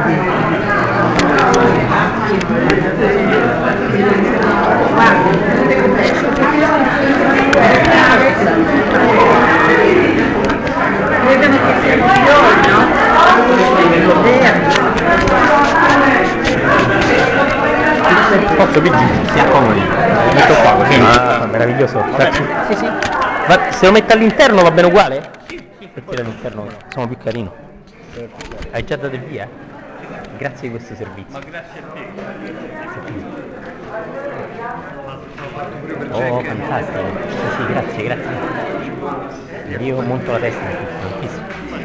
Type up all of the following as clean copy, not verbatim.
Posso Luigi? Si accomodi. Metto qua così. Meraviglioso. Grazie. Sì, sì. Ma se lo metto all'interno va bene uguale? Perché all'interno sono più carino. Hai già dato il via? Grazie di questo servizio. Ma grazie a te. Oh, fantastico. Sì, sì, grazie, grazie. Io monto la testa tantissimo.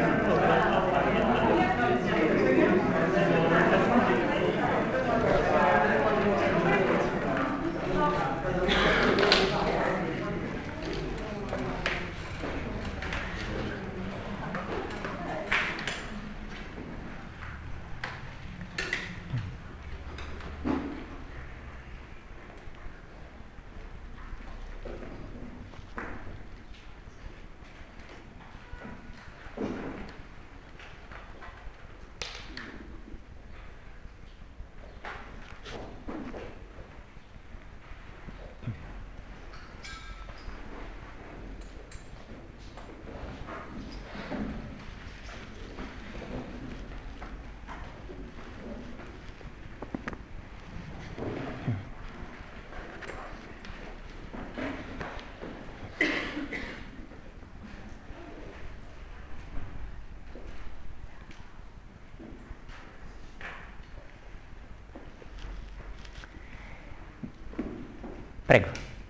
Prego.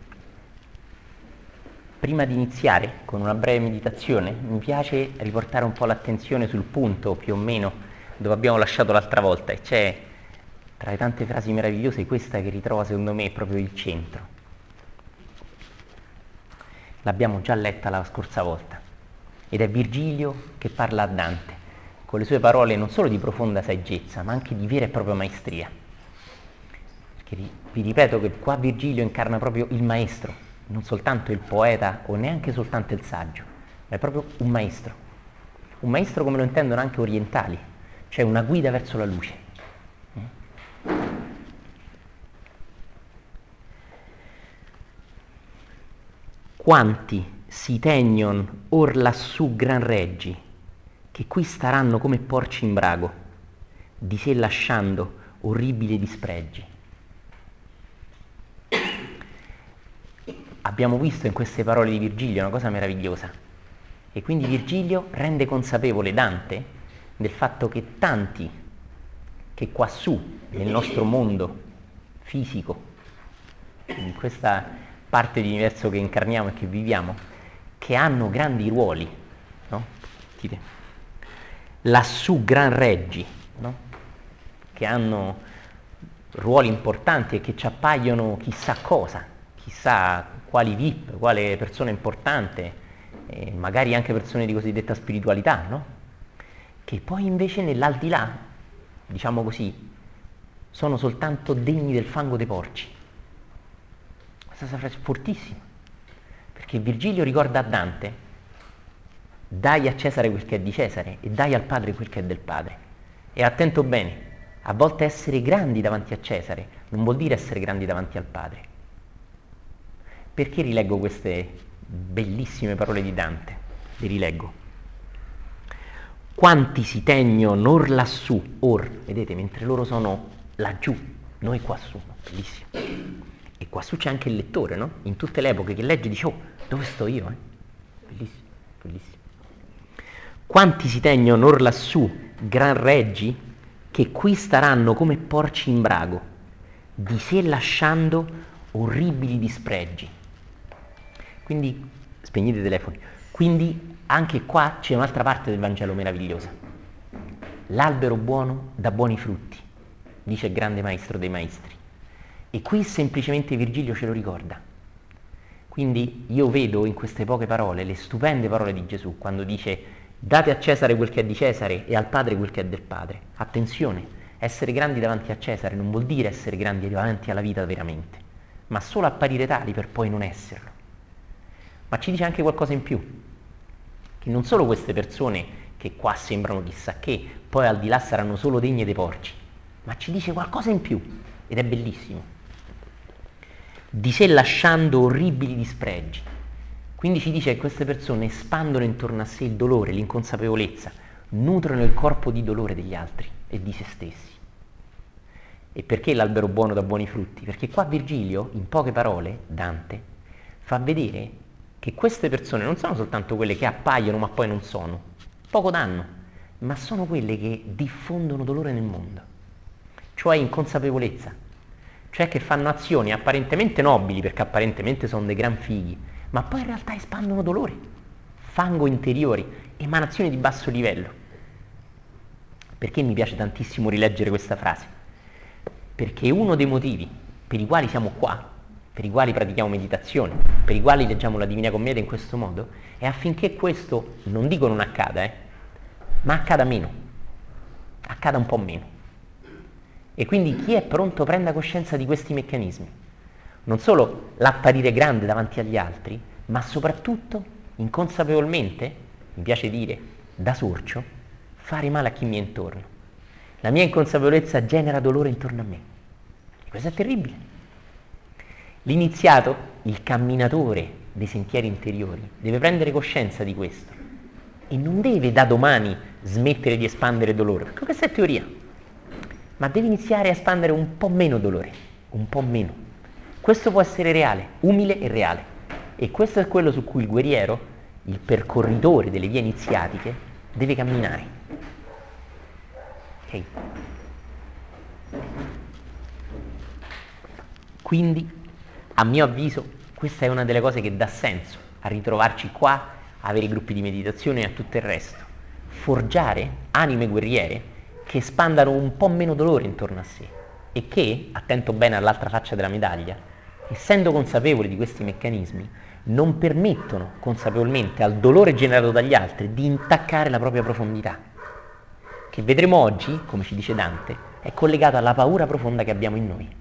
Prima di iniziare con una breve meditazione, mi piace riportare un po' l'attenzione sul punto, più o meno, dove abbiamo lasciato l'altra volta, e c'è, tra le tante frasi meravigliose, questa che ritrova secondo me proprio il centro. L'abbiamo già letta la scorsa volta, ed è Virgilio che parla a Dante, con le sue parole non solo di profonda saggezza, ma anche di vera e propria maestria. Perché vi ripeto che qua Virgilio incarna proprio il maestro, non soltanto il poeta o neanche soltanto il saggio, ma è proprio un maestro come lo intendono anche orientali, cioè una guida verso la luce. Quanti si tegnon or lassù gran reggi, che qui staranno come porci in brago, di sé lasciando orribili dispregi. Abbiamo visto in queste parole di Virgilio una cosa meravigliosa, e quindi Virgilio rende consapevole Dante del fatto che tanti che quassù nel nostro mondo fisico, in questa parte di universo che incarniamo e che viviamo, che hanno grandi ruoli, no? Dite, lassù gran reggi, no? Che hanno ruoli importanti e che ci appaiono chissà cosa, chissà quali VIP, quale persona importante, magari anche persone di cosiddetta spiritualità, no? Che poi invece nell'aldilà, diciamo così, sono soltanto degni del fango dei porci. Questa frase è fortissima, perché Virgilio ricorda a Dante: dai a Cesare quel che è di Cesare e dai al Padre quel che è del Padre. E attento bene, a volte essere grandi davanti a Cesare non vuol dire essere grandi davanti al Padre. Perché rileggo queste bellissime parole di Dante? Le rileggo. Quanti si tegnon or lassù, or, vedete, mentre loro sono laggiù, noi quassù, bellissimo. E quassù c'è anche il lettore, no? In tutte le epoche che legge dice: oh, dove sto io? Bellissimo, bellissimo. Quanti si tegnon or lassù, gran reggi, che qui staranno come porci in brago, di sé lasciando orribili dispregi. Quindi, spegnete i telefoni, quindi anche qua c'è un'altra parte del Vangelo meravigliosa. L'albero buono dà buoni frutti, dice il grande maestro dei maestri. E qui semplicemente Virgilio ce lo ricorda. Quindi io vedo in queste poche parole le stupende parole di Gesù, quando dice: date a Cesare quel che è di Cesare e al Padre quel che è del Padre. Attenzione, essere grandi davanti a Cesare non vuol dire essere grandi davanti alla vita veramente, ma solo apparire tali per poi non esserlo. Ma ci dice anche qualcosa in più, che non solo queste persone che qua sembrano chissà che, poi al di là saranno solo degne dei porci, ma ci dice qualcosa in più ed è bellissimo. Di sé lasciando orribili dispregi. Quindi ci dice che queste persone espandono intorno a sé il dolore, l'inconsapevolezza, nutrono il corpo di dolore degli altri e di se stessi. E perché l'albero buono dà buoni frutti? Perché qua Virgilio, in poche parole, Dante, fa vedere che queste persone non sono soltanto quelle che appaiono ma poi non sono, poco danno, ma sono quelle che diffondono dolore nel mondo, cioè inconsapevolezza, cioè che fanno azioni apparentemente nobili perché apparentemente sono dei gran fighi, ma poi in realtà espandono dolore, fango interiori, emanazioni di basso livello. Perché mi piace tantissimo rileggere questa frase? Perché uno dei motivi per i quali siamo qua, per i quali pratichiamo meditazione, per i quali leggiamo la Divina Commedia in questo modo, è affinché questo, non dico non accada, ma accada meno, accada un po' meno. E quindi chi è pronto prenda coscienza di questi meccanismi. Non solo l'apparire grande davanti agli altri, ma soprattutto, inconsapevolmente, mi piace dire, da sorcio, fare male a chi mi è intorno. La mia inconsapevolezza genera dolore intorno a me. E questo è terribile. L'iniziato, il camminatore dei sentieri interiori, deve prendere coscienza di questo e non deve da domani smettere di espandere dolore, perché questa è teoria, ma deve iniziare a espandere un po' meno dolore, un po' meno. Questo può essere reale, umile e reale, e questo è quello su cui il guerriero, il percorritore delle vie iniziatiche, deve camminare. Ok? Quindi, a mio avviso, questa è una delle cose che dà senso a ritrovarci qua, a avere i gruppi di meditazione e a tutto il resto. Forgiare anime guerriere che espandano un po' meno dolore intorno a sé e che, attento bene all'altra faccia della medaglia, essendo consapevoli di questi meccanismi, non permettono consapevolmente al dolore generato dagli altri di intaccare la propria profondità, che vedremo oggi, come ci dice Dante, è collegato alla paura profonda che abbiamo in noi.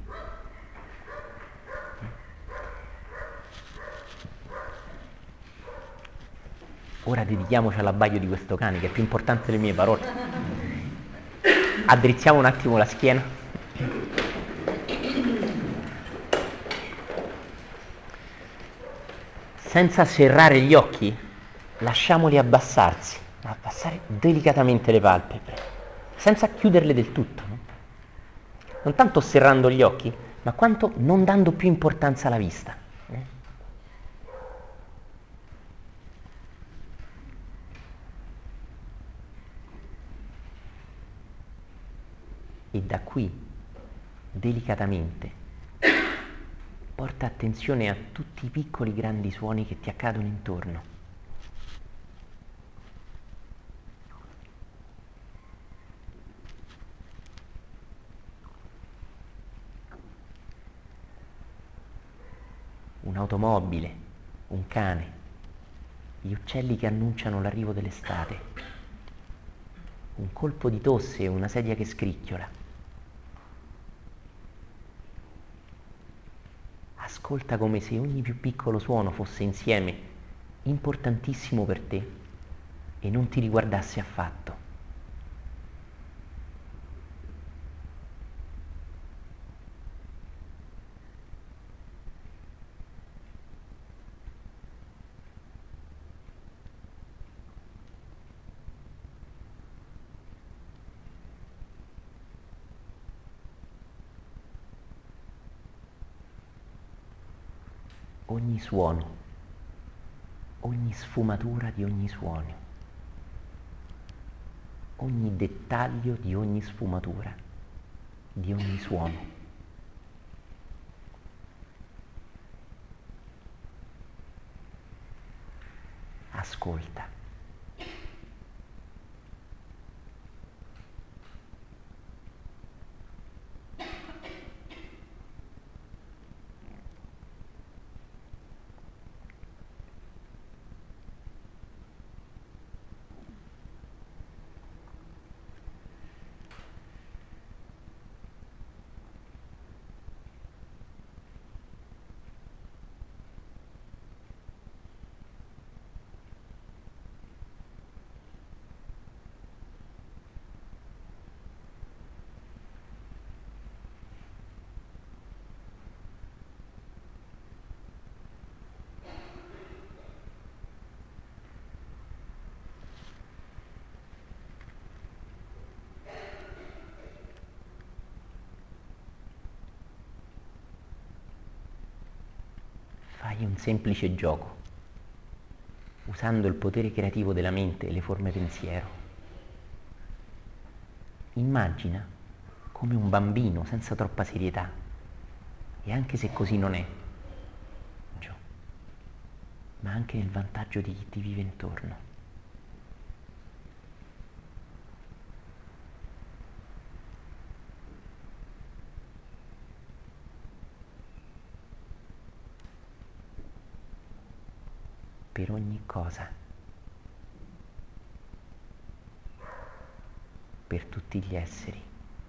Ora dedichiamoci all'abbaio di questo cane, che è più importante delle mie parole. Addrizziamo un attimo la schiena. Senza serrare gli occhi, lasciamoli abbassarsi, abbassare delicatamente le palpebre, senza chiuderle del tutto. No? Non tanto serrando gli occhi, ma quanto non dando più importanza alla vista. E da qui, delicatamente, porta attenzione a tutti i piccoli grandi suoni che ti accadono intorno. Un'automobile, un cane, gli uccelli che annunciano l'arrivo dell'estate, un colpo di tosse e una sedia che scricchiola. Ascolta come se ogni più piccolo suono fosse insieme importantissimo per te e non ti riguardasse affatto. Ogni suono, ogni sfumatura di ogni suono, ogni dettaglio di ogni sfumatura, di ogni suono. Ascolta. Fai un semplice gioco, usando il potere creativo della mente e le forme pensiero. Immagina come un bambino senza troppa serietà, e anche se così non è, ma anche nel vantaggio di chi ti vive intorno. Per ogni cosa, per tutti gli esseri.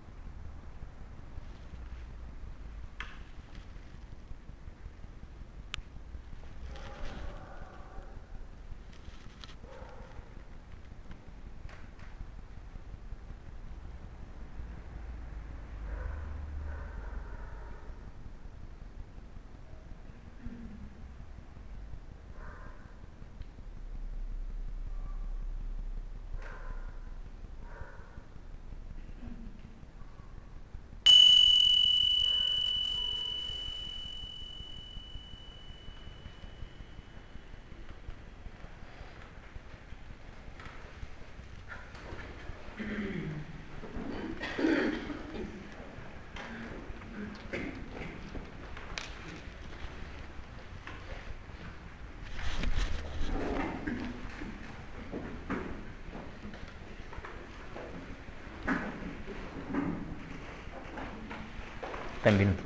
Benvenuti.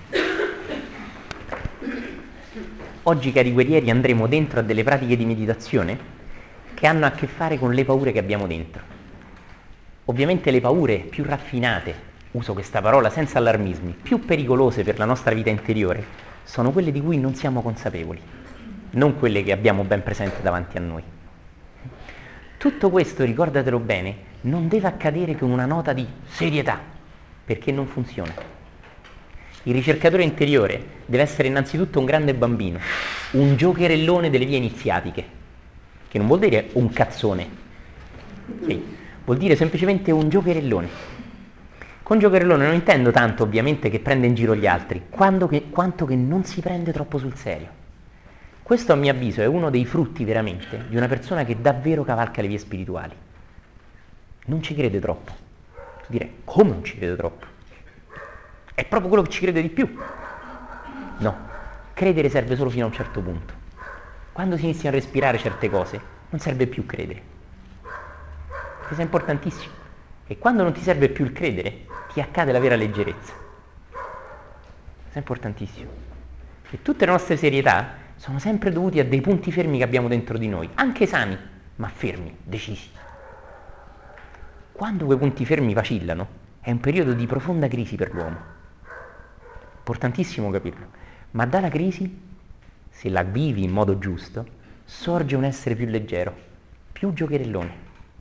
Oggi, cari guerrieri, andremo dentro a delle pratiche di meditazione che hanno a che fare con le paure che abbiamo dentro. Ovviamente le paure più raffinate, uso questa parola senza allarmismi, più pericolose per la nostra vita interiore, sono quelle di cui non siamo consapevoli, non quelle che abbiamo ben presente davanti a noi. Tutto questo, ricordatelo bene, non deve accadere con una nota di serietà, perché non funziona. Il ricercatore interiore deve essere innanzitutto un grande bambino, un giocherellone delle vie iniziatiche, che non vuol dire un cazzone, sì, vuol dire semplicemente un giocherellone. Con giocherellone non intendo tanto ovviamente che prende in giro gli altri, quanto che non si prende troppo sul serio. Questo a mio avviso è uno dei frutti veramente di una persona che davvero cavalca le vie spirituali. Non ci crede troppo. Tu direi, come non ci crede troppo? È proprio quello che ci crede di più. No, credere serve solo fino a un certo punto. Quando si iniziano a respirare certe cose, non serve più credere. Questo è importantissimo. E quando non ti serve più il credere, ti accade la vera leggerezza. Questo è importantissimo. E tutte le nostre serietà sono sempre dovute a dei punti fermi che abbiamo dentro di noi, anche sani, ma fermi, decisi. Quando quei punti fermi vacillano, è un periodo di profonda crisi per l'uomo. Importantissimo capirlo, ma dalla crisi, se la vivi in modo giusto, sorge un essere più leggero, più giocherellone.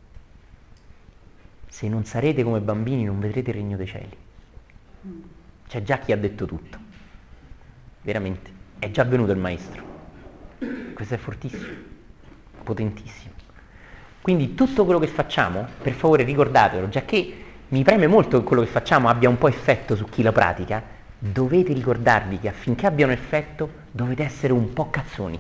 Se non sarete come bambini non vedrete il regno dei cieli. C'è già chi ha detto tutto, veramente, è già venuto il maestro. Questo è fortissimo, potentissimo. Quindi tutto quello che facciamo, per favore ricordatelo, già che mi preme molto che quello che facciamo abbia un po' effetto su chi la pratica, dovete ricordarvi che affinché abbiano effetto dovete essere un po' cazzoni,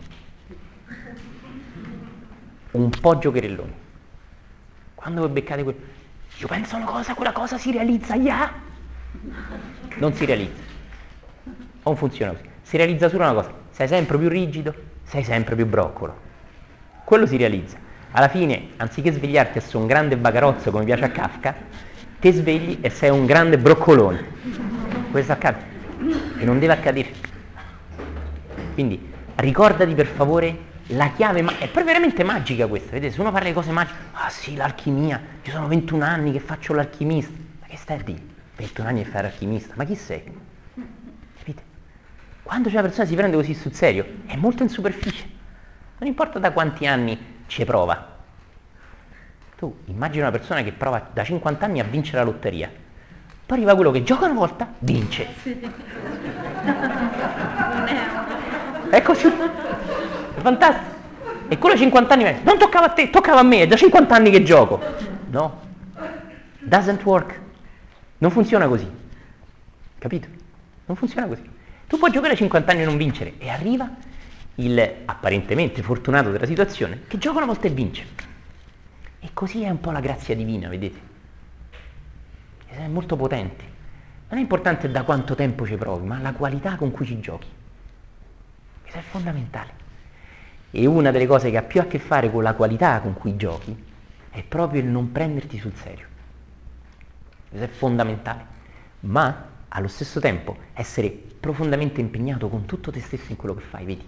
un po' giocherelloni. Quando voi beccate io penso una cosa, quella cosa si realizza, yeah! Non si realizza, non funziona così. Si realizza solo una cosa: sei sempre più rigido, sei sempre più broccolo. Quello si realizza. Alla fine, anziché svegliarti essere un grande bagarozzo come piace a Kafka, ti svegli e sei un grande broccolone. Questo accade e non deve accadere. Quindi ricordati per favore la chiave, è proprio veramente magica questa. Vedete, se uno parla di cose magiche, ah sì, l'alchimia, io sono 21 anni che faccio l'alchimista. Ma che stai a dire? 21 anni a fare l'alchimista, ma chi sei? Capite? Quando c'è una persona si prende così sul serio, è molto in superficie. Non importa da quanti anni ci prova. Tu immagina una persona che prova da 50 anni a vincere la lotteria. Poi arriva quello che gioca una volta, vince. È così. È fantastico. E quello 50 anni non toccava a te, toccava a me, è da 50 anni che gioco. No. Doesn't work. Non funziona così. Capito? Non funziona così. Tu puoi giocare a 50 anni e non vincere. E arriva il apparentemente fortunato della situazione, che gioca una volta e vince. E così è un po' la grazia divina, vedete? È molto potente. Non è importante da quanto tempo ci provi, ma la qualità con cui ci giochi. Questo è fondamentale. E una delle cose che ha più a che fare con la qualità con cui giochi è proprio il non prenderti sul serio. Questo è fondamentale. Ma allo stesso tempo essere profondamente impegnato con tutto te stesso in quello che fai, vedi?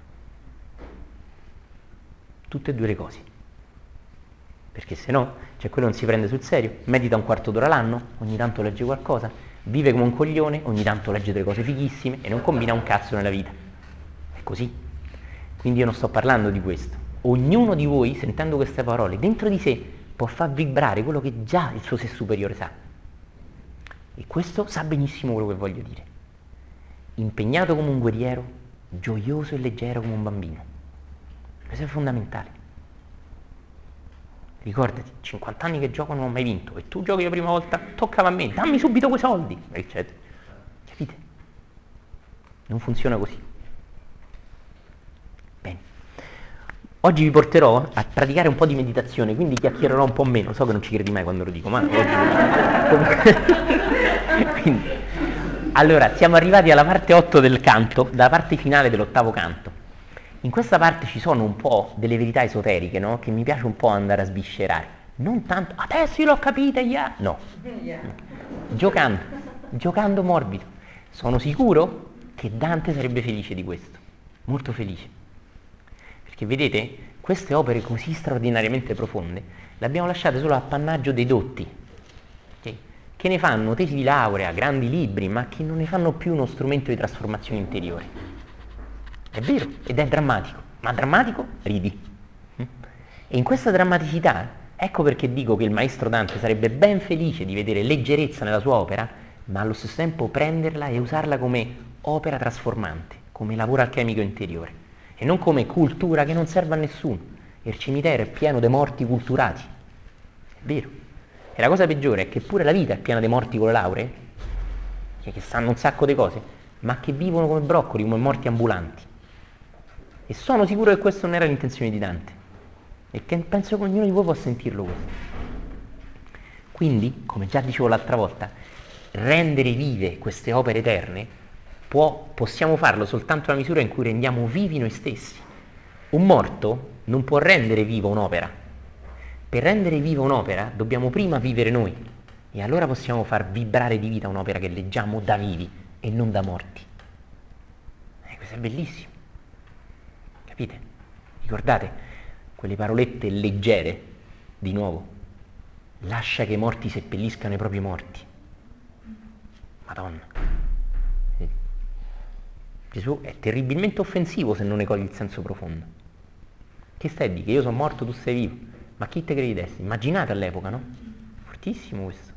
Tutte e due le cose. Perché se no, cioè quello non si prende sul serio, medita un quarto d'ora l'anno, ogni tanto legge qualcosa, vive come un coglione, ogni tanto legge delle cose fighissime e non combina un cazzo nella vita. È così. Quindi io non sto parlando di questo. Ognuno di voi, sentendo queste parole, dentro di sé può far vibrare quello che già il suo sé superiore sa. E questo sa benissimo quello che voglio dire. Impegnato come un guerriero, gioioso e leggero come un bambino. Questo è fondamentale. Ricordati, 50 anni che gioco non ho mai vinto e tu giochi la prima volta, toccava a me, dammi subito quei soldi, eccetera. Capite? Non funziona così. Bene. Oggi vi porterò a praticare un po' di meditazione, quindi chiacchiererò un po' meno. So che non ci credi mai quando lo dico, ma oggi quindi, allora, siamo arrivati alla parte 8 del canto, dalla parte finale dell'8º canto. In questa parte ci sono un po' delle verità esoteriche, no? Che mi piace un po' andare a sviscerare. Non tanto, adesso io l'ho capita, yeah! No. Giocando morbido. Sono sicuro che Dante sarebbe felice di questo, molto felice. Perché vedete, queste opere così straordinariamente profonde le abbiamo lasciate solo appannaggio dei dotti, okay? Che ne fanno tesi di laurea, grandi libri, ma che non ne fanno più uno strumento di trasformazione interiore. È vero, ed è drammatico, ma drammatico ridi. E in questa drammaticità, ecco perché dico che il maestro Dante sarebbe ben felice di vedere leggerezza nella sua opera, ma allo stesso tempo prenderla e usarla come opera trasformante, come lavoro alchemico interiore, e non come cultura che non serve a nessuno. Il cimitero è pieno di morti culturati, è vero. E la cosa peggiore è che pure la vita è piena di morti con le lauree, che sanno un sacco di cose, ma che vivono come broccoli, come morti ambulanti. E sono sicuro che questa non era l'intenzione di Dante, e che penso che ognuno di voi può sentirlo questo. Quindi, come già dicevo l'altra volta, rendere vive queste opere eterne possiamo farlo soltanto nella misura in cui rendiamo vivi noi stessi. Un morto non può rendere viva un'opera. Per rendere viva un'opera dobbiamo prima vivere noi, e allora possiamo far vibrare di vita un'opera che leggiamo da vivi e non da morti. Questo è bellissimo. Capite? Ricordate quelle parolette leggere, di nuovo. Lascia che i morti seppelliscano i propri morti. Madonna. Gesù è terribilmente offensivo se non ne cogli il senso profondo. Che stai a dire? Che io sono morto, tu sei vivo. Ma chi te credessi? Immaginate all'epoca, no? Fortissimo questo.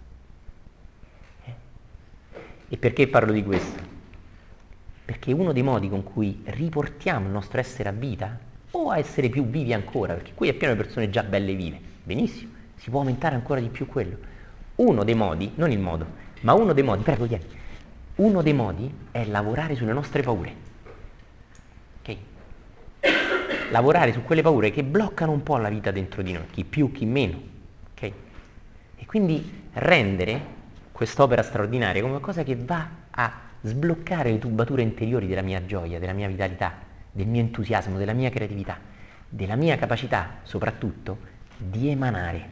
E perché parlo di questo? Perché uno dei modi con cui riportiamo il nostro essere a vita, o a essere più vivi ancora, perché qui è pieno di persone già belle vive, benissimo, si può aumentare ancora di più quello. Uno dei modi, non il modo, ma uno dei modi, prego vieni, uno dei modi è lavorare sulle nostre paure. Ok? Lavorare su quelle paure che bloccano un po' la vita dentro di noi, chi più, chi meno. Ok? E quindi rendere quest'opera straordinaria come qualcosa che va a sbloccare le tubature interiori della mia gioia, della mia vitalità, del mio entusiasmo, della mia creatività, della mia capacità soprattutto di emanare.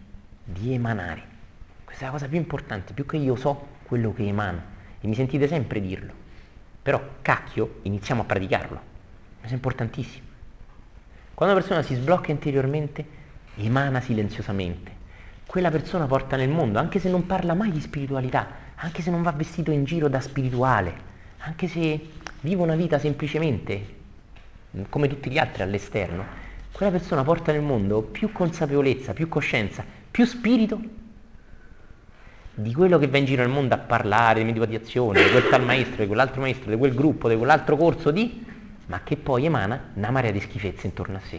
Questa è la cosa più importante, più che io so quello che emano, e mi sentite sempre dirlo, però cacchio iniziamo a praticarlo, questo è importantissimo. Quando una persona si sblocca interiormente, emana silenziosamente, quella persona porta nel mondo, anche se non parla mai di spiritualità, anche se non va vestito in giro da spirituale, anche se vive una vita semplicemente come tutti gli altri all'esterno, quella persona porta nel mondo più consapevolezza, più coscienza, più spirito di quello che va in giro nel mondo a parlare di meditazione, di quel tal maestro, di quell'altro maestro, di quel gruppo, di quell'altro corso ma che poi emana una marea di schifezze intorno a sé.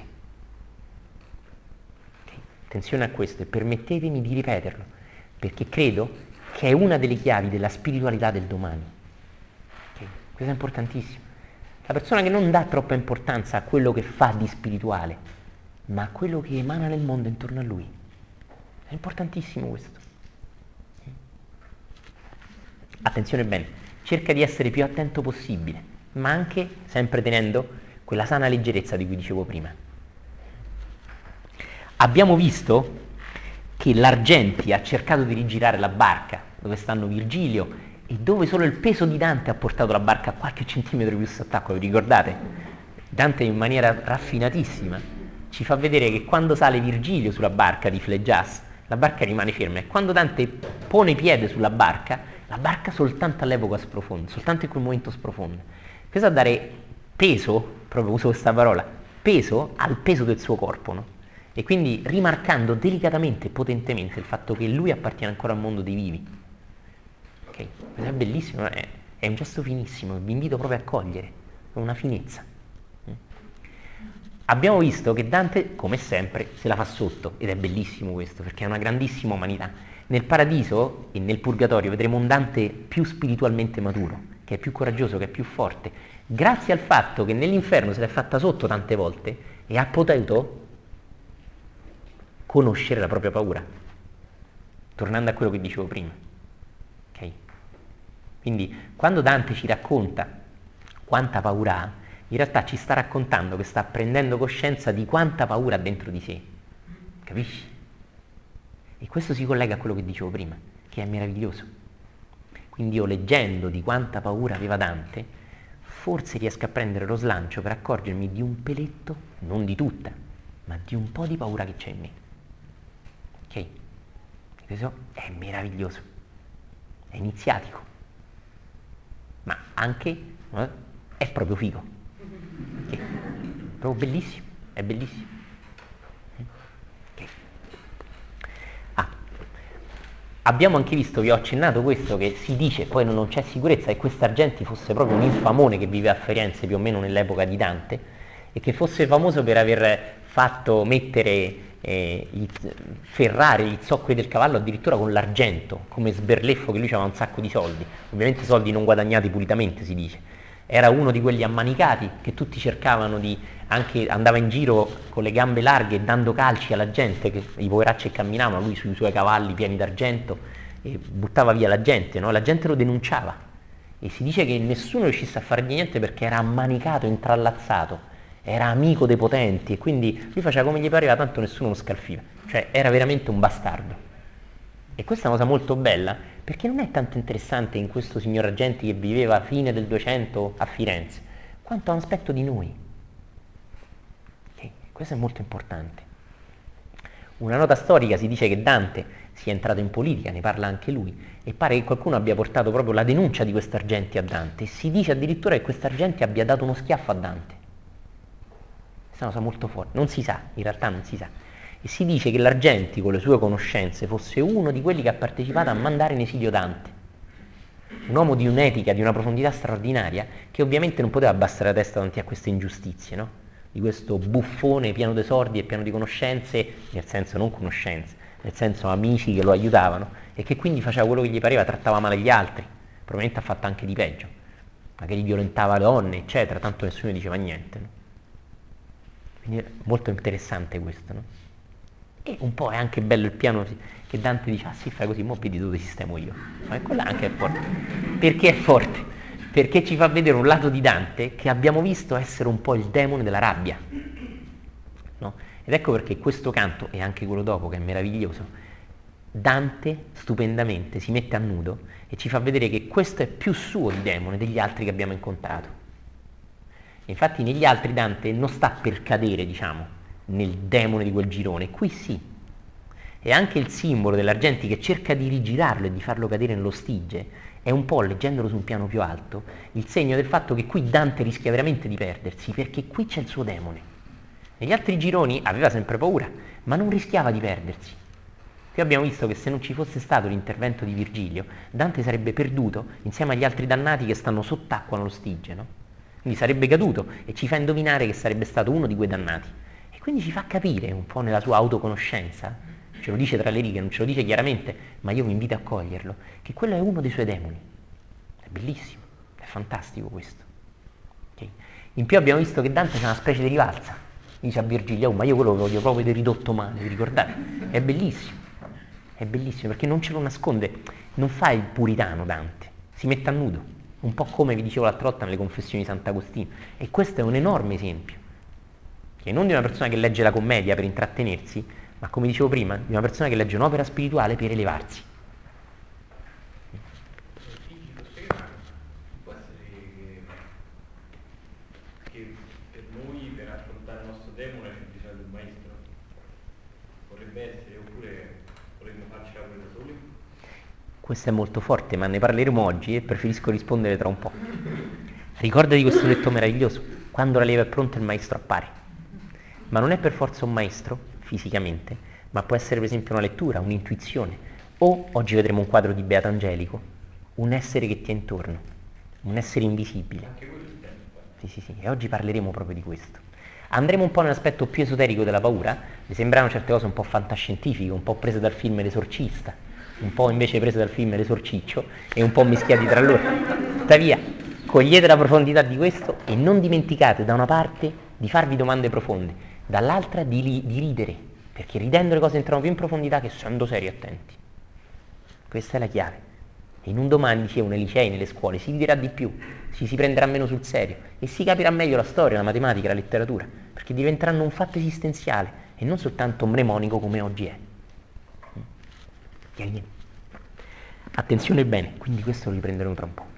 Okay? Attenzione a questo, e permettetemi di ripeterlo, perché credo che è una delle chiavi della spiritualità del domani. Okay? Questo è importantissimo. La persona che non dà troppa importanza a quello che fa di spirituale, ma a quello che emana nel mondo intorno a lui. È importantissimo questo. Attenzione bene, cerca di essere più attento possibile, ma anche sempre tenendo quella sana leggerezza di cui dicevo prima. Abbiamo visto che l'Argenti ha cercato di rigirare la barca dove stanno Virgilio e dove solo il peso di Dante ha portato la barca a qualche centimetro più sott'acqua, vi ricordate? Dante in maniera raffinatissima ci fa vedere che quando sale Virgilio sulla barca di Flegias, la barca rimane ferma e quando Dante pone piede sulla barca, la barca soltanto all'epoca sprofonda, soltanto in quel momento sprofonda. Questo a dare peso, proprio uso questa parola, peso al peso del suo corpo, no? E quindi rimarcando delicatamente e potentemente il fatto che lui appartiene ancora al mondo dei vivi. Ok? Questo è bellissimo, è un gesto finissimo, vi invito proprio a cogliere, con una finezza. Abbiamo visto che Dante, come sempre, se la fa sotto, ed è bellissimo questo, perché è una grandissima umanità. Nel paradiso e nel purgatorio vedremo un Dante più spiritualmente maturo, che è più coraggioso, che è più forte, grazie al fatto che nell'inferno se l'è fatta sotto tante volte e ha potuto conoscere la propria paura, tornando a quello che dicevo prima. Okay? Quindi quando Dante ci racconta quanta paura ha, in realtà ci sta raccontando che sta prendendo coscienza di quanta paura ha dentro di sé, capisci? E questo si collega a quello che dicevo prima, che è meraviglioso. Quindi io leggendo di quanta paura aveva Dante, forse riesco a prendere lo slancio per accorgermi di un peletto, non di tutta, ma di un po' di paura che c'è in me. Ok? Questo è meraviglioso, è iniziatico, ma anche è proprio figo. Okay? È proprio bellissimo, è bellissimo. Okay. Abbiamo anche visto, vi ho accennato questo, che si dice, poi non c'è sicurezza, che quest'Argenti fosse proprio un infamone che vive a Firenze più o meno nell'epoca di Dante e che fosse famoso per aver fatto mettere ferrare gli zoccoli del cavallo addirittura con l'argento, come sberleffo, che lui aveva un sacco di soldi, ovviamente soldi non guadagnati pulitamente, si dice. Era uno di quelli ammanicati che tutti cercavano di, anche andava in giro con le gambe larghe dando calci alla gente, che i poveracci camminavano, lui sui suoi cavalli pieni d'argento e buttava via la gente, no? La gente lo denunciava e si dice che nessuno riuscisse a fare niente perché era ammanicato, intrallazzato, era amico dei potenti e quindi lui faceva come gli pareva, tanto nessuno lo scalfiva, cioè era veramente un bastardo. E questa è una cosa molto bella, perché non è tanto interessante in questo signor Argenti che viveva a fine del 200 a Firenze, quanto un aspetto di noi. Okay? Questo è molto importante. Una nota storica si dice che Dante sia entrato in politica, ne parla anche lui, e pare che qualcuno abbia portato proprio la denuncia di quest'Argenti a Dante, e si dice addirittura che quest'Argenti abbia dato uno schiaffo a Dante. Questa è una cosa molto forte, non si sa, in realtà non si sa. E si dice che l'Argenti, con le sue conoscenze, fosse uno di quelli che ha partecipato a mandare in esilio Dante. Un uomo di un'etica, di una profondità straordinaria, che ovviamente non poteva abbassare la testa davanti a queste ingiustizie, no? Di questo buffone pieno di sordi e pieno di conoscenze, nel senso non conoscenze, nel senso amici che lo aiutavano, e che quindi faceva quello che gli pareva, trattava male gli altri, probabilmente ha fatto anche di peggio, magari violentava le donne, eccetera, tanto nessuno diceva niente, no? Quindi è molto interessante questo, no? E un po' è anche bello il piano che Dante dice, ah sì, fai così, mo vedi dove sistemo io. Ma quella anche è forte. Perché è forte? Perché ci fa vedere un lato di Dante che abbiamo visto essere un po' il demone della rabbia. No? Ed ecco perché questo canto, e anche quello dopo, che è meraviglioso, Dante stupendamente si mette a nudo e ci fa vedere che questo è più suo di demone degli altri che abbiamo incontrato. Infatti negli altri Dante non sta per cadere, diciamo, nel demone di quel girone, qui sì. E anche il simbolo dell'Argenti che cerca di rigirarlo e di farlo cadere nello Stige è un po', leggendolo su un piano più alto, il segno del fatto che qui Dante rischia veramente di perdersi, perché qui c'è il suo demone. Negli altri gironi aveva sempre paura, ma non rischiava di perdersi. Qui abbiamo visto che se non ci fosse stato l'intervento di Virgilio, Dante sarebbe perduto insieme agli altri dannati che stanno sott'acqua nello Stige, no? Quindi sarebbe caduto e ci fa indovinare che sarebbe stato uno di quei dannati. E quindi ci fa capire un po' nella sua autoconoscenza, ce lo dice tra le righe, non ce lo dice chiaramente, ma io vi invito a coglierlo, che quello è uno dei suoi demoni. È bellissimo, è fantastico questo. Okay? In più abbiamo visto che Dante c'è una specie di rivalsa, dice a Virgilio: oh, ma io quello lo voglio proprio vedere ridotto male, vi ricordate? È bellissimo perché non ce lo nasconde, non fa il puritano Dante, si mette a nudo, un po' come vi dicevo l'altra volta nelle confessioni di Sant'Agostino, e questo è un enorme esempio, che non di una persona che legge la commedia per intrattenersi, ma come dicevo prima, di una persona che legge un'opera spirituale per elevarsi. Può essere che per noi, per affrontare il nostro demone, c'è bisogno di un maestro? Potrebbe essere, oppure vorremmo farcela pure da soli? Questo è molto forte, ma ne parleremo oggi e preferisco rispondere tra un po'. Ricordati questo detto meraviglioso: quando la leva è pronta il maestro appare. Ma non è per forza un maestro, fisicamente, ma può essere per esempio una lettura, un'intuizione, o, oggi vedremo un quadro di Beato Angelico, un essere che ti è intorno, un essere invisibile. Anche quello è tempo. Sì, e oggi parleremo proprio di questo. Andremo un po' nell'aspetto più esoterico della paura, mi sembrano certe cose un po' fantascientifiche, un po' prese dal film L'Esorcista, un po' invece prese dal film L'Esorciccio e un po' mischiati tra loro. Tuttavia, cogliete la profondità di questo e non dimenticate da una parte di farvi domande profonde, dall'altra di ridere, perché ridendo le cose entrano più in profondità che essendo seri attenti. Questa è la chiave. E in un domani, dicevo, nei licei, nelle scuole, si riderà di più, si prenderà meno sul serio e si capirà meglio la storia, la matematica, la letteratura, perché diventeranno un fatto esistenziale e non soltanto mnemonico come oggi è. Attenzione bene, quindi questo lo riprenderemo tra un po'.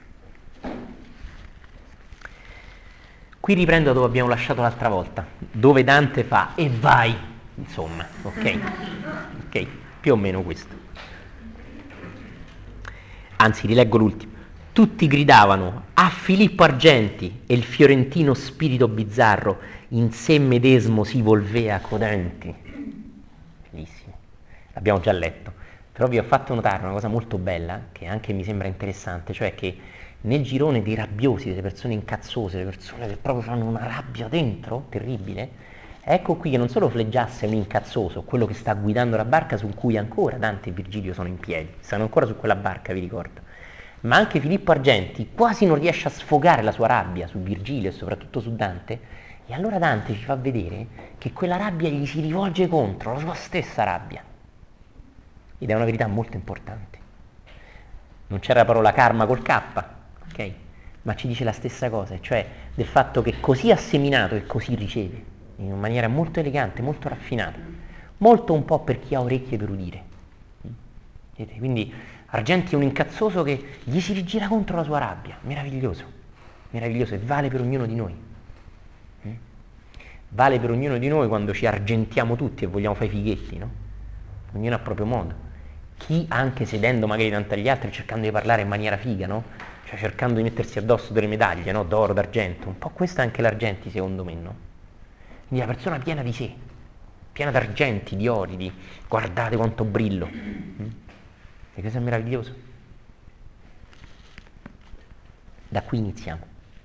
Qui riprendo dove abbiamo lasciato l'altra volta, dove Dante fa e vai, insomma, ok, più o meno questo. Anzi, rileggo l'ultimo. Tutti gridavano a Filippo Argenti e il fiorentino spirito bizzarro in sé medesimo si volvea codenti. Bellissimo, l'abbiamo già letto, però vi ho fatto notare una cosa molto bella che anche mi sembra interessante, cioè che nel girone dei rabbiosi, delle persone incazzose, delle persone che proprio hanno una rabbia dentro, terribile, ecco qui che non solo fleggiasse un incazzoso, quello che sta guidando la barca su cui ancora Dante e Virgilio sono in piedi, stanno ancora su quella barca, vi ricordo, ma anche Filippo Argenti quasi non riesce a sfogare la sua rabbia su Virgilio e soprattutto su Dante, e allora Dante ci fa vedere che quella rabbia gli si rivolge contro, la sua stessa rabbia. Ed è una verità molto importante. Non c'era la parola karma col K, ok? Ma ci dice la stessa cosa, cioè del fatto che così ha seminato e così riceve, in maniera molto elegante, molto raffinata, molto un po' per chi ha orecchie per udire. Vedete? Quindi Argenti è un incazzoso che gli si rigira contro la sua rabbia, meraviglioso, e vale per ognuno di noi. Vale per ognuno di noi quando ci argentiamo tutti e vogliamo fare i fighetti, no? Ognuno a proprio modo. Chi anche sedendo magari davanti agli altri, cercando di parlare in maniera figa, no? Cioè cercando di mettersi addosso delle medaglie, no? D'oro, d'argento, un po' questa è anche l'Argenti secondo me, no? Quindi la persona piena di sé, piena d'argenti, di ori, di guardate quanto brillo. E questo è meraviglioso. Da qui iniziamo.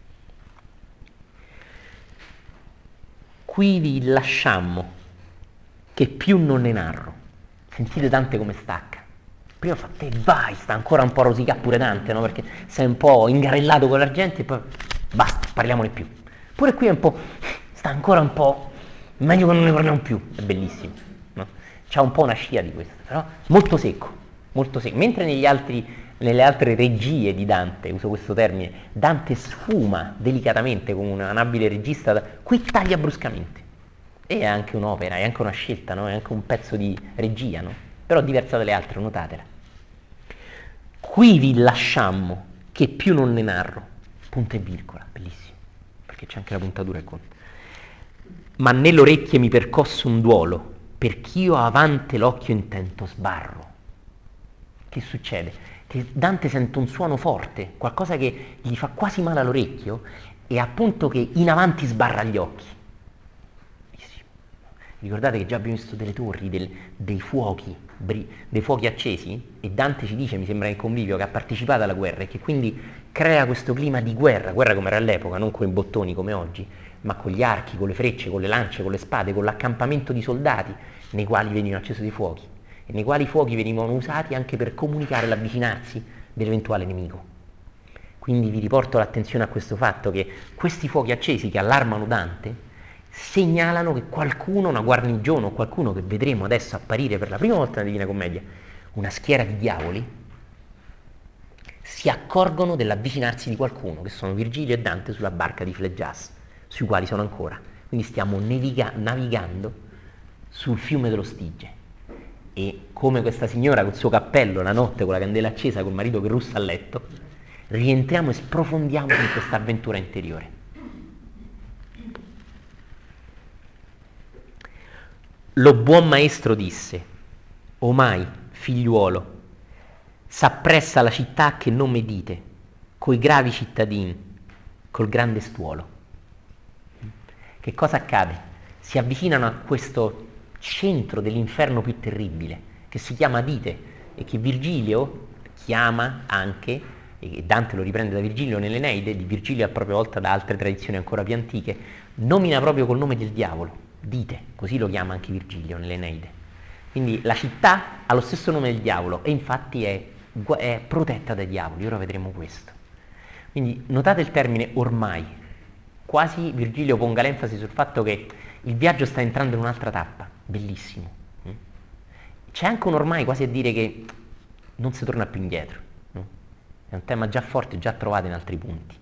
Qui vi lasciammo, che più non ne narro. Sentite Dante come stacca. Prima fa te vai, sta ancora un po' a rosicare pure Dante, no? Perché sei un po' ingarellato con l'Argenti e poi basta, parliamone più. Pure qui è un po', sta ancora un po', meglio che non ne parliamo più, è bellissimo, no? C'ha un po' una scia di questo, però molto secco. Mentre nelle altre regie di Dante, uso questo termine, Dante sfuma delicatamente come un abile regista, qui taglia bruscamente. E è anche un'opera, è anche una scelta, no? È anche un pezzo di regia, no? Però diversa dalle altre, notatela. Qui vi lasciammo, che più non ne narro, punto e virgola, bellissimo, perché c'è anche la puntatura e conto. Ma nelle orecchie mi percosse un duolo, perch'io avante l'occhio intento sbarro. Che succede? Che Dante sente un suono forte, qualcosa che gli fa quasi male all'orecchio e appunto che in avanti sbarra gli occhi. Ricordate che già abbiamo visto delle torri, dei fuochi accesi e Dante ci dice, mi sembra in Convivio, che ha partecipato alla guerra e che quindi crea questo clima di guerra come era all'epoca, non con i bottoni come oggi, ma con gli archi, con le frecce, con le lance, con le spade, con l'accampamento di soldati nei quali venivano accesi dei fuochi e nei quali i fuochi venivano usati anche per comunicare l'avvicinarsi dell'eventuale nemico. Quindi vi riporto l'attenzione a questo fatto che questi fuochi accesi che allarmano Dante segnalano che qualcuno, una guarnigione o qualcuno che vedremo adesso apparire per la prima volta nella Divina Commedia, una schiera di diavoli, si accorgono dell'avvicinarsi di qualcuno, che sono Virgilio e Dante sulla barca di Flegias, sui quali sono ancora. Quindi stiamo navigando sul fiume dello Stige. E come questa signora col suo cappello la notte con la candela accesa, col marito che russa a letto, rientriamo e sprofondiamo in questa avventura interiore. Lo buon maestro disse: omai, figliuolo, s'appressa la città che non medite, coi gravi cittadini, col grande stuolo. Che cosa accade? Si avvicinano a questo centro dell'inferno più terribile, che si chiama Dite, e che Virgilio chiama anche, e Dante lo riprende da Virgilio nell'Eneide, di Virgilio a propria volta da altre tradizioni ancora più antiche, nomina proprio col nome del diavolo, Dite, così lo chiama anche Virgilio nell'Eneide. Quindi la città ha lo stesso nome del diavolo e infatti è protetta dai diavoli, ora vedremo questo. Quindi notate il termine ormai, quasi Virgilio ponga l'enfasi sul fatto che il viaggio sta entrando in un'altra tappa, bellissimo. C'è anche un ormai quasi a dire che non si torna più indietro, no? È un tema già forte, già trovato in altri punti.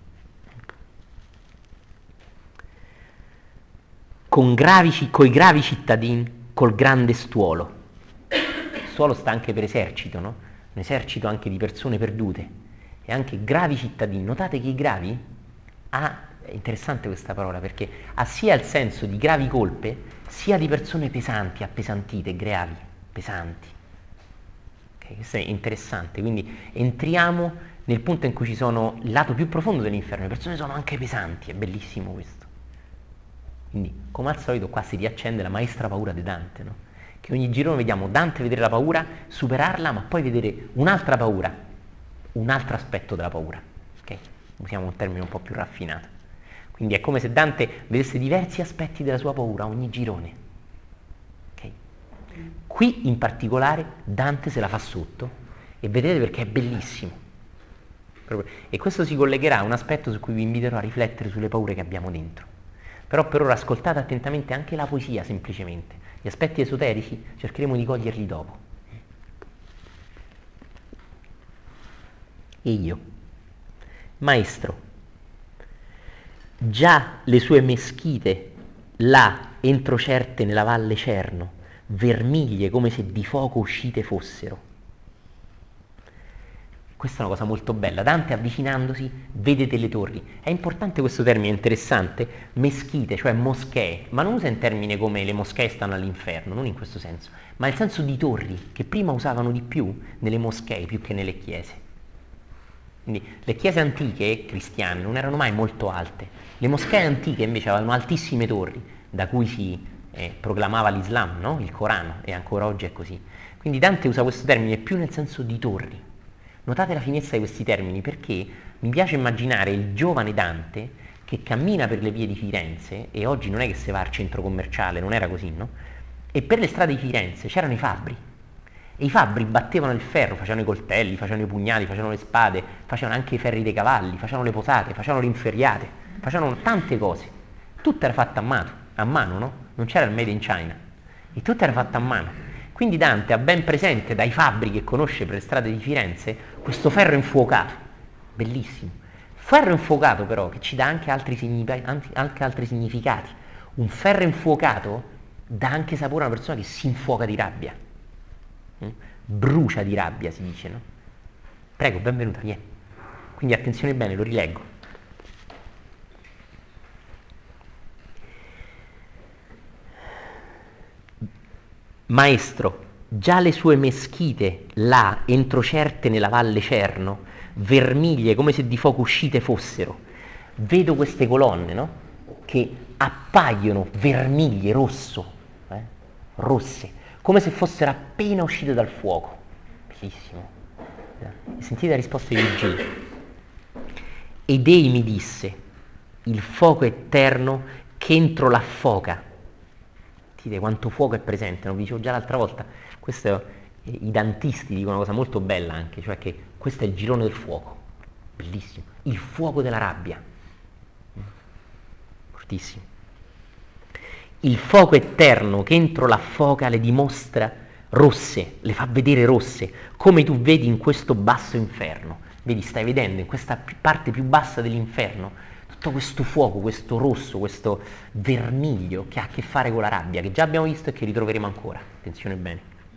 Coi gravi cittadini, col grande stuolo. Il stuolo sta anche per esercito, no? Un esercito anche di persone perdute. E anche gravi cittadini. Notate che i gravi è interessante questa parola perché ha sia il senso di gravi colpe, sia di persone pesanti, appesantite, gravi, pesanti. Okay, questo è interessante, quindi entriamo nel punto in cui ci sono il lato più profondo dell'inferno, le persone sono anche pesanti, è bellissimo questo. Quindi, come al solito, qua si riaccende la maestra paura di Dante, no? Che ogni girone vediamo Dante vedere la paura, superarla, ma poi vedere un'altra paura, un altro aspetto della paura. Okay? Usiamo un termine un po' più raffinato. Quindi è come se Dante vedesse diversi aspetti della sua paura ogni girone. Okay? Qui in particolare Dante se la fa sotto e vedete perché è bellissimo. E questo si collegherà a un aspetto su cui vi inviterò a riflettere sulle paure che abbiamo dentro. Però per ora ascoltate attentamente anche la poesia semplicemente. Gli aspetti esoterici cercheremo di coglierli dopo. E io, maestro, già le sue meschite là entro certe nella valle Cerno, vermiglie come se di fuoco uscite fossero. Questa è una cosa molto bella. Dante avvicinandosi vede delle torri. È importante questo termine, interessante, meschite, cioè moschee, ma non usa in termine come le moschee stanno all'inferno, non in questo senso, ma nel senso di torri, che prima usavano di più nelle moschee più che nelle chiese. Quindi le chiese antiche cristiane non erano mai molto alte, le moschee antiche invece avevano altissime torri, da cui si proclamava l'Islam, no? Il Corano, e ancora oggi è così. Quindi Dante usa questo termine più nel senso di torri. Notate la finezza di questi termini perché mi piace immaginare il giovane Dante che cammina per le vie di Firenze, e oggi non è che si va al centro commerciale, non era così, no? E per le strade di Firenze c'erano i fabbri, e i fabbri battevano il ferro, facevano i coltelli, facevano i pugnali, facevano le spade, facevano anche i ferri dei cavalli, facevano le posate, facevano le inferriate, facevano tante cose. Tutto era fatto a mano, no? Non c'era il made in China, e tutto era fatto a mano. Quindi Dante ha ben presente dai fabbri che conosce per le strade di Firenze questo ferro infuocato, bellissimo. Ferro infuocato però che ci dà anche altri significati. Un ferro infuocato dà anche sapore a una persona che si infuoca di rabbia, brucia di rabbia si dice, no? Prego, benvenuta, vieni. Quindi attenzione bene, lo rileggo. Maestro, già le sue meschite là entro certe nella valle Cerno, vermiglie come se di fuoco uscite fossero. Vedo queste colonne, no? Che appaiono vermiglie, rosse, come se fossero appena uscite dal fuoco. Bellissimo. Sentite la risposta di Virgilio. Ed ei mi disse, il fuoco eterno che entro l'affoca. Sentite quanto fuoco è presente, non vi dicevo già l'altra volta, questo i dantisti dicono una cosa molto bella anche, cioè che questo è il girone del fuoco, bellissimo, il fuoco della rabbia, fortissimo. Il fuoco eterno che entro l'affoca le dimostra rosse, le fa vedere rosse, come tu vedi in questo basso inferno. Vedi, stai vedendo in questa parte più bassa dell'inferno tutto questo fuoco, questo rosso, questo vermiglio che ha a che fare con la rabbia, che già abbiamo visto e che ritroveremo ancora. Attenzione bene.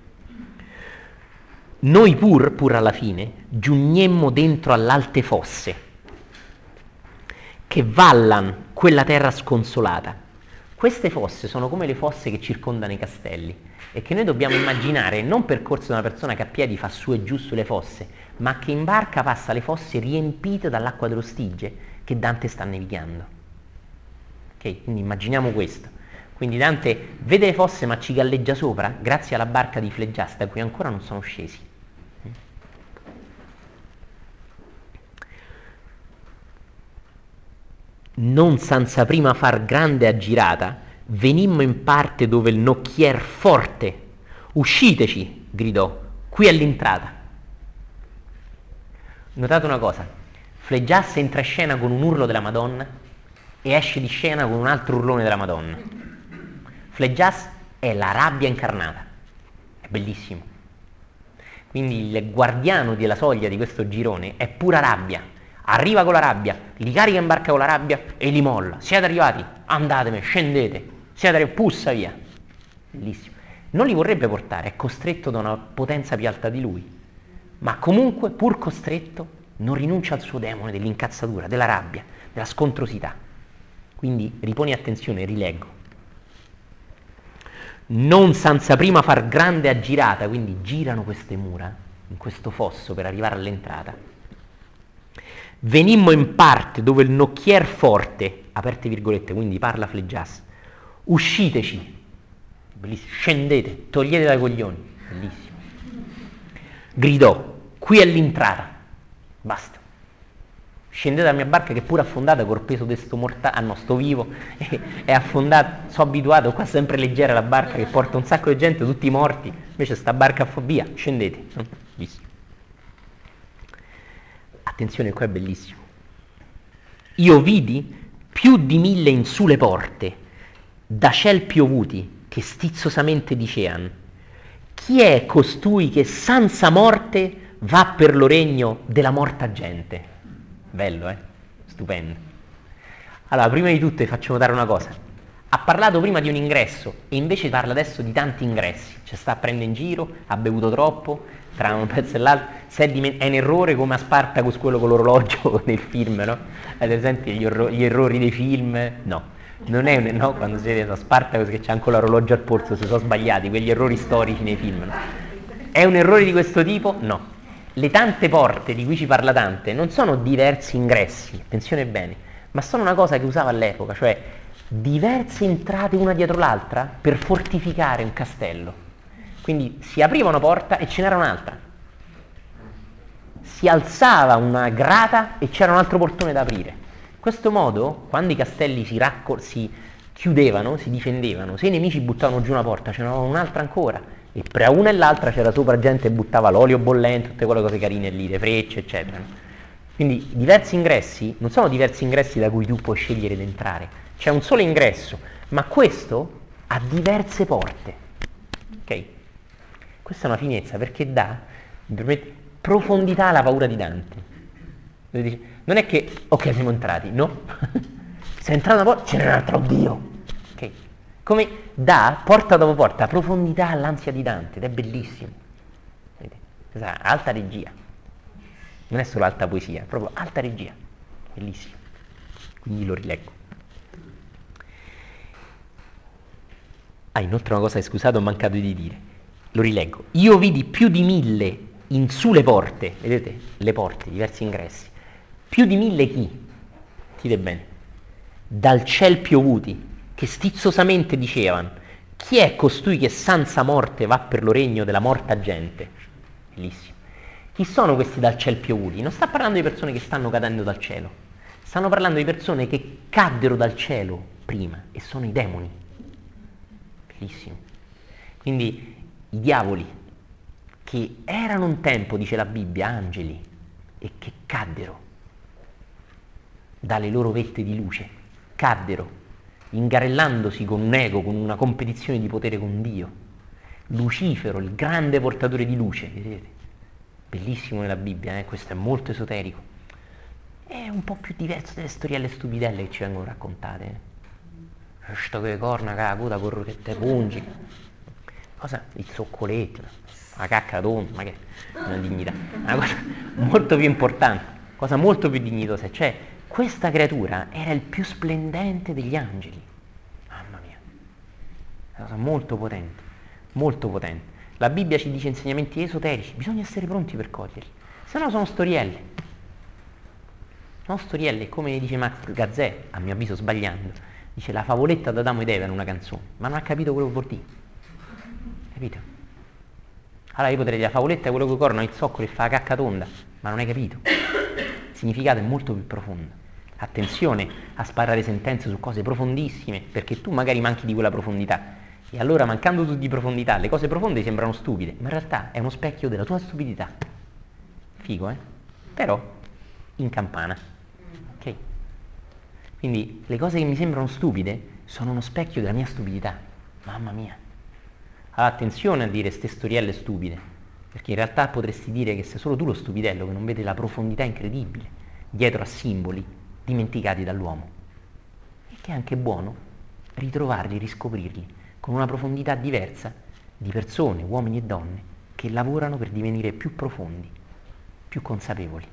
Noi pur alla fine, giugnemmo dentro all'alte fosse, che vallan quella terra sconsolata. Queste fosse sono come le fosse che circondano i castelli e che noi dobbiamo immaginare non percorso da una persona che a piedi fa su e giù sulle fosse, ma che in barca passa le fosse riempite dall'acqua dello Stige che Dante sta nevicando. Ok? Quindi immaginiamo questo. Quindi Dante vede le fosse ma ci galleggia sopra grazie alla barca di Fleggias da cui ancora non sono scesi. Non senza prima far grande aggirata, venimmo in parte dove il nocchier forte, usciteci, gridò, qui è l'entrata. Notate una cosa, Fleggias entra in scena con un urlo della Madonna e esce di scena con un altro urlone della Madonna. Fleggias è la rabbia incarnata, è bellissimo. Quindi il guardiano della soglia di questo girone è pura rabbia. Arriva con la rabbia, li carica in barca con la rabbia e li molla. Siete arrivati? Andateme, scendete. Siete arrivati? Pussa via. Bellissimo. Non li vorrebbe portare, è costretto da una potenza più alta di lui. Ma comunque, pur costretto, non rinuncia al suo demone dell'incazzatura, della rabbia, della scontrosità. Quindi riponi attenzione, rileggo. Non senza prima far grande aggirata, quindi girano queste mura in questo fosso per arrivare all'entrata. Venimmo in parte dove il nocchier forte, aperte virgolette, quindi parla Fleggias, usciteci, bellissimo, scendete, togliete dai coglioni, bellissimo. Gridò, qui è l'entrata, basta. Scendete dalla mia barca che è pure affondata col peso di sto mortale, no, sto vivo, è affondata, sono abituato, qua sempre leggera la barca che porta un sacco di gente, tutti morti, invece sta barca via, scendete, bellissimo. Attenzione, qua è bellissimo. Io vidi più di 1000 in su le porte, da ciel piovuti, che stizzosamente dicean: chi è costui che senza morte va per lo regno della morta gente? Bello, stupendo. Allora, prima di tutto vi faccio notare una cosa. Ha parlato prima di un ingresso e invece parla adesso di tanti ingressi. Cioè sta a prendere in giro, ha bevuto troppo, tra un pezzo e l'altro, è un errore come a Spartacus quello con l'orologio nel film, no? Ad esempio gli errori dei film, no, non è no? Quando si vede a Spartacus che c'è anche l'orologio al polso, si sono sbagliati, quegli errori storici nei film, no? È un errore di questo tipo? No. Le tante porte di cui ci parla Dante non sono diversi ingressi, attenzione bene, ma sono una cosa che usava all'epoca, cioè diverse entrate una dietro l'altra per fortificare un castello. Quindi si apriva una porta e ce n'era un'altra, si alzava una grata e c'era un altro portone da aprire. In questo modo, quando i castelli si chiudevano, si difendevano, se i nemici buttavano giù una porta, ce n'era un'altra ancora, e tra una e l'altra c'era sopra gente che buttava l'olio bollente, tutte quelle cose carine lì, le frecce, eccetera. Quindi diversi ingressi non sono diversi ingressi da cui tu puoi scegliere di entrare, c'è un solo ingresso, ma questo ha diverse porte. Ok? Questa è una finezza perché dà profondità alla paura di Dante. Non è che, ok, siamo entrati, no? Se è entrata una porta, ce n'è un'altra, oddio. Ok? Come dà, porta dopo porta, profondità all'ansia di Dante, ed è bellissimo. Vedete? Questa è alta regia. Non è solo alta poesia, è proprio alta regia. Bellissimo. Quindi lo rileggo. Inoltre una cosa, scusate, ho mancato di dire. Lo rileggo. Io vidi più di 1000 in su le porte, vedete? Le porte, diversi ingressi. Più di 1000 chi? Dite bene. Dal ciel piovuti, che stizzosamente dicevano: chi è costui che senza morte va per lo regno della morta gente? Bellissimo. Chi sono questi dal ciel piovuti? Non sta parlando di persone che stanno cadendo dal cielo. Stanno parlando di persone che caddero dal cielo prima e sono i demoni. Bellissimo. Quindi i diavoli, che erano un tempo, dice la Bibbia, angeli, e che caddero, dalle loro vette di luce, caddero, ingarellandosi con un ego, con una competizione di potere con Dio. Lucifero, il grande portatore di luce, vedete? Bellissimo nella Bibbia, questo è molto esoterico. È un po' più diverso dalle storielle stupidelle che ci vengono raccontate. Sto che corna, che la coda corro che te pungi. Cosa? Il zoccoletto, la cacca tonda, ma che una dignità. Una cosa molto più importante, cosa molto più dignitosa, cioè questa creatura era il più splendente degli angeli. Mamma mia, è una cosa molto potente, molto potente. La Bibbia ci dice insegnamenti esoterici, bisogna essere pronti per coglierli, se no sono storielle. Sono storielle, come dice Max Gazzè, a mio avviso sbagliando, dice la favoletta d'Adamo ed Eva in una canzone, ma non ha capito quello che vuol dire. Capito? Allora io potrei dire la favoletta è quello che corna il zoccolo e fa la cacca tonda, ma non hai capito. Il significato è molto più profondo. Attenzione a sparare sentenze su cose profondissime, perché tu magari manchi di quella profondità. E allora, mancando tu di profondità, le cose profonde sembrano stupide, ma in realtà è uno specchio della tua stupidità. Figo, eh? Però in campana. Ok? Quindi le cose che mi sembrano stupide sono uno specchio della mia stupidità. Mamma mia. Allora, attenzione a dire ste storielle stupide, perché in realtà potresti dire che sei solo tu lo stupidello che non vede la profondità incredibile dietro a simboli dimenticati dall'uomo. E che è anche buono ritrovarli, riscoprirli con una profondità diversa di persone, uomini e donne, che lavorano per divenire più profondi, più consapevoli.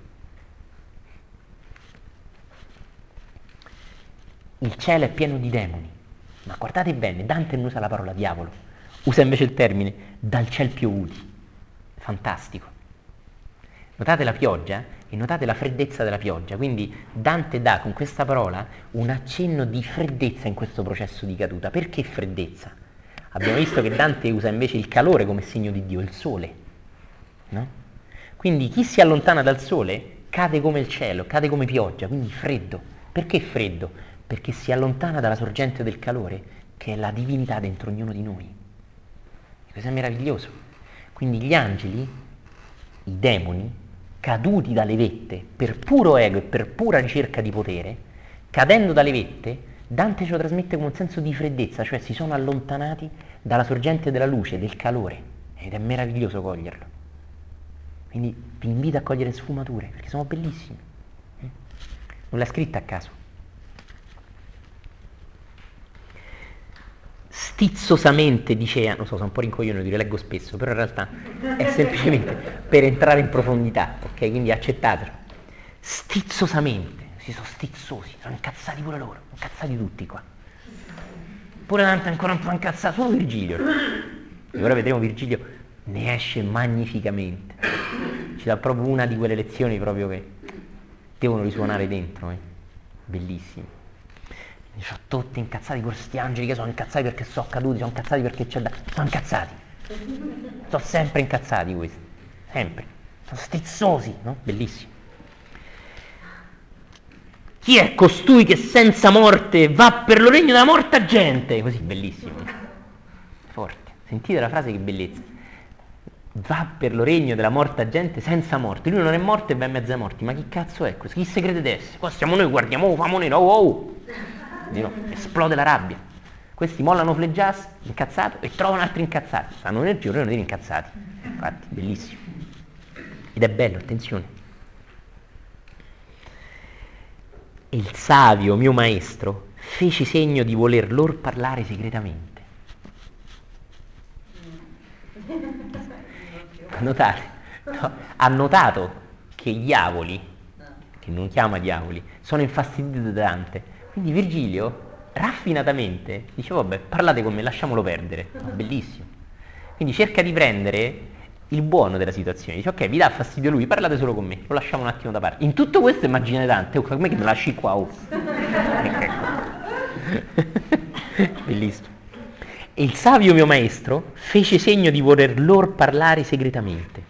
Il cielo è pieno di demoni, ma guardate bene, Dante non usa la parola diavolo, usa invece il termine dal ciel piovuti. Fantastico. Notate la pioggia e notate la freddezza della pioggia, quindi Dante dà con questa parola un accenno di freddezza in questo processo di caduta. Perché freddezza? Abbiamo visto che Dante usa invece il calore come segno di Dio, il sole, no? Quindi chi si allontana dal sole cade come il cielo, cade come pioggia, quindi freddo. Perché freddo? Perché si allontana dalla sorgente del calore, che è la divinità dentro ognuno di noi. E questo è meraviglioso. Quindi gli angeli, i demoni, caduti dalle vette per puro ego e per pura ricerca di potere, cadendo dalle vette, Dante ce lo trasmette con un senso di freddezza, cioè si sono allontanati dalla sorgente della luce, del calore, ed è meraviglioso coglierlo. Quindi vi invito a cogliere sfumature, perché sono bellissime. Non l'ha scritta a caso. Stizzosamente dicea, non so, sono un po' rincoglionito, lo leggo spesso, però in realtà è semplicemente per entrare in profondità, ok? Quindi accettatelo. Stizzosamente. Si sono stizzosi, sono incazzati pure loro, incazzati tutti qua. Pure Dante ancora un po' incazzato, solo Virgilio. E ora vedremo Virgilio ne esce magnificamente. Ci dà proprio una di quelle lezioni proprio che devono risuonare dentro, bellissimi. Sono tutti incazzati questi angeli che sono incazzati perché sono caduti, sono incazzati perché c'è da... Sono incazzati. Sono sempre incazzati questi, sempre. Sono stizzosi, no? Bellissimo. Chi è costui che senza morte va per lo regno della morta gente? Così, bellissimo. Forte. Sentite la frase, che bellezza. Va per lo regno della morta gente senza morte. Lui non è morto e va in mezzo ai morti. Ma chi cazzo è questo? Chi se crede d'essere? Qua siamo noi, guardiamo, oh, famo nero, oh. No, esplode la rabbia. Questi mollano Fleggias, incazzato, e trovano altri incazzati. Stanno nel giorno dei incazzati. Infatti, bellissimo. Ed è bello, attenzione. E il savio mio maestro fece segno di voler lor parlare segretamente. Notate, no, ha notato che gli diavoli, che non chiama diavoli, sono infastiditi da Dante. Quindi Virgilio, raffinatamente, dice vabbè, parlate con me, lasciamolo perdere. No, bellissimo. Quindi cerca di prendere il buono della situazione, dice ok, vi dà fastidio lui, parlate solo con me, lo lasciamo un attimo da parte. In tutto questo immaginate Dante, oh, come che me lasci qua, oh. Bellissimo. E il savio mio maestro fece segno di voler lor parlare segretamente.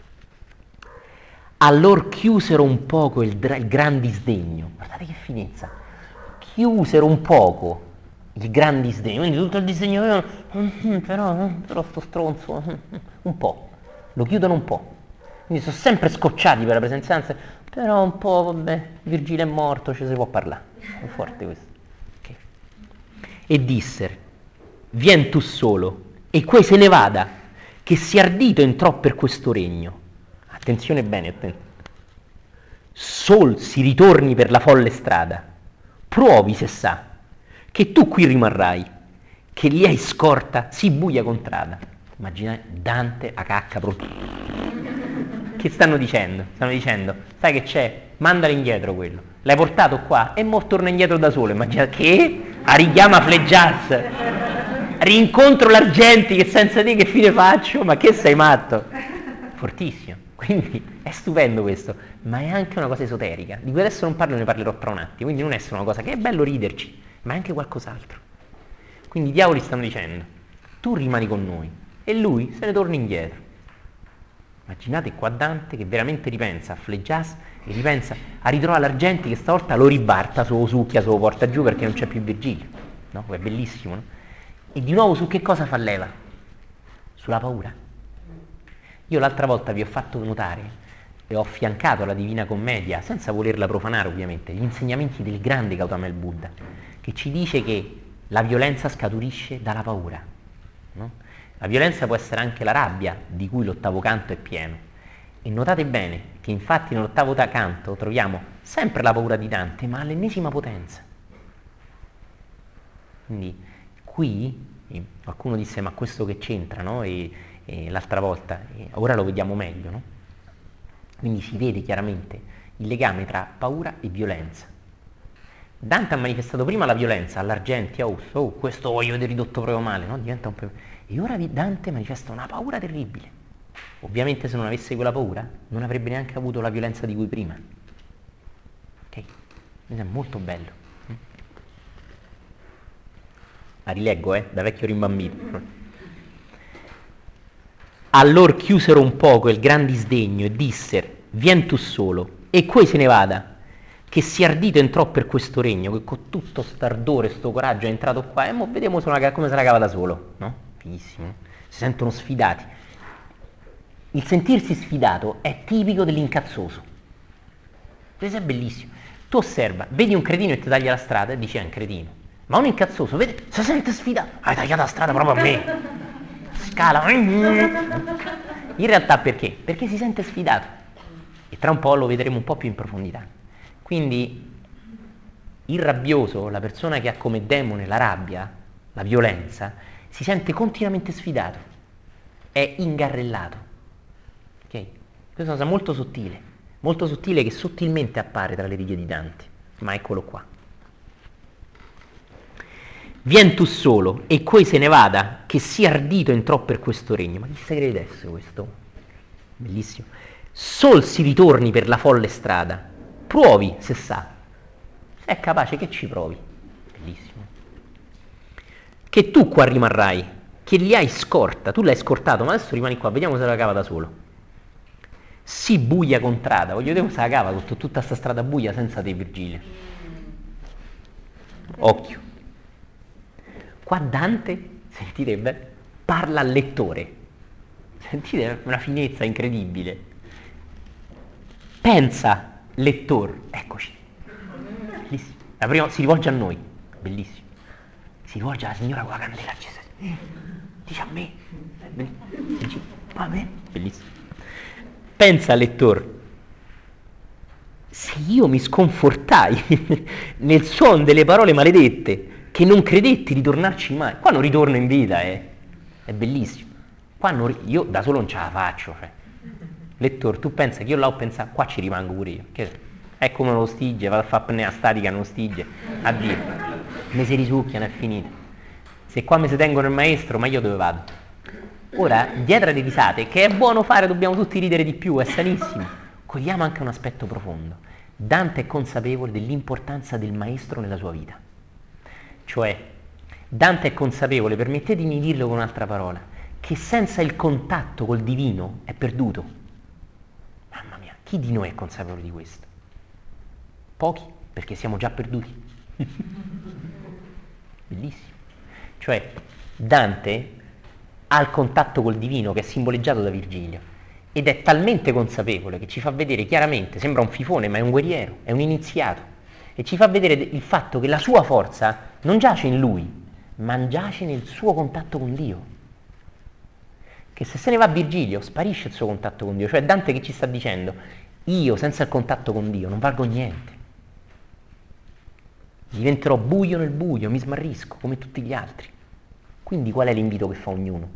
Allor chiusero un poco il gran disdegno, guardate che finezza, chiusero un poco il gran disdegno, quindi tutto il disdegno, però sto stronzo, un po'. Lo chiudono un po', Quindi sono sempre scocciati per la presenza, però un po', vabbè, Virgilio è morto, ci si può parlare. È forte questo. Okay. E disser, vien tu solo, e quei se ne vada, che si ardito entrò per questo regno. Attenzione bene, attenzione. Sol si ritorni per la folle strada, provi se sa, che tu qui rimarrai, che lì hai scorta, si buia contrada. Immaginate Dante a cacca proprio. Che stanno dicendo? Stanno dicendo, sai che c'è? Mandalo indietro quello. L'hai portato qua e mo torna indietro da solo. Immaginate che? A richiama Fleggias. Rincontro l'Argenti, che senza te che fine faccio? Ma che sei matto? Fortissimo. Quindi è stupendo questo, ma è anche una cosa esoterica. Di cui adesso non parlo, ne parlerò tra un attimo. Quindi non è solo una cosa che è bello riderci, ma è anche qualcos'altro. Quindi i diavoli stanno dicendo, tu rimani con noi, e lui se ne torna indietro. Immaginate qua Dante che veramente ripensa a Fleggias e ripensa a ritrovare l'Argenti che stavolta lo ribarta, se lo succhia, se lo porta giù perché non c'è più Virgilio. No? È bellissimo, no? E di nuovo su che cosa fa leva? Sulla paura. Io l'altra volta vi ho fatto notare e ho affiancato alla Divina Commedia, senza volerla profanare ovviamente, gli insegnamenti del grande Gautama il Buddha, che ci dice che la violenza scaturisce dalla paura. No? La violenza può essere anche la rabbia, di cui l'ottavo canto è pieno. E notate bene che infatti nell'ottavo canto troviamo sempre la paura di Dante, ma all'ennesima potenza. Quindi qui, qualcuno disse, ma questo che c'entra, no? E l'altra volta, ora lo vediamo meglio, no? Quindi si vede chiaramente il legame tra paura e violenza. Dante ha manifestato prima la violenza all'Argenti, questo voglio vedere ridotto proprio male, no? Diventa un po'. E ora Dante manifesta una paura terribile. Ovviamente se non avesse quella paura non avrebbe neanche avuto la violenza di cui prima. Ok? Quindi è molto bello. La rileggo, da vecchio rimbambito. Allor chiusero un poco il gran disdegno e disser, vien tu solo, e quei se ne vada, che si ardito entrò per questo regno, che con tutto st'ardore, sto coraggio è entrato qua, e mo vediamo come se la cava da solo, no? Fighissimo, no? Si sentono sfidati. Il sentirsi sfidato è tipico dell'incazzoso. Questo è bellissimo. Tu osserva, vedi un cretino e ti taglia la strada e dici è un cretino. Ma un incazzoso, vedi, si sente sfidato. Hai tagliato la strada proprio a me. Scala. In realtà perché? Perché si sente sfidato. E tra un po' lo vedremo un po' più in profondità. Quindi il rabbioso, la persona che ha come demone la rabbia, la violenza, si sente continuamente sfidato, è ingarrellato. Ok? Questa è una cosa molto sottile che sottilmente appare tra le righe di Dante, ma eccolo qua. Vien tu solo, e quei se ne vada, che si ardito entrò per questo regno. Ma chi si crede adesso questo? Bellissimo. Sol si ritorni per la folle strada, provi se sa, se è capace che ci provi. Bellissimo. Che tu qua rimarrai, che li hai scorta, tu l'hai scortato, ma adesso rimani qua, vediamo se la cava da solo. Si buia contrada, voglio vedere se la cava con tutta sta strada buia senza te, Virgilio. Occhio. Qua Dante, sentite bene, parla al lettore. Sentite una finezza incredibile. Pensa, lettor, eccoci. Bellissimo. La prima si rivolge a noi, bellissimo. Si rivolge alla signora con la candela accesa. Dice a me. Dice a me. Bellissimo. Pensa, lettor, se io mi sconfortai nel suono delle parole maledette, che non credetti di tornarci mai. Qua non ritorno in vita, è bellissimo. Qua io da solo non ce la faccio. Lettor, tu pensa che io là ho pensato, qua ci rimango pure io. È come uno stige, vado a fare apnea statica, non stige. Addio. Mi si risucchiano, è finita. Se qua mi si tengono il maestro, ma io dove vado? Ora, dietro alle risate, che è buono fare, dobbiamo tutti ridere di più, è sanissimo. Cogliamo anche un aspetto profondo. Dante è consapevole dell'importanza del maestro nella sua vita. Cioè, Dante è consapevole, permettetemi di dirlo con un'altra parola, che senza il contatto col divino è perduto. Mamma mia, chi di noi è consapevole di questo? Pochi, perché siamo già perduti. Bellissimo. Cioè, Dante ha il contatto col divino che è simboleggiato da Virgilio ed è talmente consapevole che ci fa vedere chiaramente, sembra un fifone ma è un guerriero, è un iniziato, e ci fa vedere il fatto che la sua forza non giace in lui, ma giace nel suo contatto con Dio. Che se se ne va Virgilio sparisce il suo contatto con Dio, cioè Dante che ci sta dicendo: io senza il contatto con Dio non valgo niente, diventerò buio nel buio, mi smarrisco come tutti gli altri. Quindi qual è l'invito che fa ognuno?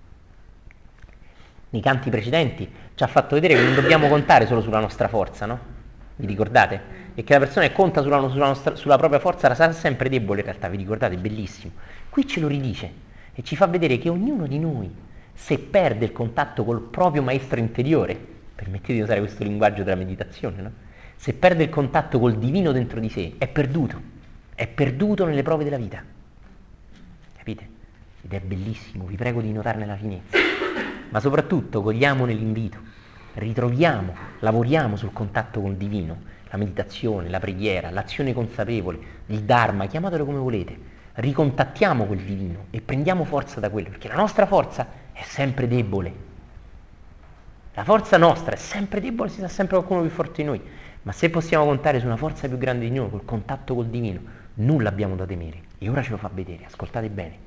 Nei canti precedenti ci ha fatto vedere che non dobbiamo contare solo sulla nostra forza, no? Vi ricordate? E che la persona che conta sulla propria forza sarà sempre debole in realtà, vi ricordate? Bellissimo. Qui ce lo ridice e ci fa vedere che ognuno di noi, se perde il contatto col proprio maestro interiore, permettete di usare questo linguaggio della meditazione, no? Se perde il contatto col divino dentro di sé, è perduto nelle prove della vita. Capite? Ed è bellissimo, vi prego di notarne la finezza. Ma soprattutto cogliamo nell'invito, ritroviamo, lavoriamo sul contatto col divino, la meditazione, la preghiera, l'azione consapevole, il Dharma, chiamatelo come volete, ricontattiamo quel divino e prendiamo forza da quello, perché la nostra forza è sempre debole. La forza nostra è sempre debole, si sa sempre qualcuno più forte di noi, ma se possiamo contare su una forza più grande di noi, col contatto col divino, nulla abbiamo da temere. E ora ce lo fa vedere, ascoltate bene.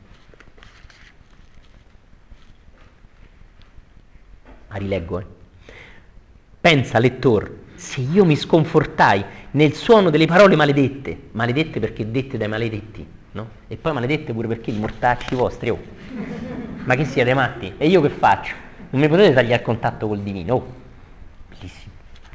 La rileggo, Pensa, lettor, se io mi sconfortai nel suono delle parole maledette, maledette perché dette dai maledetti, no? E poi maledette pure perché i mortacci vostri, oh. Ma che siete matti? E io che faccio? Non mi potete tagliare il contatto col divino, oh. Bellissimo.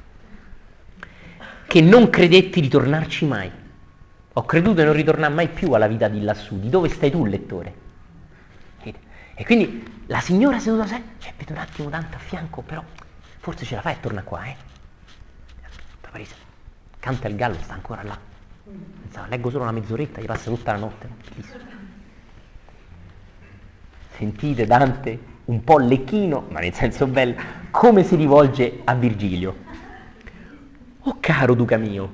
Che non credetti di tornarci mai. Ho creduto di non ritornare mai più alla vita di lassù. Di dove stai tu, lettore? E quindi la signora seduta sempre, vedo un attimo tanto a fianco, però forse ce la fai e torna qua, Parisa, canta il gallo, sta ancora là. Pensavo, leggo solo una mezz'oretta, gli passa tutta la notte. Bellissimo. Sentite Dante, un po' lecchino, ma nel senso bello, come si rivolge a Virgilio. Oh caro duca mio.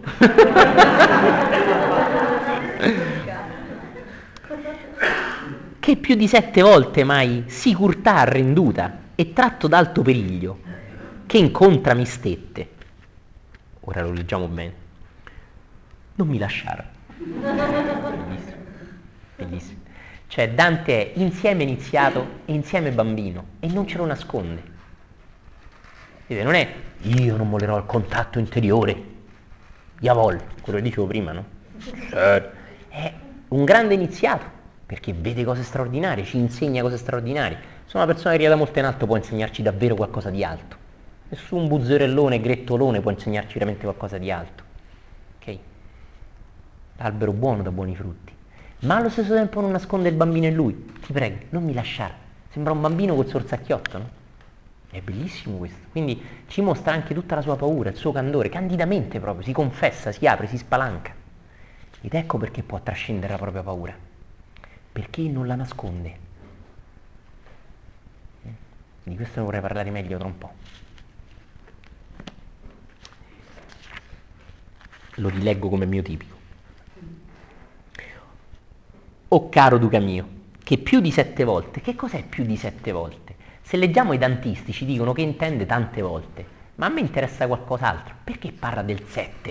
Che più di 7 volte mai sicurtà arrenduta e tratto d'alto periglio, che incontra mi stette. Ora lo leggiamo bene. Non mi lasciare. Bellissimo. Bellissimo. Cioè Dante è insieme iniziato e insieme bambino e non ce lo nasconde. Vedete, non è io non mollerò il contatto interiore, Yavol, quello che dicevo prima, no? È un grande iniziato, perché vede cose straordinarie, ci insegna cose straordinarie. Se una persona che arriva da molto in alto può insegnarci davvero qualcosa di alto. Nessun buzzerellone, grettolone può insegnarci veramente qualcosa di alto. Ok? L'albero buono dà buoni frutti. Ma allo stesso tempo non nasconde il bambino in lui. Ti prego, non mi lasciare. Sembra un bambino col sorsacchiotto, no? È bellissimo questo. Quindi ci mostra anche tutta la sua paura, il suo candore, candidamente proprio, si confessa, si apre, si spalanca. Ed ecco perché può trascendere la propria paura. Perché non la nasconde. Di questo ne vorrei parlare meglio tra un po'. Lo rileggo come mio tipico. O caro duca mio, che più di 7 volte, che cos'è più di 7 volte? Se leggiamo i dantisti ci dicono che intende tante volte, ma a me interessa qualcos'altro. Perché parla del 7?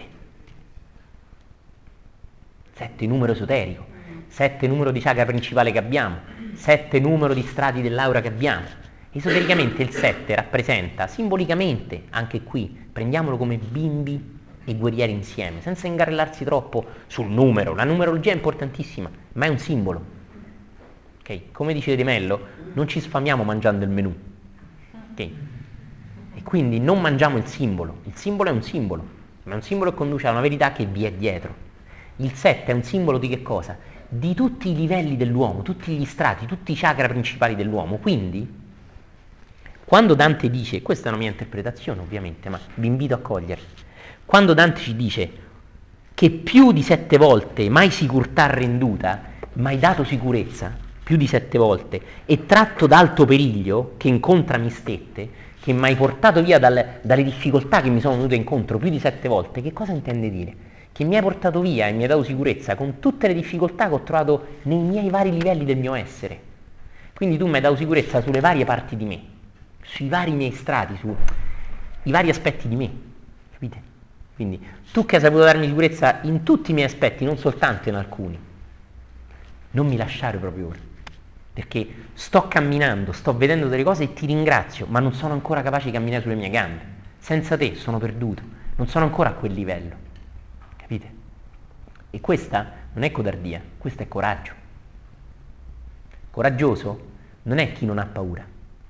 7 numero esoterico, 7 numero di chakra principale che abbiamo, 7 numero di strati dell'aura che abbiamo. Esotericamente il 7 rappresenta, simbolicamente, anche qui, prendiamolo come bimbi e guerrieri insieme, senza ingarellarsi troppo sul numero. La numerologia è importantissima, ma è un simbolo. Okay? Come dice De Mello, non ci sfamiamo mangiando il menù. Okay? E quindi non mangiamo il simbolo è un simbolo, ma è un simbolo che conduce a una verità che vi è dietro. Il 7 è un simbolo di che cosa? Di tutti i livelli dell'uomo, tutti gli strati, tutti i chakra principali dell'uomo. Quindi, quando Dante dice, questa è una mia interpretazione ovviamente, ma vi invito a coglierla, quando Dante ci dice che più di 7 volte mai sicurtà renduta, mai dato sicurezza, più di 7 volte, e tratto d'alto periglio, che incontra mi stette, che mi hai portato via dalle difficoltà che mi sono venute incontro più di 7 volte, che cosa intende dire? Che mi hai portato via e mi hai dato sicurezza con tutte le difficoltà che ho trovato nei miei vari livelli del mio essere. Quindi tu mi hai dato sicurezza sulle varie parti di me. sui vari miei strati, sui vari aspetti di me, capite? Quindi tu che hai saputo darmi sicurezza in tutti i miei aspetti, non soltanto in alcuni, non mi lasciare proprio ora, perché sto camminando, sto vedendo delle cose e ti ringrazio, ma non sono ancora capace di camminare sulle mie gambe. Senza te sono perduto, non sono ancora a quel livello, capite? E questa non è codardia, questo è coraggio. Coraggioso non è chi non ha paura.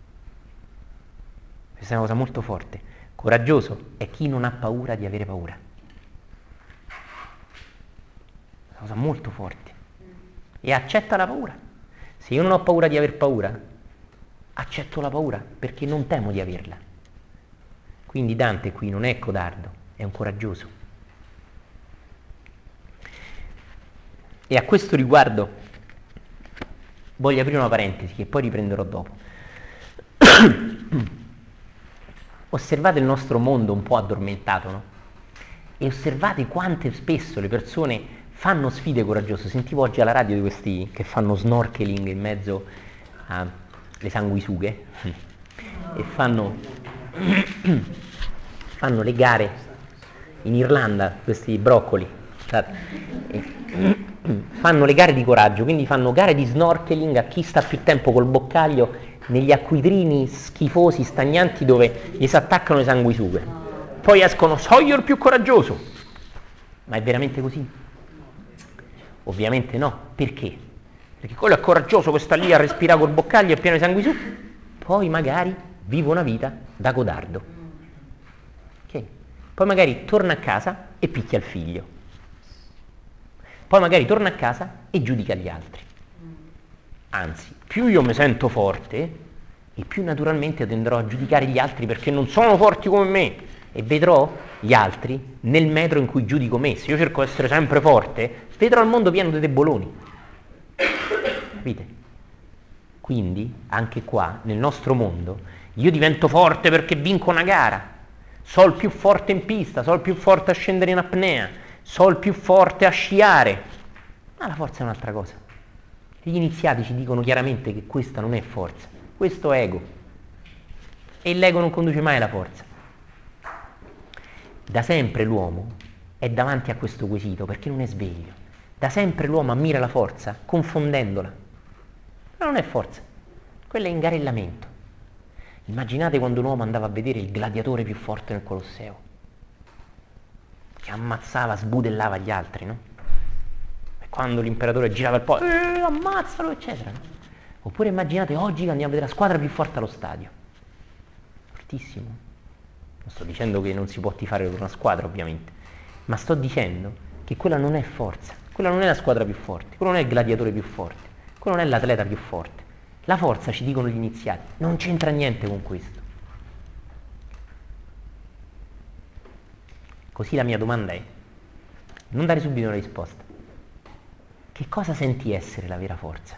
Questa è una cosa molto forte. Coraggioso è chi non ha paura di avere paura. È una cosa molto forte. E accetta la paura. Se io non ho paura di aver paura, accetto la paura perché non temo di averla. Quindi Dante qui non è codardo, è un coraggioso. E a questo riguardo voglio aprire una parentesi che poi riprenderò dopo. Osservate il nostro mondo un po' addormentato, no? E osservate quante spesso le persone fanno sfide coraggiose. Sentivo oggi alla radio di questi che fanno snorkeling in mezzo alle sanguisughe e fanno le gare in Irlanda, questi broccoli, fanno le gare di coraggio, quindi fanno gare di snorkeling a chi sta più tempo col boccaglio negli acquitrini schifosi, stagnanti, dove gli si attaccano le sanguisughe. Poi escono, so io il più coraggioso. Ma è veramente così? Ovviamente no. Perché? Perché quello è coraggioso che sta lì a respirare col boccaglio e pieno di sanguisughe, poi magari vive una vita da codardo. Okay? Poi magari torna a casa e picchia il figlio. Poi magari torna a casa e giudica gli altri. Anzi, più io mi sento forte e più naturalmente tenderò a giudicare gli altri perché non sono forti come me e vedrò gli altri nel metro in cui giudico me. Se io cerco di essere sempre forte, vedrò il mondo pieno di deboloni. Capite? Quindi, anche qua, nel nostro mondo, io divento forte perché vinco una gara. So il più forte in pista, so il più forte a scendere in apnea, so il più forte a sciare. Ma la forza è un'altra cosa. Gli iniziati ci dicono chiaramente che questa non è forza, questo è ego. E l'ego non conduce mai alla forza. Da sempre l'uomo è davanti a questo quesito perché non è sveglio. Da sempre l'uomo ammira la forza confondendola. Ma non è forza, quello è ingarellamento. Immaginate quando un uomo andava a vedere il gladiatore più forte nel Colosseo, che ammazzava, sbudellava gli altri, no? Quando l'imperatore girava il po', ammazzalo, eccetera. No? Oppure immaginate oggi che andiamo a vedere la squadra più forte allo stadio. Fortissimo. Non sto dicendo che non si può tifare per una squadra, ovviamente, ma sto dicendo che quella non è forza, quella non è la squadra più forte, quello non è il gladiatore più forte, quello non è l'atleta più forte. La forza, ci dicono gli iniziati, non c'entra niente con questo. Così la mia domanda è, non dare subito una risposta. Che cosa senti essere la vera forza?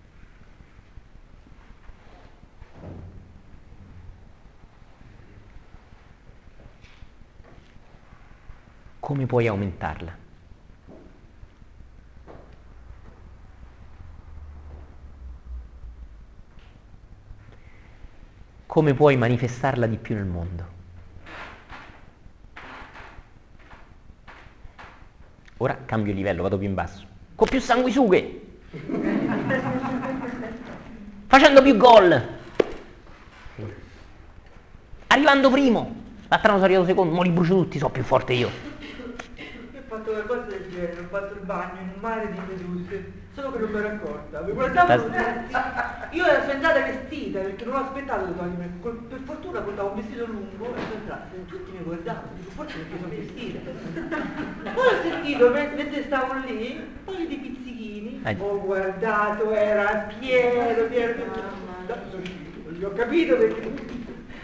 Come puoi aumentarla? Come puoi manifestarla di più nel mondo? Ora cambio livello, vado più in basso. Con più sanguisughe, facendo più gol, arrivando primo, l'altro sono arrivato secondo, mo li brucio tutti, so più forte io. Io ho fatto una cosa del genere, ho fatto il bagno in un mare di meduse, solo che non mi ero accorta, mi guardavo tutti, io ero entrata vestita perché non ho aspettato di togliermi, per fortuna portavo un vestito lungo e sono entrata, e tutti mi guardavano, dico forse perché sono vestita. Poi ho sentito, mentre stavo lì, un paio di pizzichini, ho guardato, era pieno, ho capito perché...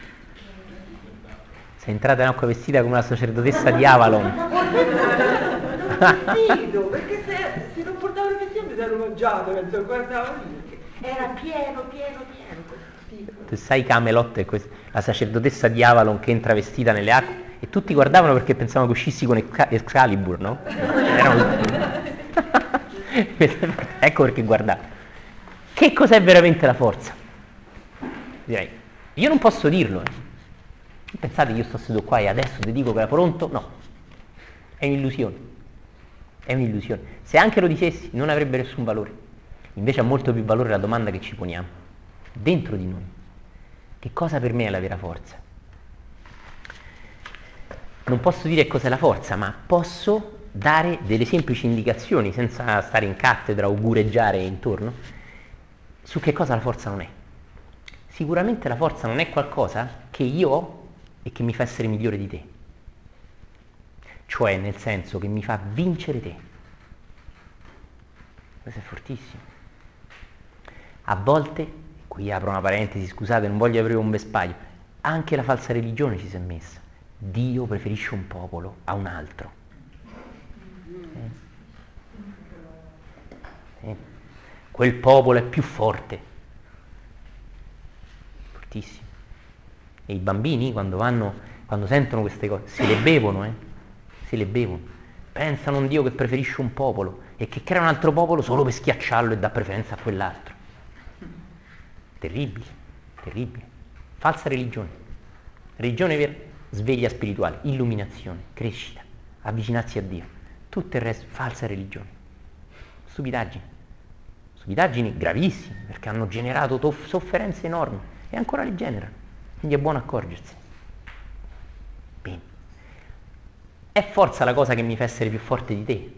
Sei entrata in acqua vestita come una sacerdotessa di Avalon. Non ho sentito, perché se non portavo il vestito mi sarei mangiato, penso, guardavo lì, era pieno. Tu sai Camelot, la sacerdotessa di Avalon che entra vestita nelle acque e tutti guardavano perché pensavano che uscissi con Excalibur, no? Ecco perché guardavo. Che cos'è veramente la forza? Direi, Io non posso dirlo. Pensate che io sto seduto qua e adesso ti dico che era pronto? No, è un'illusione. È un'illusione. Se anche lo dicessi non avrebbe nessun valore. Invece ha molto più valore la domanda che ci poniamo. Dentro di noi. Che cosa per me è la vera forza? Non posso dire cos'è la forza, ma posso dare delle semplici indicazioni, senza stare in cattedra o gureggiare intorno, su che cosa la forza non è. Sicuramente la forza non è qualcosa che io ho e che mi fa essere migliore di te. Cioè, nel senso che mi fa vincere te. Questo è fortissimo. A volte, qui apro una parentesi, scusate, non voglio aprire un vespaio, anche la falsa religione ci si è messa. Dio preferisce un popolo a un altro. Quel popolo è più forte. Fortissimo. E i bambini quando sentono queste cose, se le bevono, se le bevono. Pensano a un Dio che preferisce un popolo e che crea un altro popolo solo per schiacciarlo e dà preferenza a quell'altro. Terribile, terribile. Falsa religione. Religione vera, sveglia spirituale, illuminazione, crescita, avvicinarsi a Dio. Tutto il resto, falsa religione. Stupidaggini. Stupidaggini gravissime, perché hanno generato sofferenze enormi e ancora le generano. Quindi è buono accorgersi. Bene. È forza la cosa che mi fa essere più forte di te?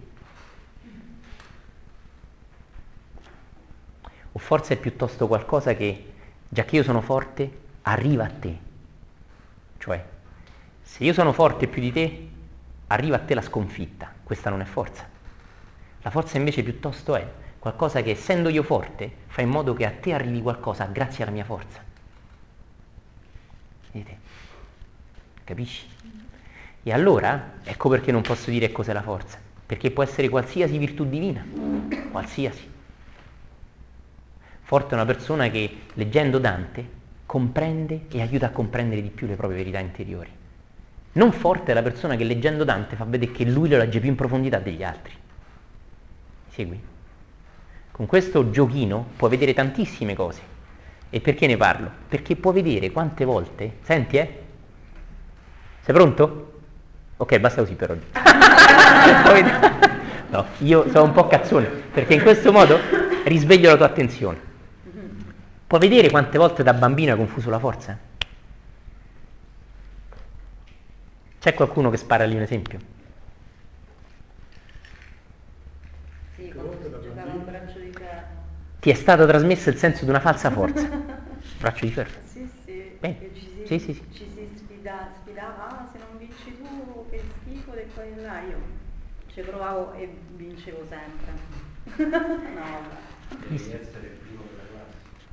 O forza è piuttosto qualcosa che, già che io sono forte, arriva a te? Cioè, se io sono forte più di te, arriva a te la sconfitta. Questa non è forza. La forza invece piuttosto è qualcosa che, essendo io forte, fa in modo che a te arrivi qualcosa grazie alla mia forza. Vedete? Capisci? E allora, ecco perché non posso dire cos'è la forza. Perché può essere qualsiasi virtù divina. Qualsiasi. Forte è una persona che, leggendo Dante, comprende e aiuta a comprendere di più le proprie verità interiori. Non forte è la persona che, leggendo Dante, fa vedere che lui lo legge più in profondità degli altri. Segui? Con questo giochino può vedere tantissime cose. E perché ne parlo? Perché può vedere quante volte... Senti, Sei pronto? Ok, basta così per oggi. No, io sono un po' cazzone, perché in questo modo risveglio la tua attenzione. Puoi vedere quante volte da bambino hai confuso la forza? C'è qualcuno che spara lì un esempio? Sì, quando giocava un braccio di ferro. Ti è stato trasmesso il senso di una falsa forza. Braccio di ferro. Sì, sì. Bene. Che ci Sì. si sfidava, se non vinci tu, che schifo, e qua e là. Io ci provavo e vincevo sempre. No, vabbè. Devi essere primo della classe.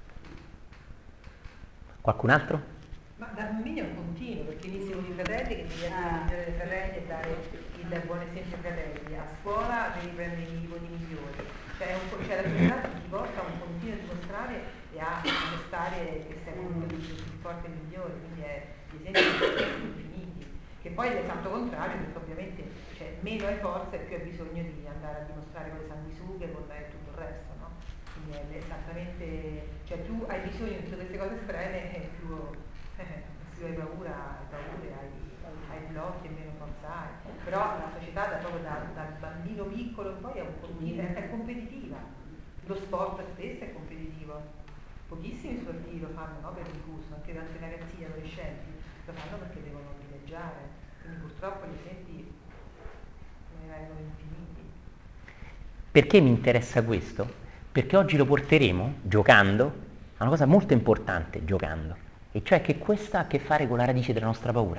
Qualcun altro? Ma da bambini è un continuo, perché inizi con i fratelli che devi essere il migliore dei fratelli e dare il buon esempio ai fratelli. A scuola devi prendere i nipoti migliori. Cioè la società ti porta a un continuo a dimostrare e a dimostrare che sei comunque il più forte e il migliore, quindi gli esempi infiniti. Che poi è l'esatto contrario, perché ovviamente meno hai forza e più hai bisogno di andare a dimostrare con le sanguisughe, con tutto il resto, no? Quindi è esattamente, più hai bisogno di tutte queste cose estreme e più se hai paura, hai blocchi e meno forza hai. Però la società proprio dal bambino piccolo poi è competitiva. Lo sport stesso è competitivo. Pochissimi sportivi lo fanno, no? Per il gusto, anche tanti ragazzini, adolescenti lo fanno perché devono dileggiare. Quindi purtroppo gli esempi ne vengono infiniti. Perché mi interessa questo? Perché oggi lo porteremo, giocando, a una cosa molto importante, giocando, e cioè che questa ha a che fare con la radice della nostra paura.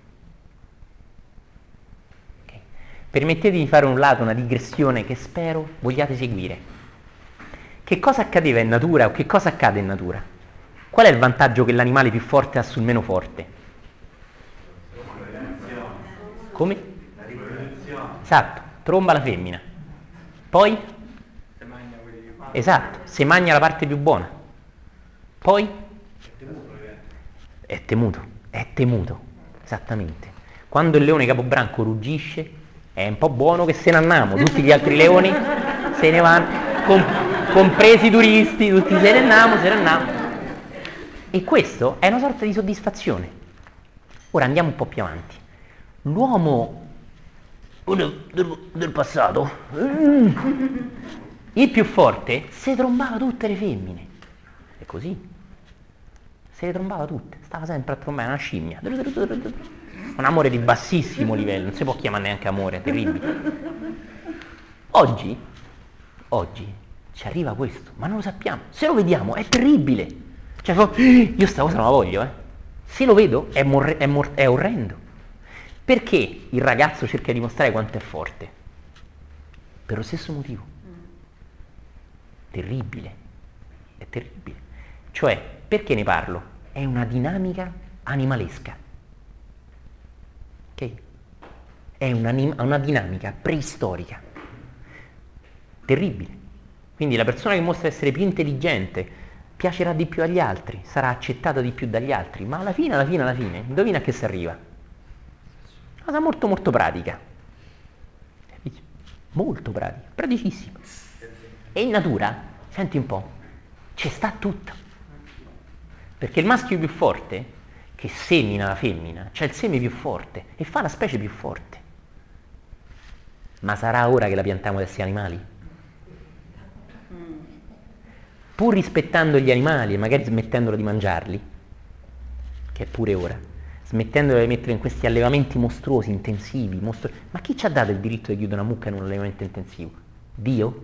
Okay. Permettetemi di fare un lato, una digressione che spero vogliate seguire. Che cosa accadeva in natura o che cosa accade in natura? Qual è il vantaggio che l'animale più forte ha sul meno forte? Come? La riproduzione. Esatto, tromba la femmina. Poi? Se mangia quelli di qua. Esatto, se mangia la parte più buona. Poi? È temuto, esattamente. Quando il leone capobranco ruggisce, è un po' buono che se ne andiamo, tutti gli altri leoni se ne vanno, compresi i turisti, tutti se ne andiamo. E questo è una sorta di soddisfazione. Ora andiamo un po' più avanti. L'uomo del passato, il più forte, se trombava tutte le femmine. È così. Se le trombava tutte, stava sempre a trombare, una scimmia. Un amore di bassissimo livello, non si può chiamare neanche amore, è terribile. Oggi ci arriva questo, ma non lo sappiamo. Se lo vediamo è terribile. Cioè, io sta cosa non la voglio, Se lo vedo è orrendo. Perché il ragazzo cerca di mostrare quanto è forte? Per lo stesso motivo. Terribile. È terribile. Cioè, perché ne parlo? È una dinamica animalesca. Ok? È una dinamica preistorica. Terribile. Quindi la persona che mostra di essere più intelligente piacerà di più agli altri, sarà accettata di più dagli altri, ma alla fine, indovina a che si arriva? Cosa molto molto pratica. Molto pratica, praticissima. E in natura, senti un po', ci sta tutto. Perché il maschio più forte, che semina la femmina, c'è il seme più forte e fa la specie più forte. Ma sarà ora che la piantiamo da questi animali? Pur rispettando gli animali e magari smettendola di mangiarli, che è pure ora, smettendola di mettere in questi allevamenti mostruosi, intensivi, ma chi ci ha dato il diritto di chiudere una mucca in un allevamento intensivo? Dio?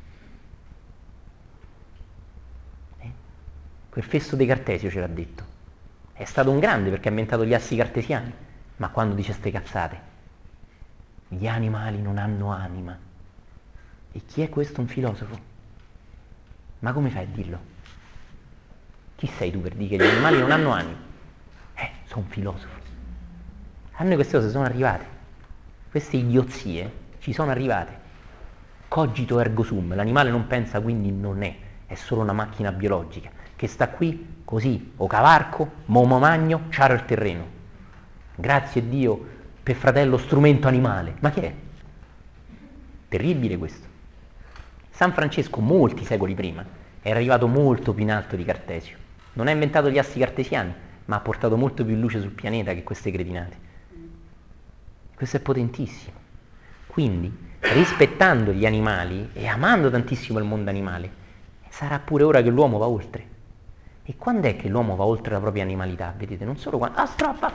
Quel fesso De Cartesio ce l'ha detto. È stato un grande perché ha inventato gli assi cartesiani, ma quando dice ste cazzate, gli animali non hanno anima. E chi è questo? Un filosofo? Ma come fai a dirlo? Chi sei tu per dire che gli animali non hanno anima? Sono un filosofo. A noi queste cose sono arrivate. Queste idiozie ci sono arrivate. Cogito ergo sum, l'animale non pensa, quindi non è solo una macchina biologica che sta qui così, o cavarco, momo magno, ciaro il terreno. Grazie a Dio per fratello strumento animale. Ma che è? Terribile questo. San Francesco, molti secoli prima, era arrivato molto più in alto di Cartesio. Non ha inventato gli assi cartesiani, ma ha portato molto più luce sul pianeta che queste cretinate. Questo è potentissimo. Quindi, rispettando gli animali e amando tantissimo il mondo animale, sarà pure ora che l'uomo va oltre. E quando è che l'uomo va oltre la propria animalità? Vedete, non solo quando...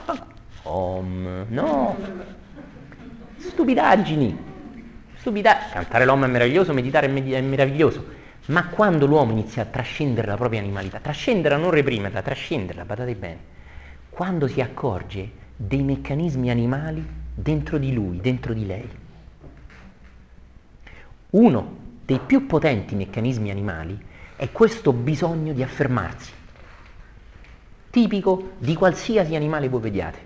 no! Stupidaggini! Cantare l'uomo è meraviglioso, meditare è meraviglioso, ma quando l'uomo inizia a trascendere la propria animalità, trascenderla, non reprimerla, trascenderla, badate bene, quando si accorge dei meccanismi animali dentro di lui, dentro di lei. Uno dei più potenti meccanismi animali è questo bisogno di affermarsi, tipico di qualsiasi animale voi vediate,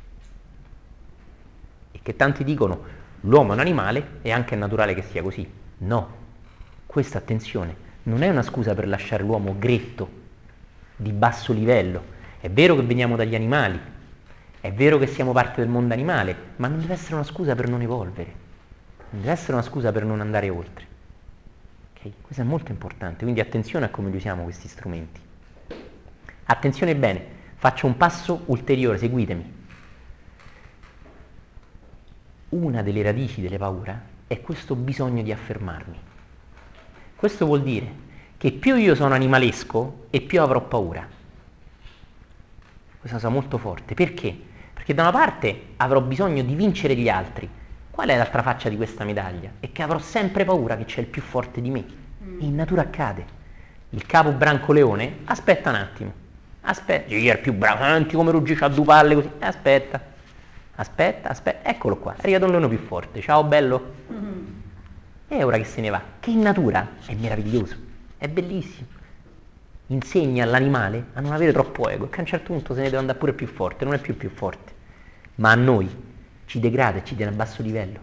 e che tanti dicono l'uomo è un animale e anche è naturale che sia così. No, questa, attenzione, non è una scusa per lasciare l'uomo gretto, di basso livello. È vero che veniamo dagli animali, è vero che siamo parte del mondo animale, ma non deve essere una scusa per non evolvere, non deve essere una scusa per non andare oltre. Okay? Questo è molto importante, quindi attenzione a come usiamo questi strumenti. Attenzione bene, faccio un passo ulteriore, seguitemi. Una delle radici delle paure è questo bisogno di affermarmi. Questo vuol dire che più io sono animalesco e più avrò paura. Questa cosa molto forte. Perché? Perché da una parte avrò bisogno di vincere gli altri. Qual è l'altra faccia di questa medaglia? È che avrò sempre paura che c'è il più forte di me. E in natura accade. Il capo branco leone, aspetta un attimo. Aspetta, io è il più bravo, senti come ruggisce a due palle così. Aspetta, eccolo qua, è arrivato un leone più forte, ciao bello. E ora che se ne va, che in natura è meraviglioso, è bellissimo. Insegna all'animale a non avere troppo ego, che a un certo punto se ne deve andare pure più forte, non è più forte. Ma a noi ci degrada e ci tiene a basso livello.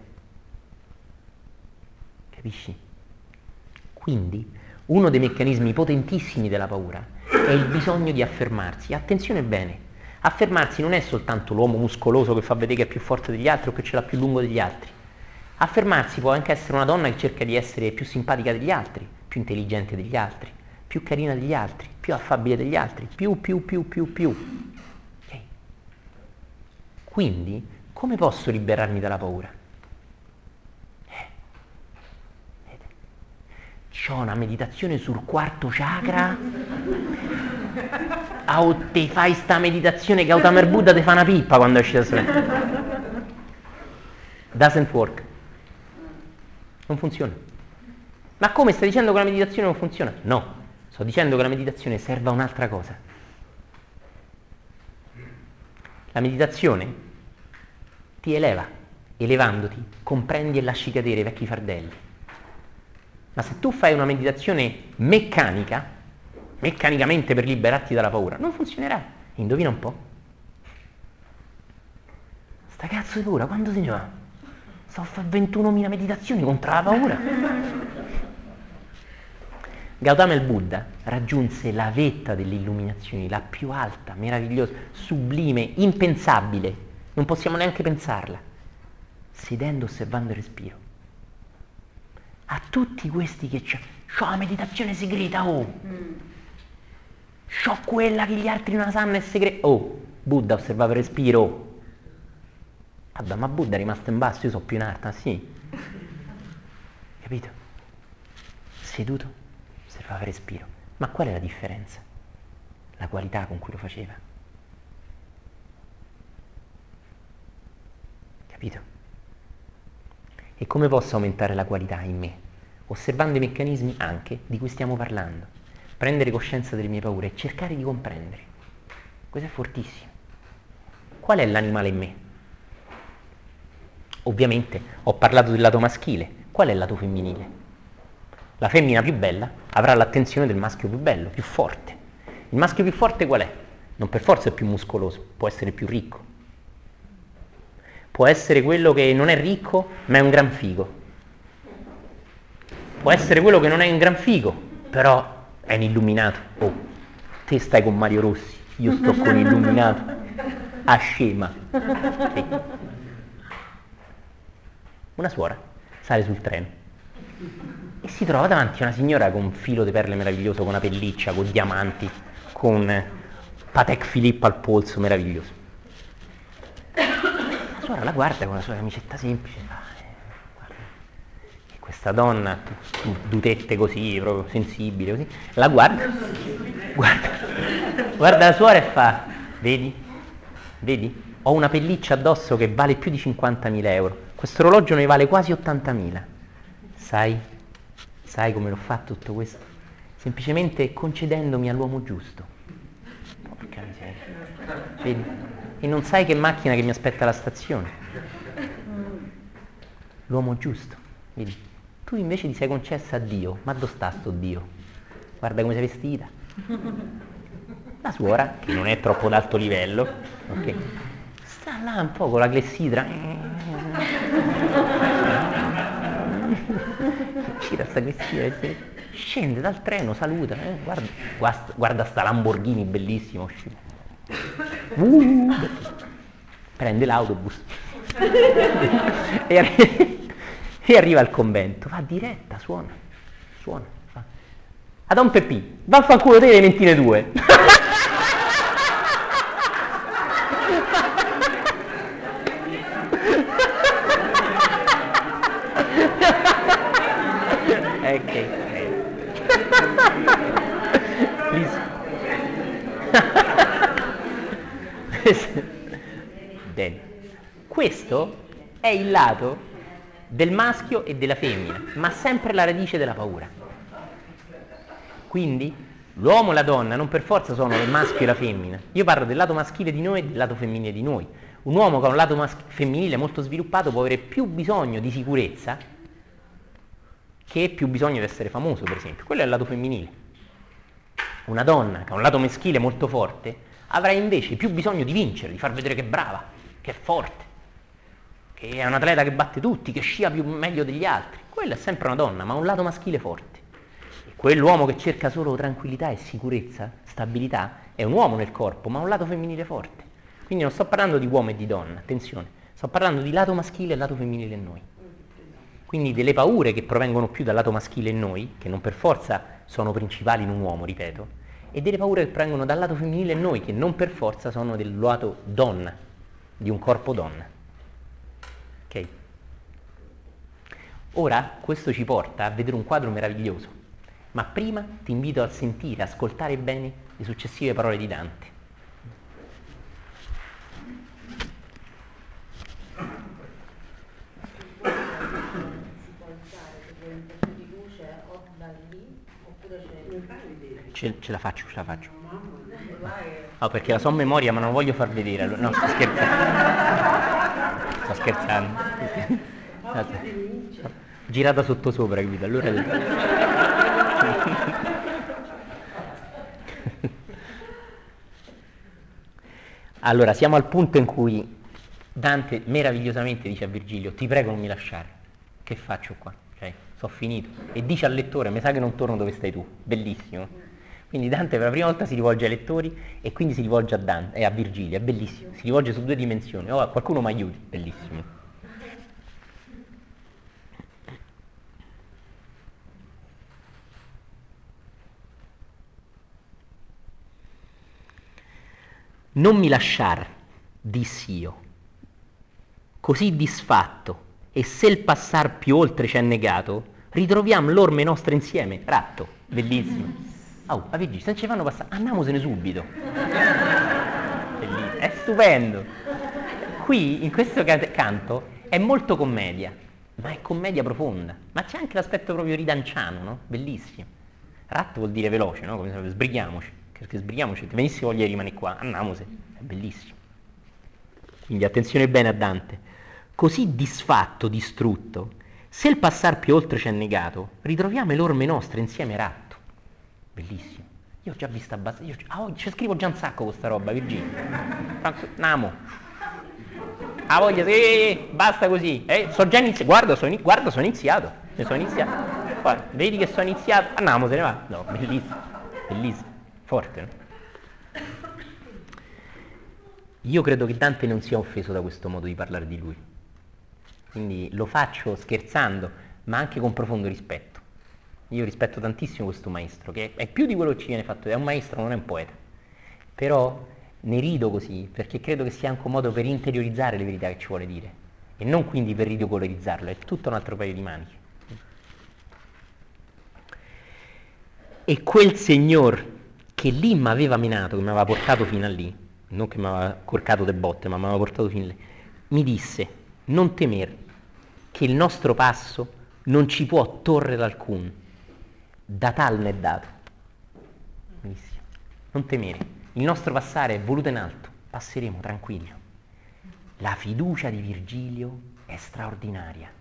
Capisci? Quindi, uno dei meccanismi potentissimi della paura è il bisogno di affermarsi. Attenzione bene. Affermarsi non è soltanto l'uomo muscoloso che fa vedere che è più forte degli altri o che ce l'ha più lungo degli altri. Affermarsi può anche essere una donna che cerca di essere più simpatica degli altri, più intelligente degli altri, più carina degli altri, più affabile degli altri, più. Okay? Quindi, come posso liberarmi dalla paura? C'ho una meditazione sul quarto chakra. Te fai sta meditazione che Gautama Buddha ti fa una pippa quando esci da sole. Doesn't work. Non funziona. Ma come, stai dicendo che la meditazione non funziona? No, sto dicendo che la meditazione serve a un'altra cosa. La meditazione ti eleva, elevandoti comprendi e lasci cadere i vecchi fardelli. Ma se tu fai una meditazione meccanicamente per liberarti dalla paura, non funzionerà. Indovina un po'. Sta cazzo di paura, quando se ne va? Sto a fare 21.000 meditazioni contro la paura. Gautama il Buddha raggiunse la vetta delle illuminazioni, la più alta, meravigliosa, sublime, impensabile. Non possiamo neanche pensarla. Sedendo, osservando il respiro. A tutti questi che c'ho la meditazione segreta, c'ho quella che gli altri non sanno è segreta. Buddha osservava il respiro. Vabbè, ma Buddha è rimasto in basso, io sono più in alta, sì. Capito? Seduto, osservava il respiro. Ma qual è la differenza? La qualità con cui lo faceva. Capito? E come posso aumentare la qualità in me? Osservando i meccanismi anche di cui stiamo parlando. Prendere coscienza delle mie paure e cercare di comprendere. Questo è fortissimo. Qual è l'animale in me? Ovviamente ho parlato del lato maschile. Qual è il lato femminile? La femmina più bella avrà l'attenzione del maschio più bello, più forte. Il maschio più forte qual è? Non per forza è più muscoloso, può essere più ricco. Può essere quello che non è ricco, ma è un gran figo. Può essere quello che non è un gran figo, però è un illuminato. Te stai con Mario Rossi, io sto con illuminato. A scema. Sì. Una suora sale sul treno e si trova davanti a una signora con un filo di perle meraviglioso, con una pelliccia, con diamanti, con Patek Philippe al polso, meraviglioso. La suora la guarda con la sua camicetta semplice, guarda, e questa donna, dutette così, proprio sensibile, così, la guarda la suora e fa, vedi? Ho una pelliccia addosso che vale più di 50.000 euro. Questo orologio ne vale quasi 80.000. Sai come l'ho fatto tutto questo? Semplicemente concedendomi all'uomo giusto. Porca miseria. Vedi? E non sai che macchina che mi aspetta alla stazione. L'uomo giusto. Vedi? Tu invece ti sei concessa a Dio. Ma dove sta sto Dio? Guarda come sei vestita. La suora, che non è troppo d'alto livello, ok? Sta là un po' con la clessidra. Gira sta clessidra, scende dal treno, saluta, guarda sta Lamborghini bellissimo. Prende l'autobus e arriva al convento, va diretta, suona. Fa. A Don Peppì, vaffanculo te le mentine tue. Bene. Questo è il lato del maschio e della femmina, ma sempre la radice della paura. Quindi l'uomo e la donna non per forza sono il maschio e la femmina. Io parlo del lato maschile di noi e del lato femminile di noi. Un uomo che ha un lato femminile molto sviluppato può avere più bisogno di sicurezza che più bisogno di essere famoso, per esempio. Quello è il lato femminile. Una donna che ha un lato maschile molto forte avrà invece più bisogno di vincere, di far vedere che è brava, che è forte, che è un atleta che batte tutti, che scia meglio degli altri. Quella è sempre una donna, ma ha un lato maschile forte. E quell'uomo che cerca solo tranquillità e sicurezza, stabilità, è un uomo nel corpo, ma ha un lato femminile forte. Quindi non sto parlando di uomo e di donna, attenzione, sto parlando di lato maschile e lato femminile in noi. quindi delle paure che provengono più dal lato maschile in noi, che non per forza sono principali in un uomo, ripeto, e delle paure che provengono dal lato femminile in noi, che non per forza sono del lato donna, di un corpo donna. Ok? Ora questo ci porta a vedere un quadro meraviglioso, ma prima ti invito a sentire, ascoltare bene le successive parole di Dante. Ce la faccio. Oh, perché la so a memoria, ma non voglio far vedere. No, sto scherzando. Sto scherzando. Girata sotto sopra, capito? Allora... Allora, siamo al punto in cui Dante meravigliosamente dice a Virgilio: ti prego non mi lasciare. Che faccio qua? Cioè, sono finito. E dice al lettore: mi sa che non torno dove stai tu. Bellissimo. Quindi Dante per la prima volta si rivolge ai lettori e quindi si rivolge a Virgilio, è bellissimo, si rivolge su due dimensioni. Oh, qualcuno mi aiuti, bellissimo. Non mi lasciar, dissi io, così disfatto, e se il passar più oltre ci è negato, ritroviamo l'orme nostre insieme, ratto, bellissimo. Oh, ma vedi, se non ci fanno passare, andiamosene subito. Bellissimo, è stupendo. Qui, in questo canto, è molto commedia, ma è commedia profonda. Ma c'è anche l'aspetto proprio ridanciano, no? Bellissimo. Ratto vuol dire veloce, no? Come se sbrighiamoci, perché sbrighiamoci, ti venisse voglia di rimanere qua, andiamosene, è bellissimo. Quindi attenzione bene a Dante. Così disfatto, distrutto, se il passar più oltre ci è negato, ritroviamo l'orme nostre insieme ratto. Bellissimo. Io ho già visto abbastanza. Ci scrivo già un sacco con sta roba, Virgilio. Namo. Ah, voglia, sì, basta così. So già iniziato. Guarda, sono iniziato. Guarda, vedi che sono iniziato. Andiamo, se ne va. No, bellissimo. Bellissimo. Forte, no? Io credo che Dante non sia offeso da questo modo di parlare di lui. Quindi lo faccio scherzando, ma anche con profondo rispetto. Io rispetto tantissimo questo maestro, che è più di quello che ci viene fatto, è un maestro, non è un poeta. Però ne rido così, perché credo che sia anche un modo per interiorizzare le verità che ci vuole dire, e non quindi per ridicolarizzarlo, è tutto un altro paio di maniche. E quel signor che lì mi aveva menato, che mi aveva portato fino a lì, non che mi aveva corcato de botte, ma mi aveva portato fino a lì, mi disse: non temer, che il nostro passo non ci può torrere alcun, da tal n'è dato. Benissimo. Non temere, il nostro passare è voluto in alto, passeremo tranquilli. La fiducia di Virgilio è straordinaria.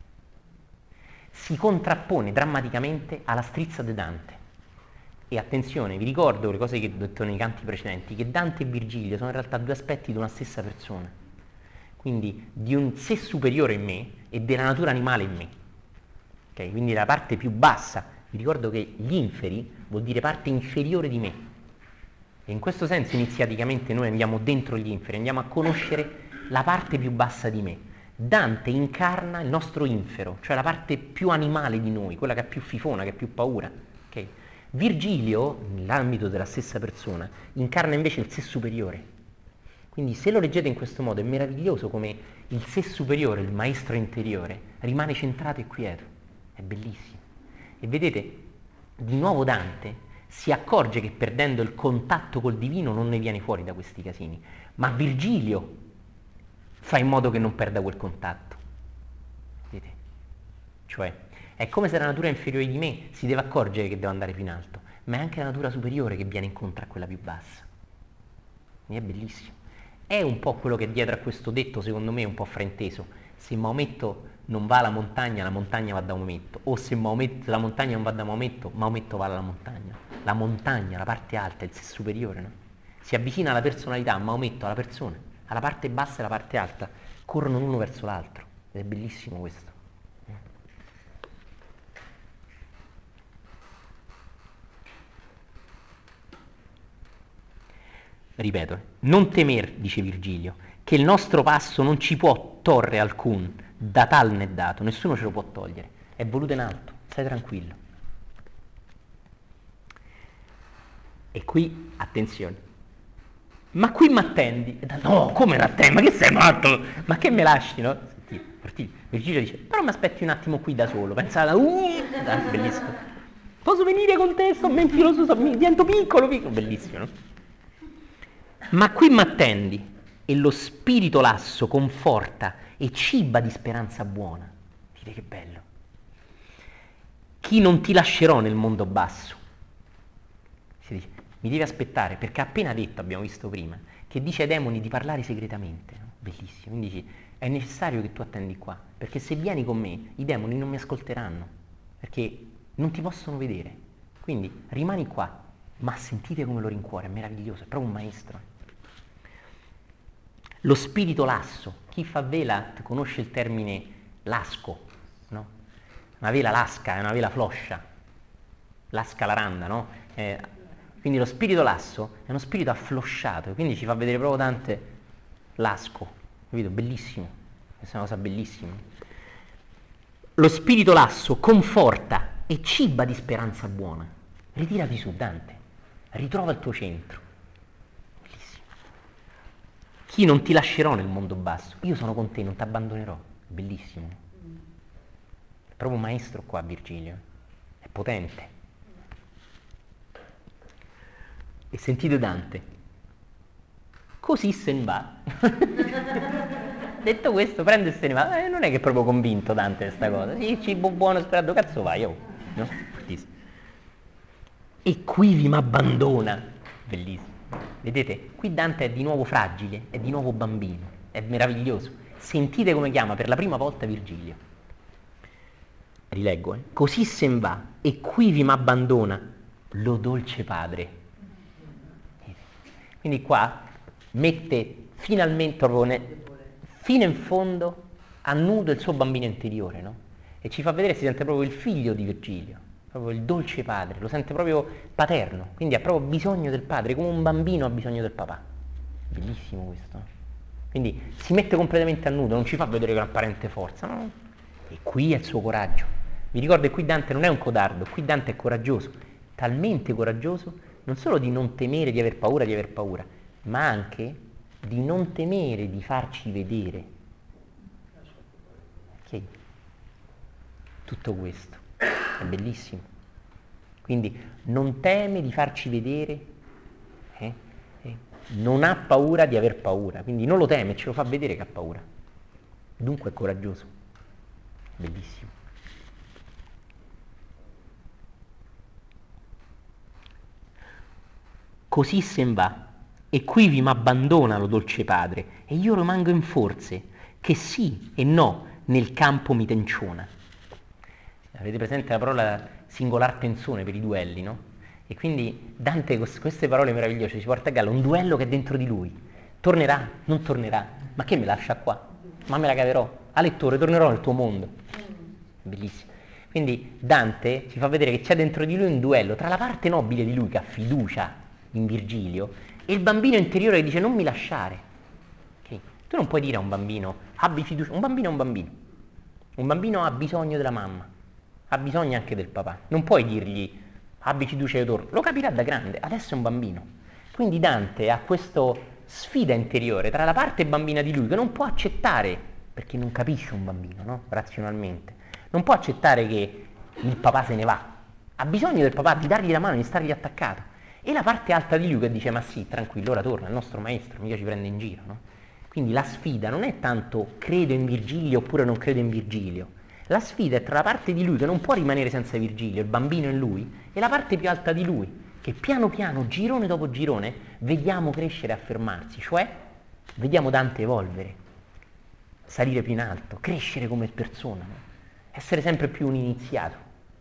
Si contrappone drammaticamente alla strizza di Dante. E attenzione, vi ricordo le cose che ho detto nei canti precedenti, che Dante e Virgilio sono in realtà due aspetti di una stessa persona. Quindi di un sé superiore in me e della natura animale in me. Okay? Quindi la parte più bassa. Vi ricordo che gli inferi vuol dire parte inferiore di me. E in questo senso iniziaticamente noi andiamo dentro gli inferi, andiamo a conoscere la parte più bassa di me. Dante incarna il nostro infero, cioè la parte più animale di noi, quella che ha più fifona, che ha più paura. Okay? Virgilio, nell'ambito della stessa persona, incarna invece il sé superiore. Quindi se lo leggete in questo modo è meraviglioso come il sé superiore, il maestro interiore, rimane centrato e quieto. È bellissimo. E vedete, di nuovo Dante si accorge che perdendo il contatto col divino non ne viene fuori da questi casini, ma Virgilio fa in modo che non perda quel contatto. Vedete? Cioè, è come se la natura inferiore di me si deve accorgere che deve andare più in alto, ma è anche la natura superiore che viene incontro a quella più bassa. Quindi è bellissimo. È un po' quello che è dietro a questo detto, secondo me, un po' frainteso. Se Maometto non va alla montagna, la montagna va da Maometto. O se la montagna non va da Maometto, Maometto va alla montagna. La montagna, la parte alta, il sé superiore, no? Si avvicina alla personalità, Maometto alla persona, alla parte bassa e alla parte alta, corrono l'uno verso l'altro. Ed è bellissimo questo. Ripeto, non temer, dice Virgilio, che il nostro passo non ci può torre alcun, da tal né dato, nessuno ce lo può togliere, è voluto in alto, stai tranquillo. E qui, attenzione, ma qui mi attendi? No, come mi attendi? Ma che sei matto? Ma che me lasci, no? Senti, Virgilio dice, però mi aspetti un attimo qui da solo, pensava, bellissimo. Posso venire con te? Sto mentiroso, mi divento piccolo, bellissimo, no? Ma qui mi attendi e lo spirito lasso conforta e ciba di speranza buona. Dite che bello. Chi non ti lascerò nel mondo basso. Si dice, mi devi aspettare, perché ha appena detto, abbiamo visto prima, che dice ai demoni di parlare segretamente, no? Bellissimo, quindi dici, è necessario che tu attendi qua, perché se vieni con me i demoni non mi ascolteranno, perché non ti possono vedere, quindi rimani qua, ma sentite come lo rincuora, è meraviglioso, è proprio un maestro. Lo spirito lasso, chi fa vela conosce il termine lasco, no? Una vela lasca è una vela floscia, lasca la randa, no? Quindi lo spirito lasso è uno spirito afflosciato, quindi ci fa vedere proprio Dante lasco, capito? Bellissimo, questa è una cosa bellissima. Lo spirito lasso conforta e ciba di speranza buona. Ritirati su, Dante, ritrova il tuo centro. Bellissimo. Chi non ti lascerò nel mondo basso, io sono con te, non ti abbandonerò. Bellissimo. È proprio un maestro qua, Virgilio, è potente. E sentite Dante, così se ne va. Detto questo, prende e se ne va. Non è che è proprio convinto Dante questa cosa. Sì, cibo buono, sperato, cazzo vai, oh. No? E qui vi m'abbandona. Bellissimo. Vedete, qui Dante è di nuovo fragile, è di nuovo bambino, è meraviglioso. Sentite come chiama per la prima volta Virgilio. Rileggo, Così se ne va, e qui vi m'abbandona lo dolce padre. Quindi qua mette finalmente, proprio fino in fondo, a nudo il suo bambino interiore, no? E ci fa vedere, si sente proprio il figlio di Virgilio, proprio il dolce padre, lo sente proprio paterno, quindi ha proprio bisogno del padre, come un bambino ha bisogno del papà. Bellissimo questo. Quindi si mette completamente a nudo, non ci fa vedere con apparente forza, no? E qui è il suo coraggio. Vi ricordo che qui Dante non è un codardo, qui Dante è coraggioso, talmente coraggioso, non solo di non temere di aver paura, ma anche di non temere di farci vedere. Ok? Tutto questo è bellissimo. Quindi non teme di farci vedere, non ha paura di aver paura, quindi non lo teme, ce lo fa vedere che ha paura. Dunque è coraggioso. Bellissimo. Così se ne va, e qui vi m'abbandona lo dolce padre, e io rimango in forze, che sì e no nel campo mi tenciona. Avete presente la parola singolar tensione per i duelli, no? E quindi Dante con queste parole meravigliose ci porta a galla un duello che è dentro di lui. Tornerà? Non tornerà? Ma che me lascia qua? Ma me la caverò? A lettore, tornerò nel tuo mondo. Bellissimo. Quindi Dante ci fa vedere che c'è dentro di lui un duello tra la parte nobile di lui che ha fiducia in Virgilio e il bambino interiore che dice non mi lasciare. Okay? Tu non puoi dire a un bambino abbi fiducia, un bambino è un bambino. Un bambino ha bisogno della mamma, ha bisogno anche del papà. Non puoi dirgli abbi fiducia e io torno. Lo capirà da grande, adesso è un bambino. Quindi Dante ha questa sfida interiore tra la parte bambina di lui che non può accettare, perché non capisce un bambino, no? Razionalmente. Non può accettare che il papà se ne va. Ha bisogno del papà, di dargli la mano, di stargli attaccato. E la parte alta di lui che dice ma sì, tranquillo, ora torna, il nostro maestro, mica ci prende in giro, no? Quindi la sfida non è tanto credo in Virgilio oppure non credo in Virgilio. La sfida è tra la parte di lui che non può rimanere senza Virgilio, il bambino in lui, e la parte più alta di lui, che piano piano, girone dopo girone, vediamo crescere e affermarsi, cioè vediamo Dante evolvere, salire più in alto, crescere come persona, no? Essere sempre più un iniziato.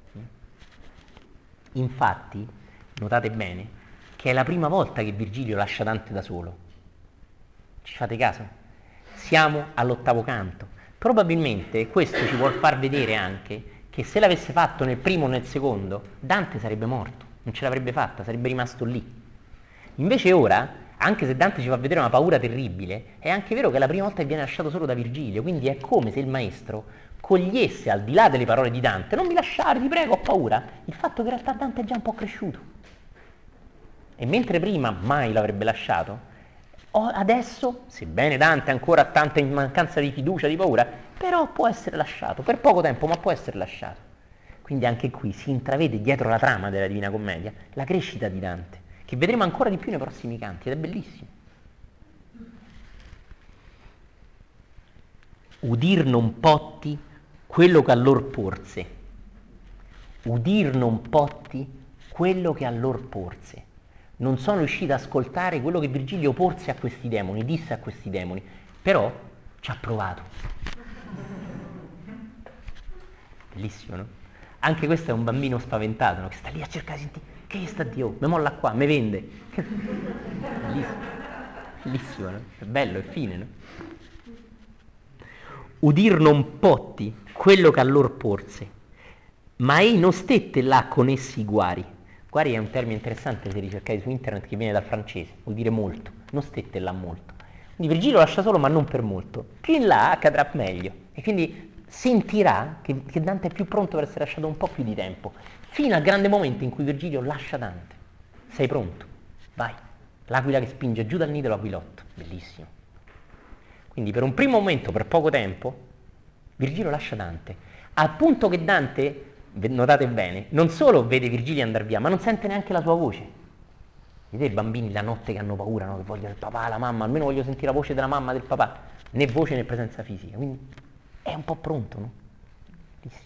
Infatti, notate bene, che è la prima volta che Virgilio lascia Dante da solo. Ci fate caso? Siamo all'8° canto. Probabilmente questo ci vuol far vedere anche che se l'avesse fatto nel primo o nel secondo, Dante sarebbe morto, non ce l'avrebbe fatta, sarebbe rimasto lì. Invece ora anche se Dante ci fa vedere una paura terribile, è anche vero che è la prima volta che viene lasciato solo da Virgilio, quindi è come se il maestro cogliesse, al di là delle parole di Dante, non mi lasciare, ti prego, ho paura, il fatto che in realtà Dante è già un po' cresciuto. E mentre prima mai l'avrebbe lasciato, adesso, sebbene Dante ancora ha tanta mancanza di fiducia, di paura, però può essere lasciato, per poco tempo, ma può essere lasciato. Quindi anche qui si intravede dietro la trama della Divina Commedia la crescita di Dante, che vedremo ancora di più nei prossimi canti, ed è bellissimo. Udir non potti quello che allor porse. Udir non potti quello che allor porse. Non sono riuscito ad ascoltare quello che Virgilio porse a questi demoni, disse a questi demoni, però ci ha provato. Bellissimo, no? Anche questo è un bambino spaventato, no? Che sta lì a cercare di sentire, che gli sta Dio? Mi molla qua, mi vende. Bellissimo, bellissimo, no? È bello, è fine, no? Udir non potti quello che allor porse, ma ei non stette là con essi guari. Guari è un termine interessante se ricercate su internet, che viene dal francese, vuol dire molto, non stette là molto. Quindi Virgilio lascia solo, ma non per molto. Più in là accadrà meglio, e quindi sentirà che Dante è più pronto per essere lasciato un po' più di tempo, fino al grande momento in cui Virgilio lascia Dante. Sei pronto? Vai. L'aquila che spinge giù dal nido l'aquilotto. Bellissimo. Quindi per un primo momento, per poco tempo, Virgilio lascia Dante, al punto che Dante, notate bene, non solo vede Virgilio andare via, ma non sente neanche la sua voce. Vedete i bambini la notte che hanno paura, no? Che vogliono il papà, la mamma, almeno voglio sentire la voce della mamma, del papà, né voce né presenza fisica, quindi è un po' pronto, no? Bellissimo.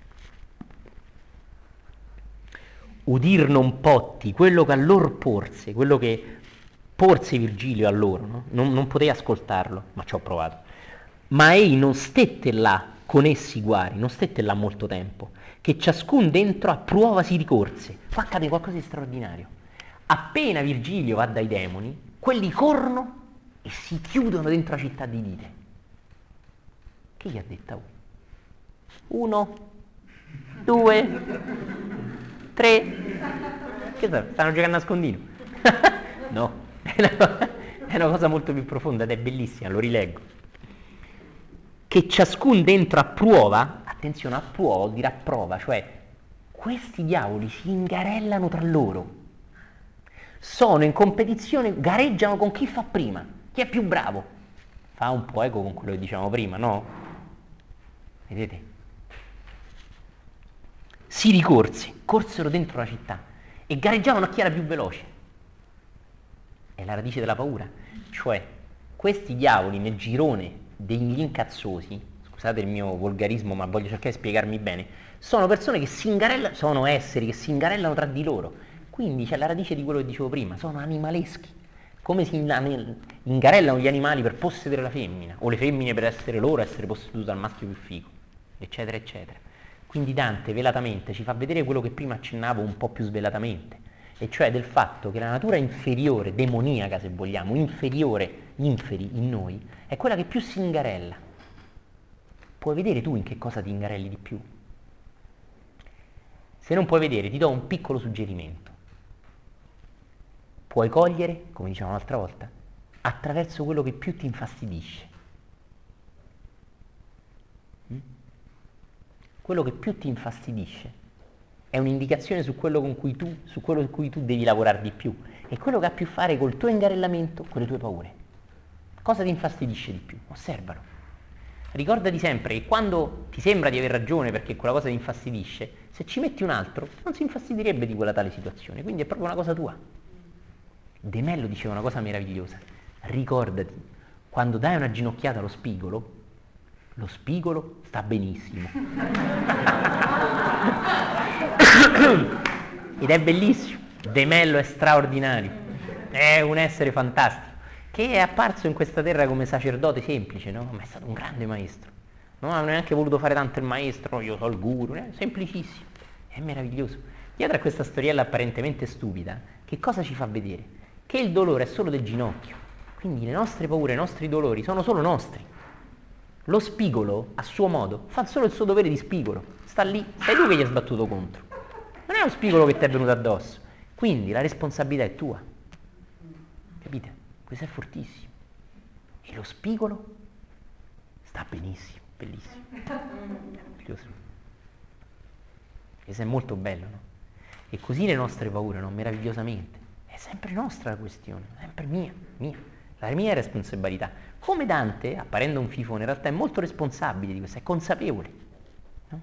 Udir non potti quello che a loro porse, quello che porse Virgilio a loro, no? Non poteva ascoltarlo, ma ci ho provato. Ma ei non stette là con essi guari, non stette là molto tempo, che ciascun dentro a prova si ricorse. Qua accade qualcosa di straordinario. Appena Virgilio va dai demoni, quelli corrono e si chiudono dentro la città di Dite. Che gli ha detto? 1, 2, 3. Che stanno giocando a nascondino? No, è una cosa molto più profonda ed è bellissima, lo rileggo. Che ciascun dentro a prova, attenzione, a prova vuol dire a prova, cioè questi diavoli si ingarellano tra loro, sono in competizione, gareggiano con chi fa prima, chi è più bravo. Fa un po' eco con quello che dicevamo prima, no? Vedete? Si ricorse, corsero dentro la città e gareggiavano a chi era più veloce. È la radice della paura, cioè questi diavoli nel girone degli incazzosi, scusate il mio volgarismo ma voglio cercare di spiegarmi bene, sono persone che si ingarellano, sono esseri che si ingarellano tra di loro, quindi c'è la radice di quello che dicevo prima, sono animaleschi, come si ingarellano gli animali per possedere la femmina, o le femmine per essere loro, essere possedute dal maschio più figo, eccetera eccetera. Quindi Dante velatamente ci fa vedere quello che prima accennavo un po' più svelatamente, e cioè del fatto che la natura inferiore, demoniaca se vogliamo, inferiore, inferi in noi, è quella che più si ingarella. Puoi vedere tu in che cosa ti ingarelli di più? Se non puoi vedere, ti do un piccolo suggerimento. Puoi cogliere, come dicevamo l'altra volta, attraverso quello che più ti infastidisce. Quello che più ti infastidisce è un'indicazione su quello in cui tu devi lavorare di più, e quello che ha più a fare col tuo ingarellamento, con le tue paure. Cosa ti infastidisce di più? Osservalo. Ricordati sempre che quando ti sembra di aver ragione perché quella cosa ti infastidisce, se ci metti un altro non si infastidirebbe di quella tale situazione, quindi è proprio una cosa tua. De Mello diceva una cosa meravigliosa: ricordati, quando dai una ginocchiata allo spigolo, lo spigolo sta benissimo. Ed è bellissimo. De Mello è straordinario, è un essere fantastico, che è apparso in questa terra come sacerdote semplice, no? Ma è stato un grande maestro. Non ha neanche voluto fare tanto il maestro, io so il guru, semplicissimo, è meraviglioso. Dietro a questa storiella apparentemente stupida, che cosa ci fa vedere? Che il dolore è solo del ginocchio, quindi le nostre paure, i nostri dolori sono solo nostri. Lo spigolo, a suo modo, fa solo il suo dovere di spigolo, sta lì, sei tu che gli hai sbattuto contro, non è uno spigolo che ti è venuto addosso, quindi la responsabilità è tua, capite? questo è fortissimo. E lo spigolo sta benissimo, bellissimo. Questo è molto bello, no? E così le nostre paure, no? Meravigliosamente. È sempre nostra la questione, sempre mia. La mia responsabilità. Come Dante, apparendo un fifone, in realtà è molto responsabile di questo, è consapevole. No?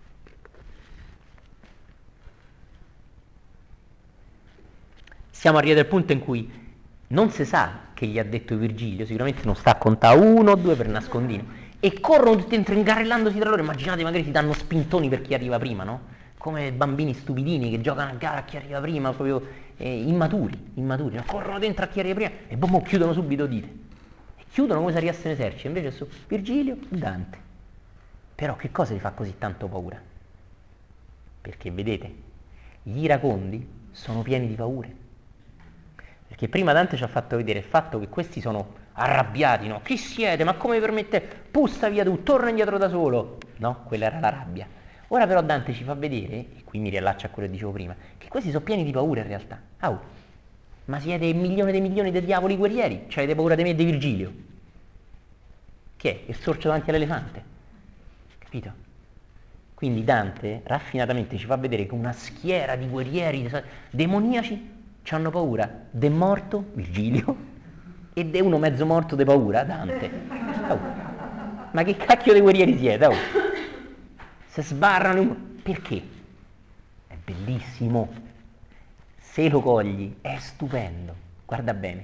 Siamo arrivati al punto in cui non si sa che gli ha detto Virgilio, sicuramente non sta a contare 1 o 2 per nascondino, e corrono tutti ingarellandosi tra loro. Immaginate, magari ti danno spintoni per chi arriva prima, no? Come bambini stupidini che giocano a gara a chi arriva prima, proprio immaturi, no? Corrono dentro a chi arriva prima e boom, chiudono subito dite. E chiudono come se arrivasse un esercito, invece su Virgilio, Dante. Però che cosa gli fa così tanto paura? Perché vedete, gli iracondi sono pieni di paure. Perché prima Dante ci ha fatto vedere il fatto che questi sono arrabbiati, no? Chi siete? Ma come vi permette? Pusta via tu, torna indietro da solo. No, quella era la rabbia. Ora però Dante ci fa vedere, e qui mi riallaccio a quello che dicevo prima, che questi sono pieni di paura in realtà. Ma siete milioni dei milioni di diavoli guerrieri, cioè avete paura di me e di Virgilio. Che è? Il sorcio davanti all'elefante. Capito? Quindi Dante raffinatamente ci fa vedere che una schiera di guerrieri demoniaci hanno paura del morto, Virgilio, e di uno mezzo morto di paura, Dante. Ma che cacchio di guerrieri siete? Se sbarrano, perché? È bellissimo, se lo cogli è stupendo, guarda bene.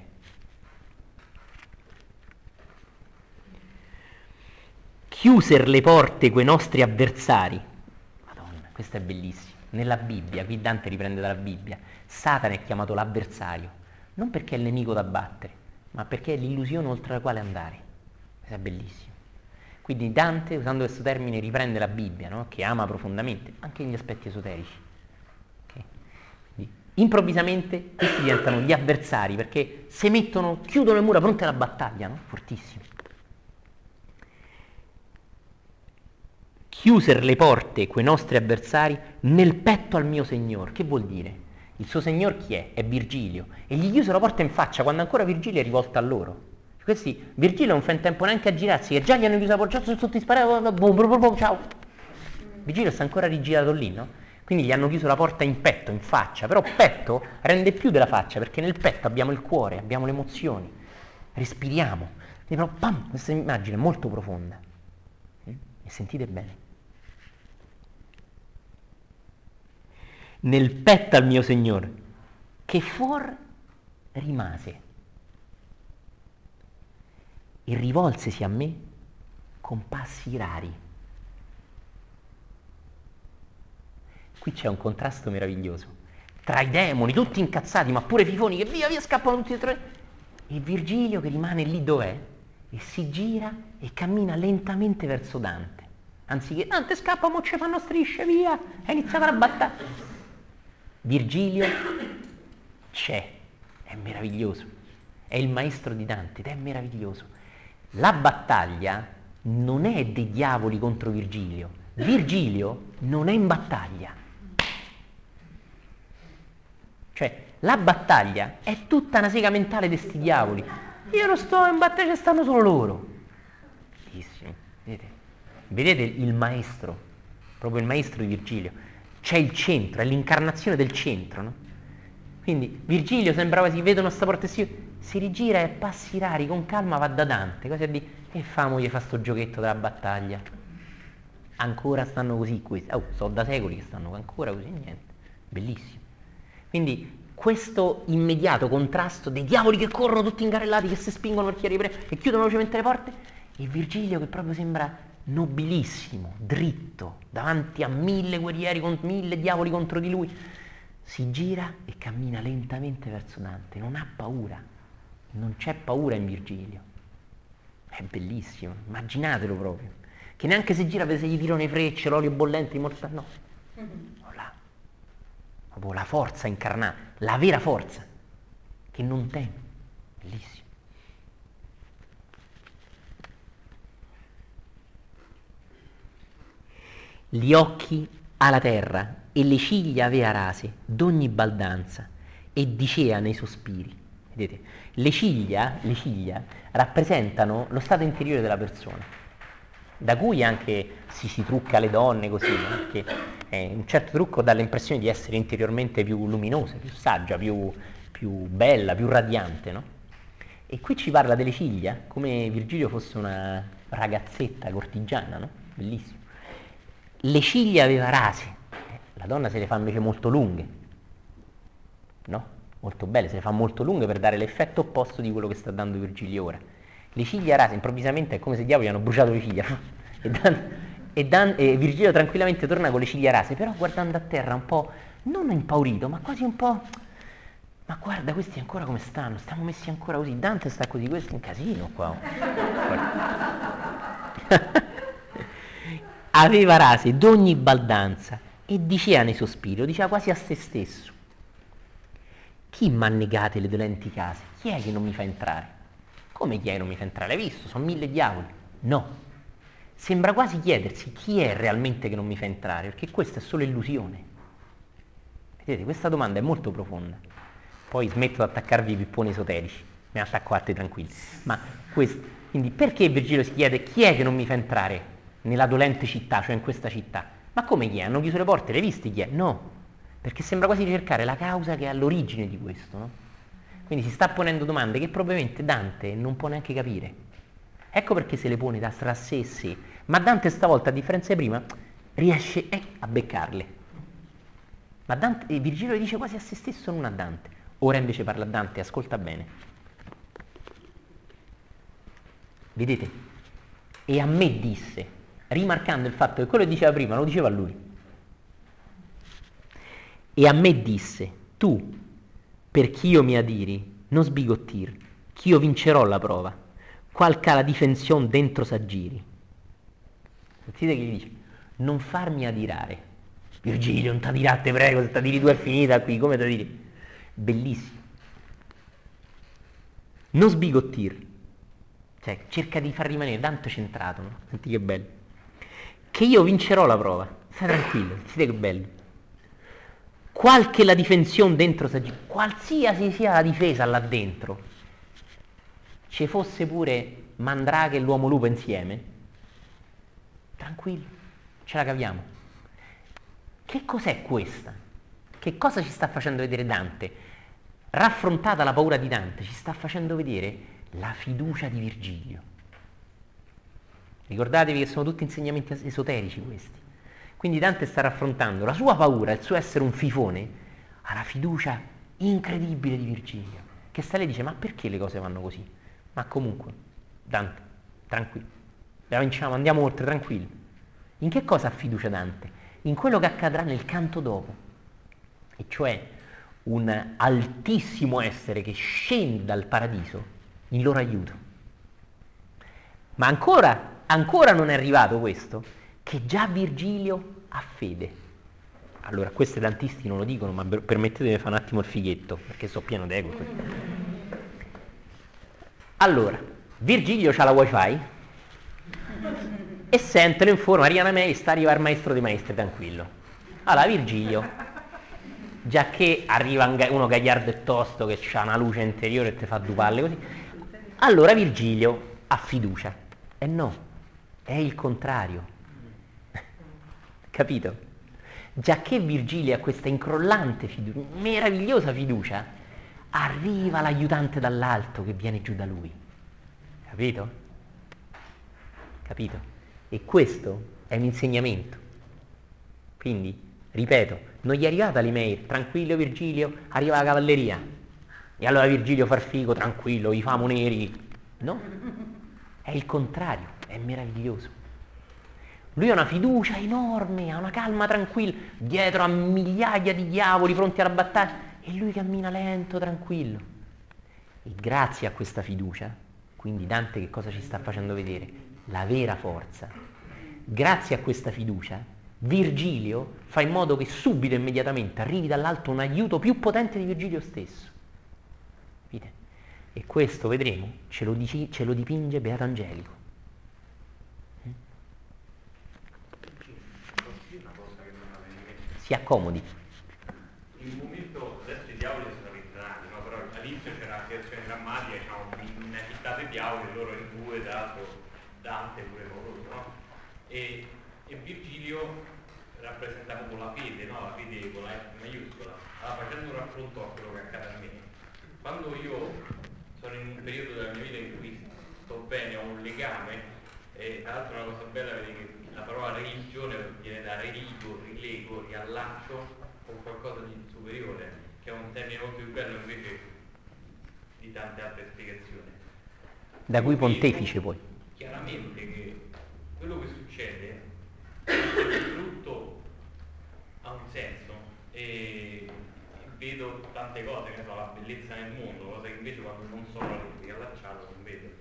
Chiuser le porte quei nostri avversari, Madonna, questo è bellissimo. Nella Bibbia, qui Dante riprende dalla Bibbia, Satana è chiamato l'avversario, non perché è il nemico da battere, ma perché è l'illusione oltre la quale andare. Questo è bellissimo. Quindi Dante, usando questo termine, riprende la Bibbia, no? Che ama profondamente, anche gli aspetti esoterici. Okay? Quindi, improvvisamente questi diventano gli avversari, perché se mettono, chiudono le mura pronte alla battaglia, no? Fortissimi. Chiuser le porte quei nostri avversari nel petto al mio Signor. Che vuol dire? Il suo Signor chi è? È Virgilio. E gli chiuse la porta in faccia quando ancora Virgilio è rivolto a loro. Questi, Virgilio non fa in tempo neanche a girarsi, che già gli hanno chiuso la porta, sono tutti sparati, ciao. Virgilio sta ancora rigirato lì, no? Quindi gli hanno chiuso la porta in petto, in faccia, però petto rende più della faccia, perché nel petto abbiamo il cuore, abbiamo le emozioni, respiriamo. Quindi però, pam, questa immagine è molto profonda. E sentite bene. Nel petto al mio Signore, che fuor rimase. E rivolsesi a me con passi rari. Qui c'è un contrasto meraviglioso tra i demoni, tutti incazzati, ma pure fifoni che via scappano tutti e tre, e Virgilio che rimane lì dov'è e si gira e cammina lentamente verso Dante. Anziché Dante scappa, mo ci fanno strisce, via, è iniziata la battaglia. Virgilio c'è, è meraviglioso, è il maestro di Dante ed è meraviglioso. La battaglia non è dei diavoli contro Virgilio. Virgilio non è in battaglia. Cioè, la battaglia è tutta una sega mentale di sti diavoli. Io non sto in battaglia, stanno solo loro. Bellissimo. Vedete il maestro, proprio il maestro di Virgilio. C'è il centro, è l'incarnazione del centro, no? Quindi Virgilio sembrava si vedono sta porta e si rigira e passi rari, con calma va da Dante, così a dire, e famogli fa sto giochetto della battaglia. Ancora stanno così questi, so da secoli che stanno ancora così, niente, bellissimo. Quindi questo immediato contrasto dei diavoli che corrono tutti ingarellati, che si spingono per chi arriva e chiudono velocemente le porte, e Virgilio che proprio sembra nobilissimo, dritto, davanti a 1000 guerrieri, 1000 diavoli contro di lui, si gira e cammina lentamente verso Dante, non ha paura. Non c'è paura in Virgilio. È bellissimo, immaginatelo proprio. Che neanche si gira per se gli tirano le frecce, l'olio bollente, immortale, no. Proprio la forza incarnata, la vera forza, che non teme. Bellissimo. Gli occhi alla terra e le ciglia avea rase d'ogni baldanza e dicea nei sospiri. Vedete? Le ciglia rappresentano lo stato interiore della persona, da cui anche si trucca le donne così, no? Perché un certo trucco dà l'impressione di essere interiormente più luminosa, più saggia, più bella, più radiante, no? E qui ci parla delle ciglia come Virgilio fosse una ragazzetta cortigiana, no? Bellissimo. Le ciglia aveva rase, la donna se le fa invece molto lunghe, no? Molto belle, se le fa molto lunghe per dare l'effetto opposto di quello che sta dando Virgilio ora. Le ciglia rase, improvvisamente è come se i diavoli hanno bruciato le ciglia, e Virgilio tranquillamente torna con le ciglia rase, però guardando a terra un po', non impaurito, ma quasi un po', ma guarda questi ancora come stanno, stiamo messi ancora così, Dante sta così, questo è un casino qua. Aveva rase d'ogni baldanza e diceva nei sospiri, lo diceva quasi a se stesso: chi m'ha negate le dolenti case? Chi è che non mi fa entrare? Come chi è che non mi fa entrare? L'hai visto? Sono 1000 diavoli. No. Sembra quasi chiedersi chi è realmente che non mi fa entrare, perché questa è solo illusione. Vedete, questa domanda è molto profonda. Poi smetto di attaccarvi i pipponi esoterici, ne attacco altri tranquilli. Ma quindi perché Virgilio si chiede chi è che non mi fa entrare nella dolente città, cioè in questa città? Ma come chi è? Hanno chiuso le porte, le hai visti chi è? No. Perché sembra quasi ricercare la causa che è all'origine di questo, no? Quindi si sta ponendo domande che probabilmente Dante non può neanche capire. Ecco perché se le pone tra sé e sé. Ma Dante stavolta, a differenza di prima, riesce a beccarle. Ma Virgilio le dice quasi a se stesso, non a Dante. Ora invece parla a Dante, ascolta bene. Vedete? E a me disse, rimarcando il fatto che quello che diceva prima lo diceva a lui. E a me disse, tu, per ch'io mi adiri, non sbigottir, ch'io vincerò la prova, qualca la difensione dentro s'aggiri. Sentite che gli dice, non farmi adirare. Virgilio, non t'adirare, te prego, se t'adiri tu è finita qui, come t'adiri? Bellissimo. Non sbigottir, cioè cerca di far rimanere tanto centrato, no? Senti che bello. Che io vincerò la prova, stai tranquillo, sentite che bello. Qualche la difensione dentro s'aggiri, qualsiasi sia la difesa là dentro, ci fosse pure Mandrake e l'uomo lupo insieme, tranquillo, ce la caviamo. Che cos'è questa? Che cosa ci sta facendo vedere Dante? Raffrontata la paura di Dante, ci sta facendo vedere la fiducia di Virgilio. Ricordatevi che sono tutti insegnamenti esoterici questi. Quindi Dante sta raffrontando la sua paura, il suo essere un fifone, alla fiducia incredibile di Virgilio, che sta lì e dice, ma perché le cose vanno così? Ma comunque, Dante, tranquillo, la vinciamo, andiamo oltre, tranquillo. In che cosa ha fiducia Dante? In quello che accadrà nel canto dopo, e cioè un altissimo essere che scende dal paradiso in loro aiuto. Ma ancora non è arrivato questo, che già Virgilio ha fede. Allora, questi dantisti non lo dicono, ma permettetemi di fare un attimo il fighetto, perché so pieno d'ego. Allora, Virgilio c'ha la wifi e sentono in forma, arriva arriva il maestro dei maestri, tranquillo. Allora, Virgilio, già che arriva uno gagliardo e tosto che ha una luce interiore e ti fa due palle così, allora Virgilio ha fiducia. E no, è il contrario. Capito? Giacché Virgilio ha questa incrollante fiducia, meravigliosa fiducia, arriva l'aiutante dall'alto che viene giù da lui. Capito? Capito? E questo è un insegnamento. Quindi, ripeto, non gli è arrivata l'email, tranquillo Virgilio, arriva la cavalleria. E allora Virgilio Farfico, tranquillo, i famo neri. No, è il contrario, è meraviglioso. Lui ha una fiducia enorme, ha una calma tranquilla, dietro a migliaia di diavoli pronti alla battaglia, e lui cammina lento, tranquillo. E grazie a questa fiducia, quindi Dante che cosa ci sta facendo vedere? La vera forza. Grazie a questa fiducia, Virgilio fa in modo che subito e immediatamente arrivi dall'alto un aiuto più potente di Virgilio stesso. Capite? E questo, vedremo, ce lo dipinge Beato Angelico. Si accomodi. In un momento, adesso i diavoli sono rintanati, no? Però all'inizio c'era la creazione Virgilio rappresenta proprio la fede, no? La fede con la F maiuscola. Allora, facendo un raffronto a quello che accade a me, quando io sono in un periodo della mia vita in cui sto bene, ho un legame, e tra l'altro una cosa bella è che la parola religione viene da religo, rilego, riallaccio con qualcosa di superiore, che è un termine molto più bello invece di tante altre spiegazioni. Da cui Io vedo pontefice poi. chiaramente che quello che succede tutto ha un senso e vedo tante cose, che ne so, la bellezza nel mondo, cose che invece quando non sono riallacciato non vedo.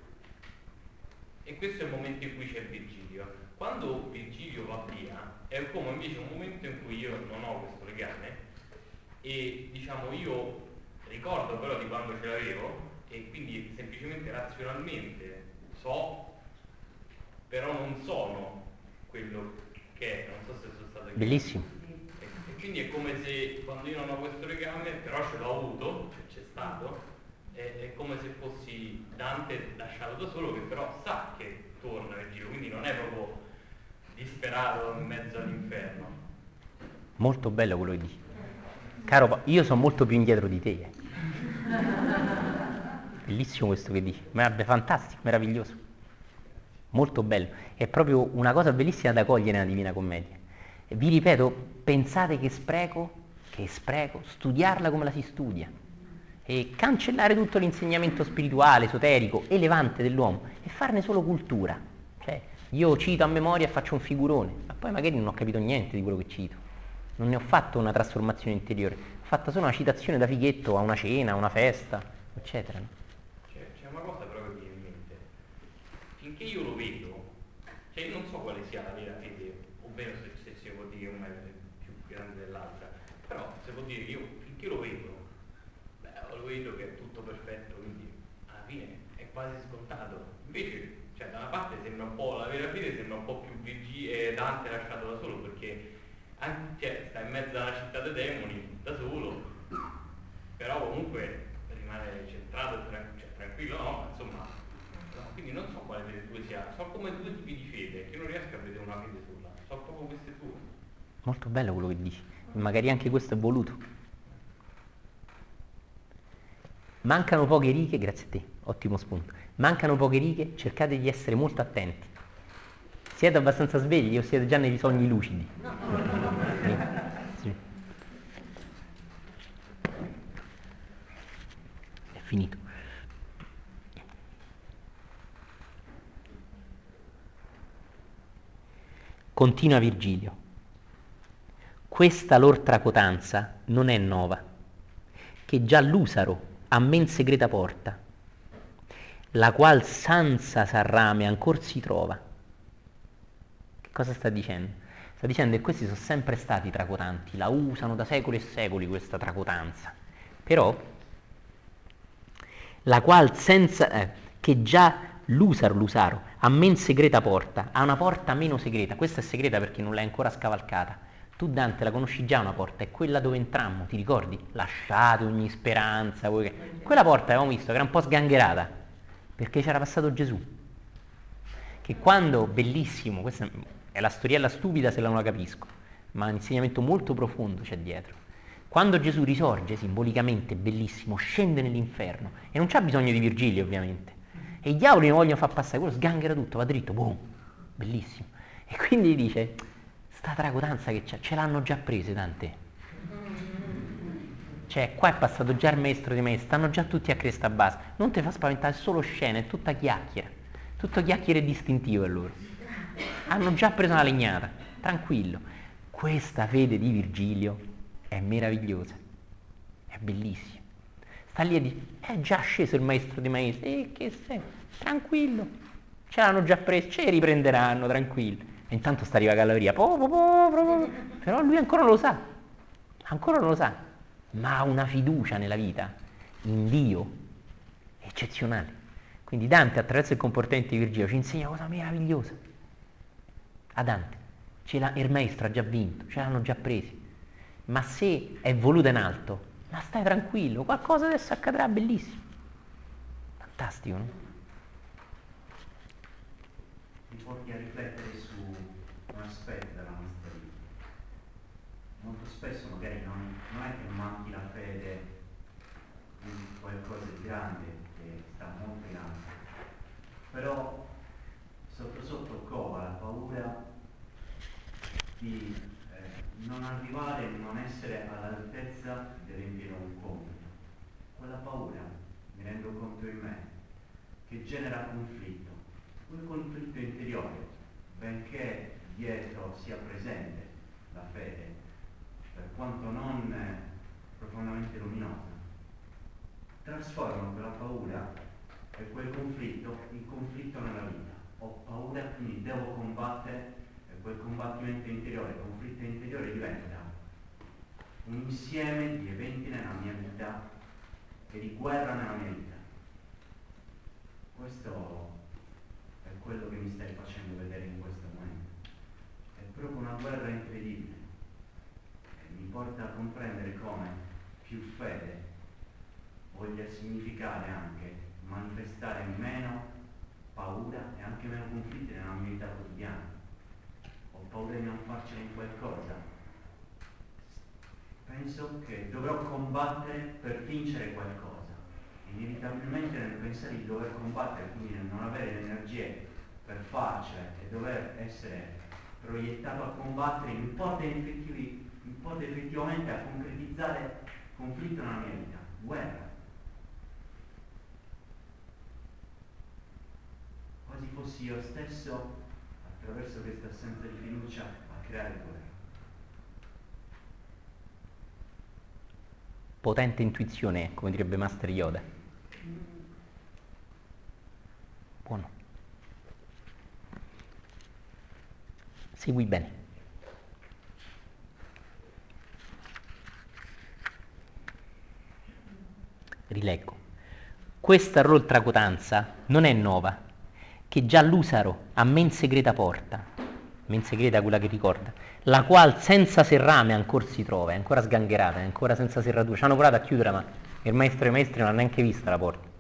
E questo è il momento in cui c'è Virgilio. Quando Virgilio va via è come invece un momento in cui io non ho questo legame e diciamo io ricordo però di quando ce l'avevo e quindi semplicemente razionalmente so, però non sono quello che è, non so se sono stato chiaro. Bellissimo. E quindi è come se quando io non ho questo legame, però ce l'ho avuto, cioè c'è stato, è come se fossi Dante lasciato da solo che però sa che torna nel giro, quindi non è proprio disperato in mezzo all'inferno. Molto bello quello che dici. Caro, io sono molto più indietro di te. Bellissimo questo che dici, fantastico, meraviglioso. Molto bello. È proprio una cosa bellissima da cogliere nella Divina Commedia. E vi ripeto, pensate che spreco, studiarla come la si studia. E cancellare tutto l'insegnamento spirituale, esoterico, elevante dell'uomo e farne solo cultura. Cioè, io cito a memoria e faccio un figurone, ma poi magari non ho capito niente di quello che cito. Non ne ho fatto una trasformazione interiore, ho fatto solo una citazione da fighetto a una cena, a una festa, eccetera. C'è una cosa però che mi viene in mente. Finché io lo vedo, cioè io non so quale sia la vera fede, ovvero se si può dire che una è più grande dell'altra, però se può dire che io finché lo vedo, lo vedo che è tutto perfetto, quindi alla fine è quasi scontato. Invece, cioè, da una parte sembra un po', la vera fede sembra un po' più Dante lasciato da solo, perché cioè, sta in mezzo alla città dei demoni, da solo, però comunque rimane centrato, tranquillo, no? Insomma, no, quindi non so quale delle due sia, so come due tipi di fede, che io non riesco a vedere una fede sola, so proprio queste due. Molto bello quello che dici, magari anche questo è voluto. Mancano poche righe, grazie a te, ottimo spunto. Mancano poche righe, cercate di essere molto attenti. Siete abbastanza svegli o siete già nei sogni lucidi? Sì. È finito. Continua Virgilio. Questa lor tracotanza non è nova, che già l'usaro a men segreta porta, la qual senza s'arrame ancor si trova. Che cosa sta dicendo? Sta dicendo che questi sono sempre stati tracotanti, la usano da secoli e secoli questa tracotanza, però la qual senza che già l'usaro a men segreta porta, ha una porta meno segreta, questa è segreta perché non l'hai ancora scavalcata. Tu Dante la conosci già una porta, è quella dove entrammo, ti ricordi? Lasciate ogni speranza, quella porta avevamo visto che era un po' sgangherata, perché c'era passato Gesù, che quando, bellissimo, questa è la storiella stupida se la non la capisco, ma un insegnamento molto profondo c'è dietro. Quando Gesù risorge, simbolicamente, bellissimo, scende nell'inferno, e non c'ha bisogno di Virgilio ovviamente, e i diavoli ne vogliono far passare, quello sganghera tutto, va dritto, boom, bellissimo. E quindi dice, sta tracotanza che c'è, ce l'hanno già prese Dante. Cioè, qua è passato già il maestro di me, stanno già tutti a cresta bassa, non ti fa spaventare, è solo scena, è tutta chiacchiera, tutto chiacchiere distintivo a loro. Hanno già preso una legnata, tranquillo. Questa fede di Virgilio è meravigliosa, è bellissima. Sta lì e dice, è già sceso il maestro di maestri, che sei, tranquillo, ce l'hanno già preso, ce li riprenderanno, tranquillo. E intanto sta arriva Galleria, però lui ancora non lo sa, ma ha una fiducia nella vita, in Dio, eccezionale. Quindi Dante attraverso il comportamento di Virgilio ci insegna una cosa meravigliosa. A Dante, il maestro ha già vinto, ce l'hanno già presi, ma se è voluta in alto, ma stai tranquillo, qualcosa adesso accadrà, bellissimo. Fantastico, no? Mi porti a riflettere su una aspetto della nostra vita. Molto spesso magari non è che manchi la fede in qualcosa di grande, che sta molto in alto, però sotto sotto cova la paura di non arrivare, non essere all'altezza di adempiere un compito. Quella paura, mi rendo conto in me, che genera conflitto, un conflitto interiore, benché dietro sia presente la fede, per quanto non profondamente luminosa, trasformano quella paura e quel conflitto in conflitto nella vita. Ho paura, quindi devo combattere, e quel combattimento interiore, conflitto interiore diventa un insieme di eventi nella mia vita e di guerra nella mia vita. Questo è quello che mi stai facendo vedere in questo momento. È proprio una guerra incredibile. E mi porta a comprendere come più fede voglia significare anche manifestare meno paura e anche meno conflitti nella mia vita quotidiana. Ho paura di non farcela in qualcosa. Penso che dovrò combattere per vincere qualcosa. Inevitabilmente nel pensare di dover combattere, quindi nel non avere le energie per farcela e dover essere proiettato a combattere, mi porta effettivamente a concretizzare conflitto nella mia vita, guerra. Quasi fossi io stesso, attraverso questa assenza di fiducia, a creare guerra. Potente intuizione, come direbbe Master Yoda. Buono. Segui bene. Rileggo. Questa roltracotanza non è nuova, che già l'usaro a men segreta porta, men segreta quella che ricorda, la qual senza serrame ancora si trova, è ancora sgangherata, è ancora senza serratura. Ci hanno provato a chiudere, ma il maestro e i maestri non hanno neanche vista la porta.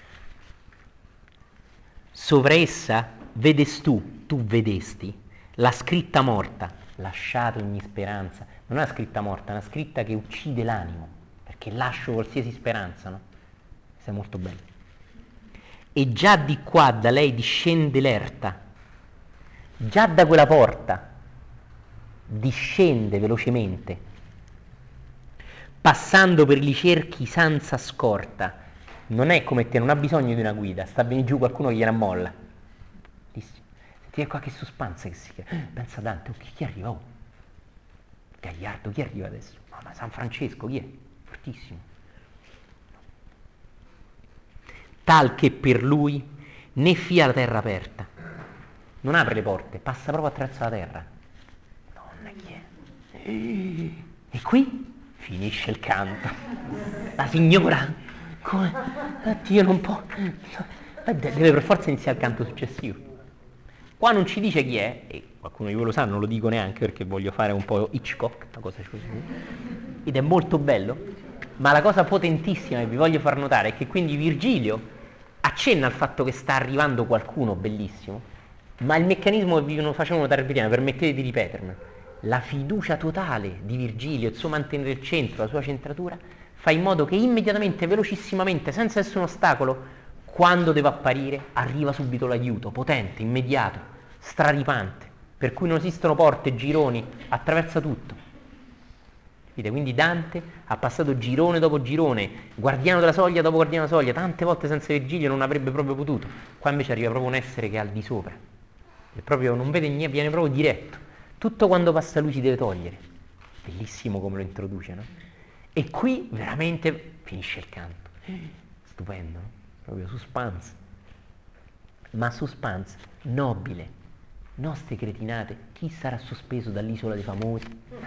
Sovra essa tu vedesti, la scritta morta, lasciate ogni speranza. Non è una scritta morta, è una scritta che uccide l'animo, perché lascio qualsiasi speranza, no? Questo è molto bello. E già di qua da lei discende l'erta, già da quella porta discende velocemente, passando per i cerchi senza scorta. Non è come te, non ha bisogno di una guida, sta bene giù qualcuno che gliela molla. Senti qua che suspense che si chiama. Pensa Dante, oh, chi arriva? Oh. Gagliardo, chi arriva adesso? Ma San Francesco, chi è? Fortissimo. Tal che per lui né fia la terra aperta, non apre le porte, passa proprio attraverso la terra. Donna, chi è? E qui finisce il canto. La signora, come? Dio, non può. Deve per forza iniziare il canto successivo. Qua non ci dice chi è, e qualcuno di voi lo sa, non lo dico neanche perché voglio fare un po' Hitchcock, una cosa così. Ed è molto bello, ma la cosa potentissima che vi voglio far notare è che quindi Virgilio accenna al fatto che sta arrivando qualcuno bellissimo, ma il meccanismo che vi facevo notare prima, permettete di ripetermelo, la fiducia totale di Virgilio, il suo mantenere il centro, la sua centratura, fa in modo che immediatamente, velocissimamente, senza nessun ostacolo, quando deve apparire, arriva subito l'aiuto, potente, immediato, straripante, per cui non esistono porte, gironi, attraversa tutto. Capite? Quindi Dante ha passato girone dopo girone, guardiano della soglia dopo guardiano della soglia, tante volte senza Virgilio non avrebbe proprio potuto. Qua invece arriva proprio un essere che è al di sopra, è proprio, non vede niente, viene proprio diretto. Tutto quando passa lui si deve togliere. Bellissimo come lo introduce, no? E qui veramente finisce il canto. Stupendo, no? Proprio suspense. Ma suspense nobile. Nostre cretinate, chi sarà sospeso dall'isola dei famosi?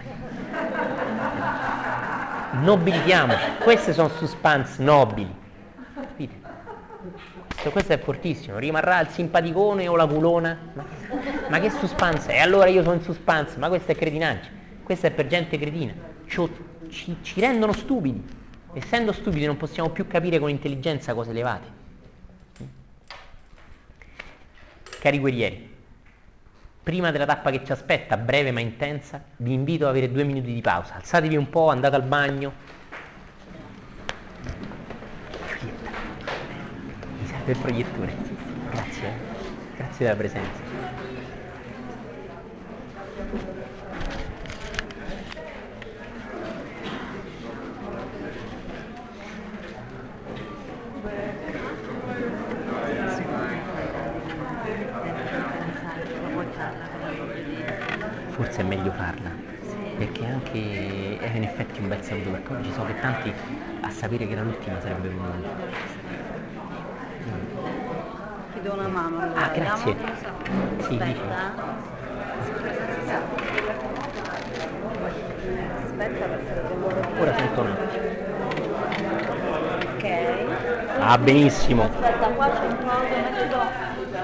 Nobilitiamoci, queste sono suspense nobili. Capite? Questo è fortissimo, rimarrà il simpaticone o la culona? Ma che suspense è? Allora io sono in suspense, ma questa è cretinaggine, questa è per gente cretina. Ci rendono stupidi, essendo stupidi non possiamo più capire con intelligenza cose elevate. Cari guerrieri, prima della tappa che ci aspetta, breve ma intensa, vi invito ad avere 2 minuti di pausa. Alzatevi un po', andate al bagno. Mi serve il proiettore. Grazie, grazie della presenza. Forse è meglio farla, perché anche è in effetti un bel saluto, perché oggi so che tanti a sapere che era l'ultima sarebbe venuto. Ti do una mano allora. Ah, grazie. Vediamo. Sì, Aspetta. Aspetta perché devo... ora sento un attimo. Ok. Ah, benissimo. Aspetta, qua c'è un coso, mettilo...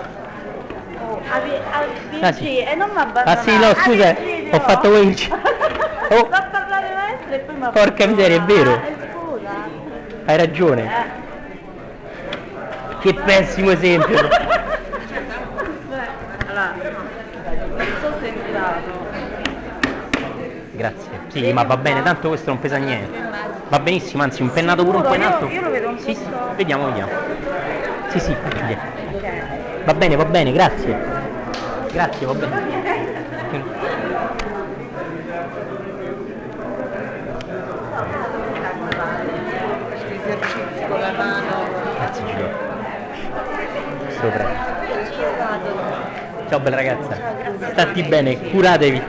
Ah, sì. E non mi abbandonare. Ah sì, no, scusa, ho fatto Winch. Oh, Va a parlare maestro e poi mi porca miseria, è vero. Scusa. Hai ragione. Che pessimo esempio. Allora, non so se è entrato. Grazie. Sì, ma va bene, tanto questo non pesa niente. Va benissimo, anzi, un pennato pure un po' in alto. Io lo vedo un po'. Sì, sì, vediamo. Sì, sì, figlia. Ok. Va bene, grazie. Grazie, va bene. Esercizi con la mano. Grazie, Gio. Sopra. Ciao bella ragazza. Stati bene, curatevi.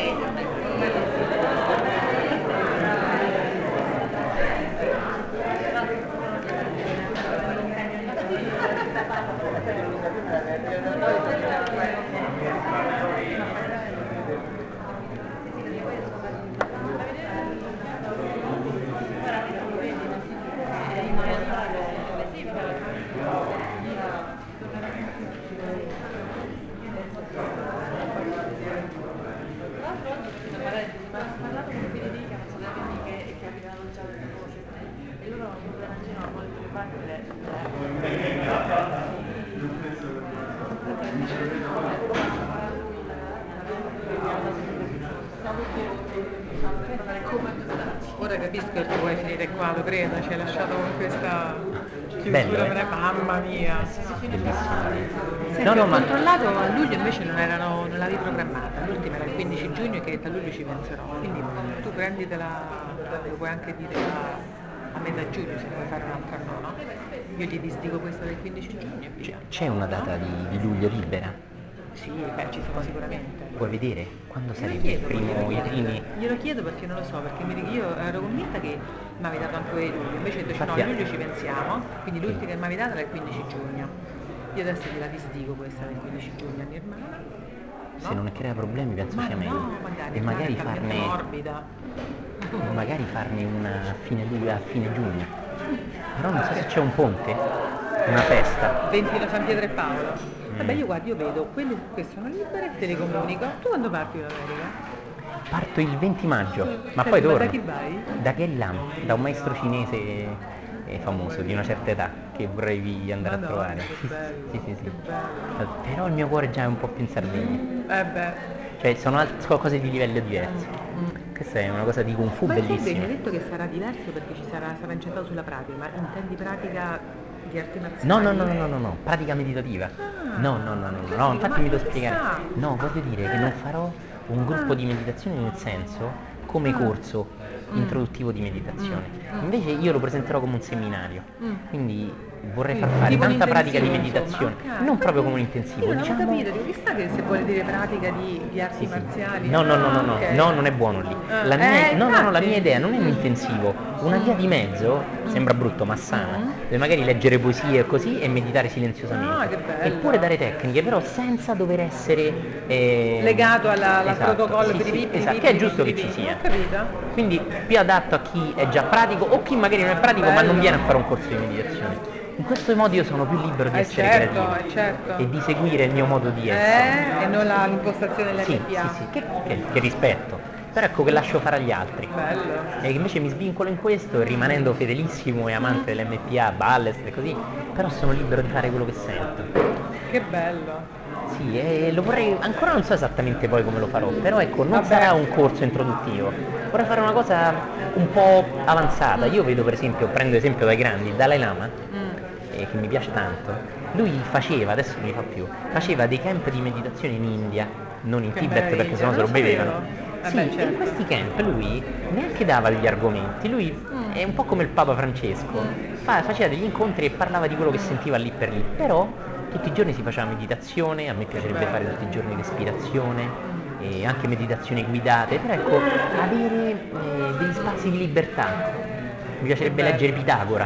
Ora capisco che tu vuoi finire qua, lo credo, ci hai lasciato con questa Bello, chiusura, mamma mia. Bellissimo. Senti, No, ho ma controllato, a luglio invece non l'avevi programmata, l'ultima era il 15 giugno e che a luglio ci penserò, quindi tu prenditela, lo puoi anche dire a metà giugno se vuoi fare un'altra no? Io gli disdico questa del 15 giugno e via. c'è una data di luglio libera? Sì, ci sono sicuramente. Puoi vedere quando Glielo sarebbe chiedo, i primi? glielo chiedo perché non lo so, perché io ero convinta che mi avevi dato anche luglio, invece ho detto no, Infatti, a luglio ci pensiamo, quindi l'ultima che mi avevi dato era il 15 giugno. Io adesso gliela disdico questa del 15 giugno a Nirmana. Se No? non crea problemi penso Ma sia meglio. no, magari, E magari è talmente farne, morbida. magari farne una a fine giugno. Però non so se c'è un ponte, una festa. 20 San Pietro e Paolo. Vabbè, io guardo, io vedo, quelle che sono libere te le comunico. Tu quando parti in America? Parto il 20 maggio, ma Senti, poi ma torno. da chi vai? Da Gary Lam, da un maestro cinese famoso di una certa età che vorrei andare Madonna, a trovare. che bello, Sì. che bello. Però il mio cuore già è un po' più in Sardegna. Beh. Cioè sono cose di livello diverso. Questa è una cosa di Kung Fu Ma il bellissima. mi ha detto che sarà diverso perché sarà incentrato sulla pratica, ma intendi pratica di arti marziali? No, pratica meditativa. No, infatti mi devo spiegare. No, voglio dire che non farò un gruppo di meditazione nel senso come corso introduttivo di meditazione. Invece io lo presenterò come un seminario. Quindi vorrei far fare Tipo un tanta pratica di intensivo, meditazione, insomma. Ok. non proprio come un intensivo, Io non ho diciamo. capito, dico, chissà che se vuole dire pratica di arti Sì. marziali. No, Ok. non è buono lì. La mia idea non è un intensivo, una via di mezzo, sembra brutto ma sana, dove magari leggere poesie e così e meditare silenziosamente. Ah, che bello. Eppure dare tecniche, però senza dover essere legato al esatto, protocollo sì, per i sì, VIP, esatto, che è giusto che ci sia. Ho capito? Quindi più adatto a chi è già pratico o chi magari non è pratico ma non viene a fare un corso di meditazione. In questo modo io sono più libero di essere creativo certo. e di seguire il mio modo di essere. E non l'impostazione dell'MPA. Sì, che rispetto. Però ecco che lascio fare agli altri. Bello. E invece mi svincolo in questo rimanendo fedelissimo e amante dell'MPA, Ballest e così, però sono libero di fare quello che sento. Che bello. Sì, Sì, e lo vorrei, ancora non so esattamente poi come lo farò, però ecco, non sarà un corso introduttivo, vorrei fare una cosa un po' avanzata. Io vedo per esempio, prendo esempio dai grandi, il Dalai Lama, che mi piace tanto, lui faceva, adesso non li fa più, faceva dei camp di meditazione in India, non in Che Tibet perché meraviglia, sennò se lo non lo bevevano. sapevo. Sì, Beh, e in certo. questi camp lui neanche dava degli argomenti, lui è un po' come il Papa Francesco, faceva degli incontri e parlava di quello che sentiva lì per lì, però tutti i giorni si faceva meditazione, a me piacerebbe fare tutti i giorni respirazione, e anche meditazioni guidate, però ecco, avere degli spazi di libertà. Mi piacerebbe leggere Pitagora,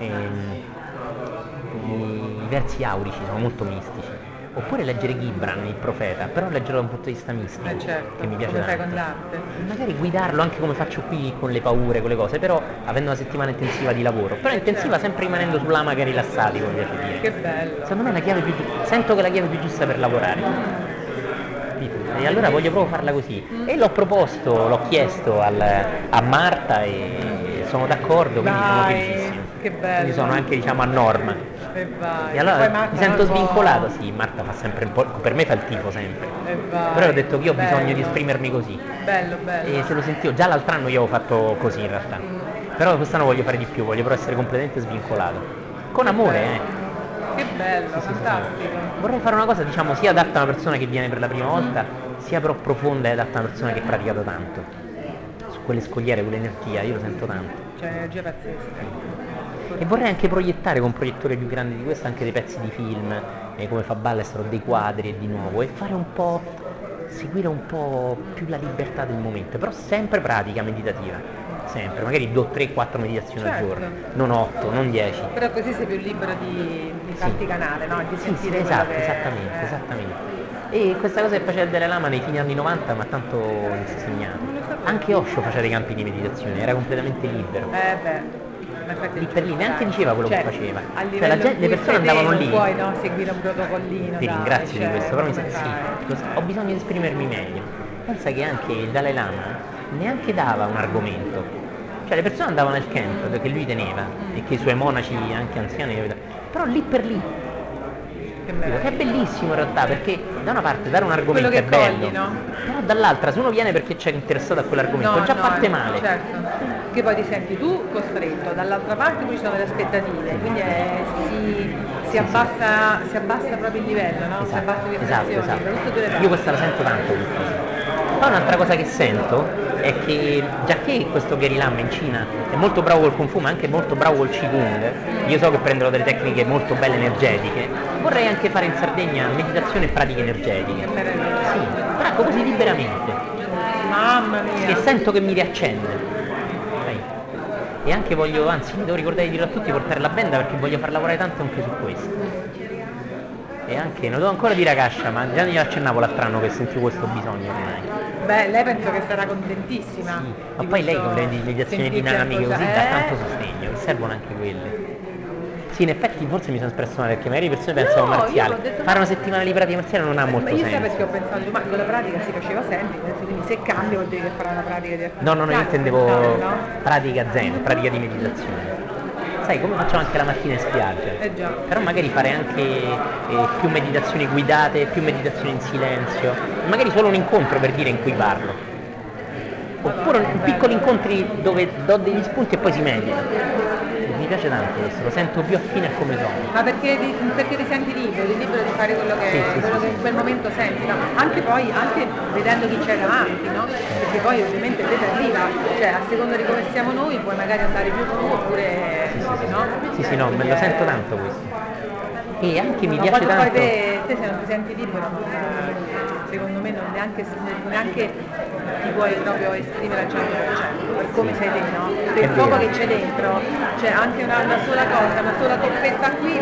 i versi aurici sono molto mistici, oppure leggere Gibran, il profeta, però leggerlo da un punto di vista mistico, Certo, che mi piace come fai tanto. con l'arte. Magari guidarlo anche come faccio qui con le paure, con le cose, però avendo una settimana intensiva di lavoro, però intensiva sempre rimanendo sull'amaca rilassati, come piace dire. Che bello. Secondo me è la chiave più sento che è la chiave più giusta per lavorare. E allora voglio proprio farla così. E l'ho proposto, l'ho chiesto a Marta e sono d'accordo, quindi sono Dai, felicissimo. che bello. Quindi sono anche diciamo a norma. E vai. E allora Poi Marta mi sento è un po'- svincolato, sì, Marta fa sempre un po', per me fa il tifo sempre. E vai. Però ho detto che io ho bisogno Bello. di esprimermi così. Bello, bello. E se lo sentivo, già l'altro anno io avevo fatto così in realtà. Però quest'anno voglio fare di più, voglio però essere completamente svincolato. Con amore, Che bello, fantastico. Vorrei fare una cosa, diciamo, sia adatta a una persona che viene per la prima volta, sia però profonda e adatta a una persona che ha praticato tanto. Su quelle scogliere, quell'energia, io lo sento tanto. C'è energia pazzesca. E vorrei anche proiettare con un proiettore più grande di questo anche dei pezzi di film, come fa Ballester, dei quadri e di nuovo, e fare un po', seguire un po' più la libertà del momento, però sempre pratica meditativa. Sempre, magari 2, 3, 4 meditazioni al Certo. giorno, non 8, non 10. Però così sei più libero di farti canale, no? Di Sì, sentire sì, quello esatto, che... esattamente. E questa cosa che faceva il Dalai Lama nei fine anni 90 mi ha tanto insegnato. Anche Osho faceva dei campi di meditazione, era completamente libero. Ma infatti Lì per lì, neanche diceva quello che faceva. A Cioè, livello le in cui persone sei te, andavano non lì. puoi no, seguire un protocollino. Ti dai, ringrazio cioè, di questo, però mi come sa sì, fai? ho bisogno di esprimermi meglio. Pensa che anche il Dalai Lama neanche dava un argomento. Cioè le persone andavano nel camp che lui teneva e che i suoi monaci anche anziani, però lì per lì. Che Che è bellissimo in realtà, perché da una parte dare un argomento Quello è che bello, cogli, no? però dall'altra se uno viene perché c'è interessato a quell'argomento già parte male. Certo. Che poi ti senti tu costretto, dall'altra parte poi ci sono delle aspettative, quindi si abbassa proprio il livello, no? Si abbassa le pressioni, da tutte e due le parti. Io questa la sento tanto questa. Poi un'altra cosa che sento è che, già che questo Gary Lam in Cina è molto bravo col Kung Fu ma anche molto bravo col Qigong, io so che prenderò delle tecniche molto belle energetiche, vorrei anche fare in Sardegna meditazione e pratiche energetiche. Che meraviglia. Sì, però ecco così liberamente. Mamma mia. E sento che mi riaccende. Sai? E anche voglio, anzi mi devo ricordare di dirlo a tutti, portare la benda perché voglio far lavorare tanto anche su questo. E anche, non lo devo ancora dire a Cascia, ma già glielo accennavo l'altro anno che sentivo questo bisogno ormai. Beh, lei penso che sarà contentissima. Sì, ma di poi lei questo con le meditazioni sentirsi dinamiche così appoggiata. dà tanto sostegno, mi servono anche quelle. Sì, in effetti forse mi sono espresso male perché magari le persone pensano No, io marziale. ho detto- Fare una settimana di pratica marziale non ha molto Ma io sai senso. perché ho pensato, ma con la pratica si faceva sempre, quindi se cambia vuol dire che farà una pratica di No, io artificiale, intendevo no? pratica zen, pratica di meditazione. Sai, come facciamo anche la mattina in spiaggia. Già. Però magari fare anche più meditazioni guidate, più meditazioni in silenzio, magari solo un incontro per dire in cui parlo. Oppure piccoli incontri dove do degli spunti e poi si medita. Mi piace tanto questo, lo sento più affine a come sono. Ma perché ti senti libero di fare quello che, Sì, quello che in quel momento senti, no? Anche vedendo chi c'è davanti, no? Perché poi ovviamente te arriva, cioè a seconda di come siamo noi puoi magari andare più su oppure no? Sì, no, me lo sento tanto questo. E anche mi No, piace quando tanto. poi te se non ti senti libero, secondo me non neanche ti puoi proprio esprimere al 100%, per come sei te, no? Per il vero. poco che c'è dentro, cioè anche una sola cosa, una sola toppetta qui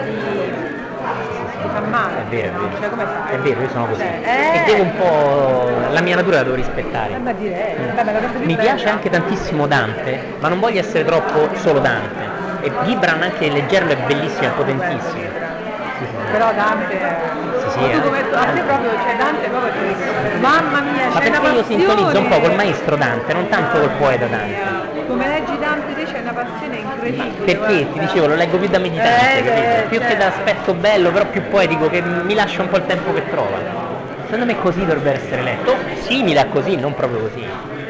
ti fa male. È vero, no? Cioè, come fai? è vero, io sono così. Cioè, E devo un po'. La mia natura la devo rispettare. Ma direi, vabbè, la cosa più Mi bella- piace anche tantissimo Dante, ma non voglio essere troppo solo Dante. E Gibran anche leggerlo è bellissimo, è potentissimo. Però Dante, Sì, ma tu come a te proprio, cioè Dante proprio mamma mia, Ma c'è una perché io sintonizzo un po' col passione. maestro Dante, non tanto col poeta Dante. Come leggi Dante te c'è una passione incredibile. incredibile. Perché guarda. ti dicevo, lo leggo più da meditante, capito? Più che certo. da aspetto bello, però più poetico, che mi lascia un po' il tempo che trova. Secondo me così dovrebbe essere letto, simile a così, non proprio così.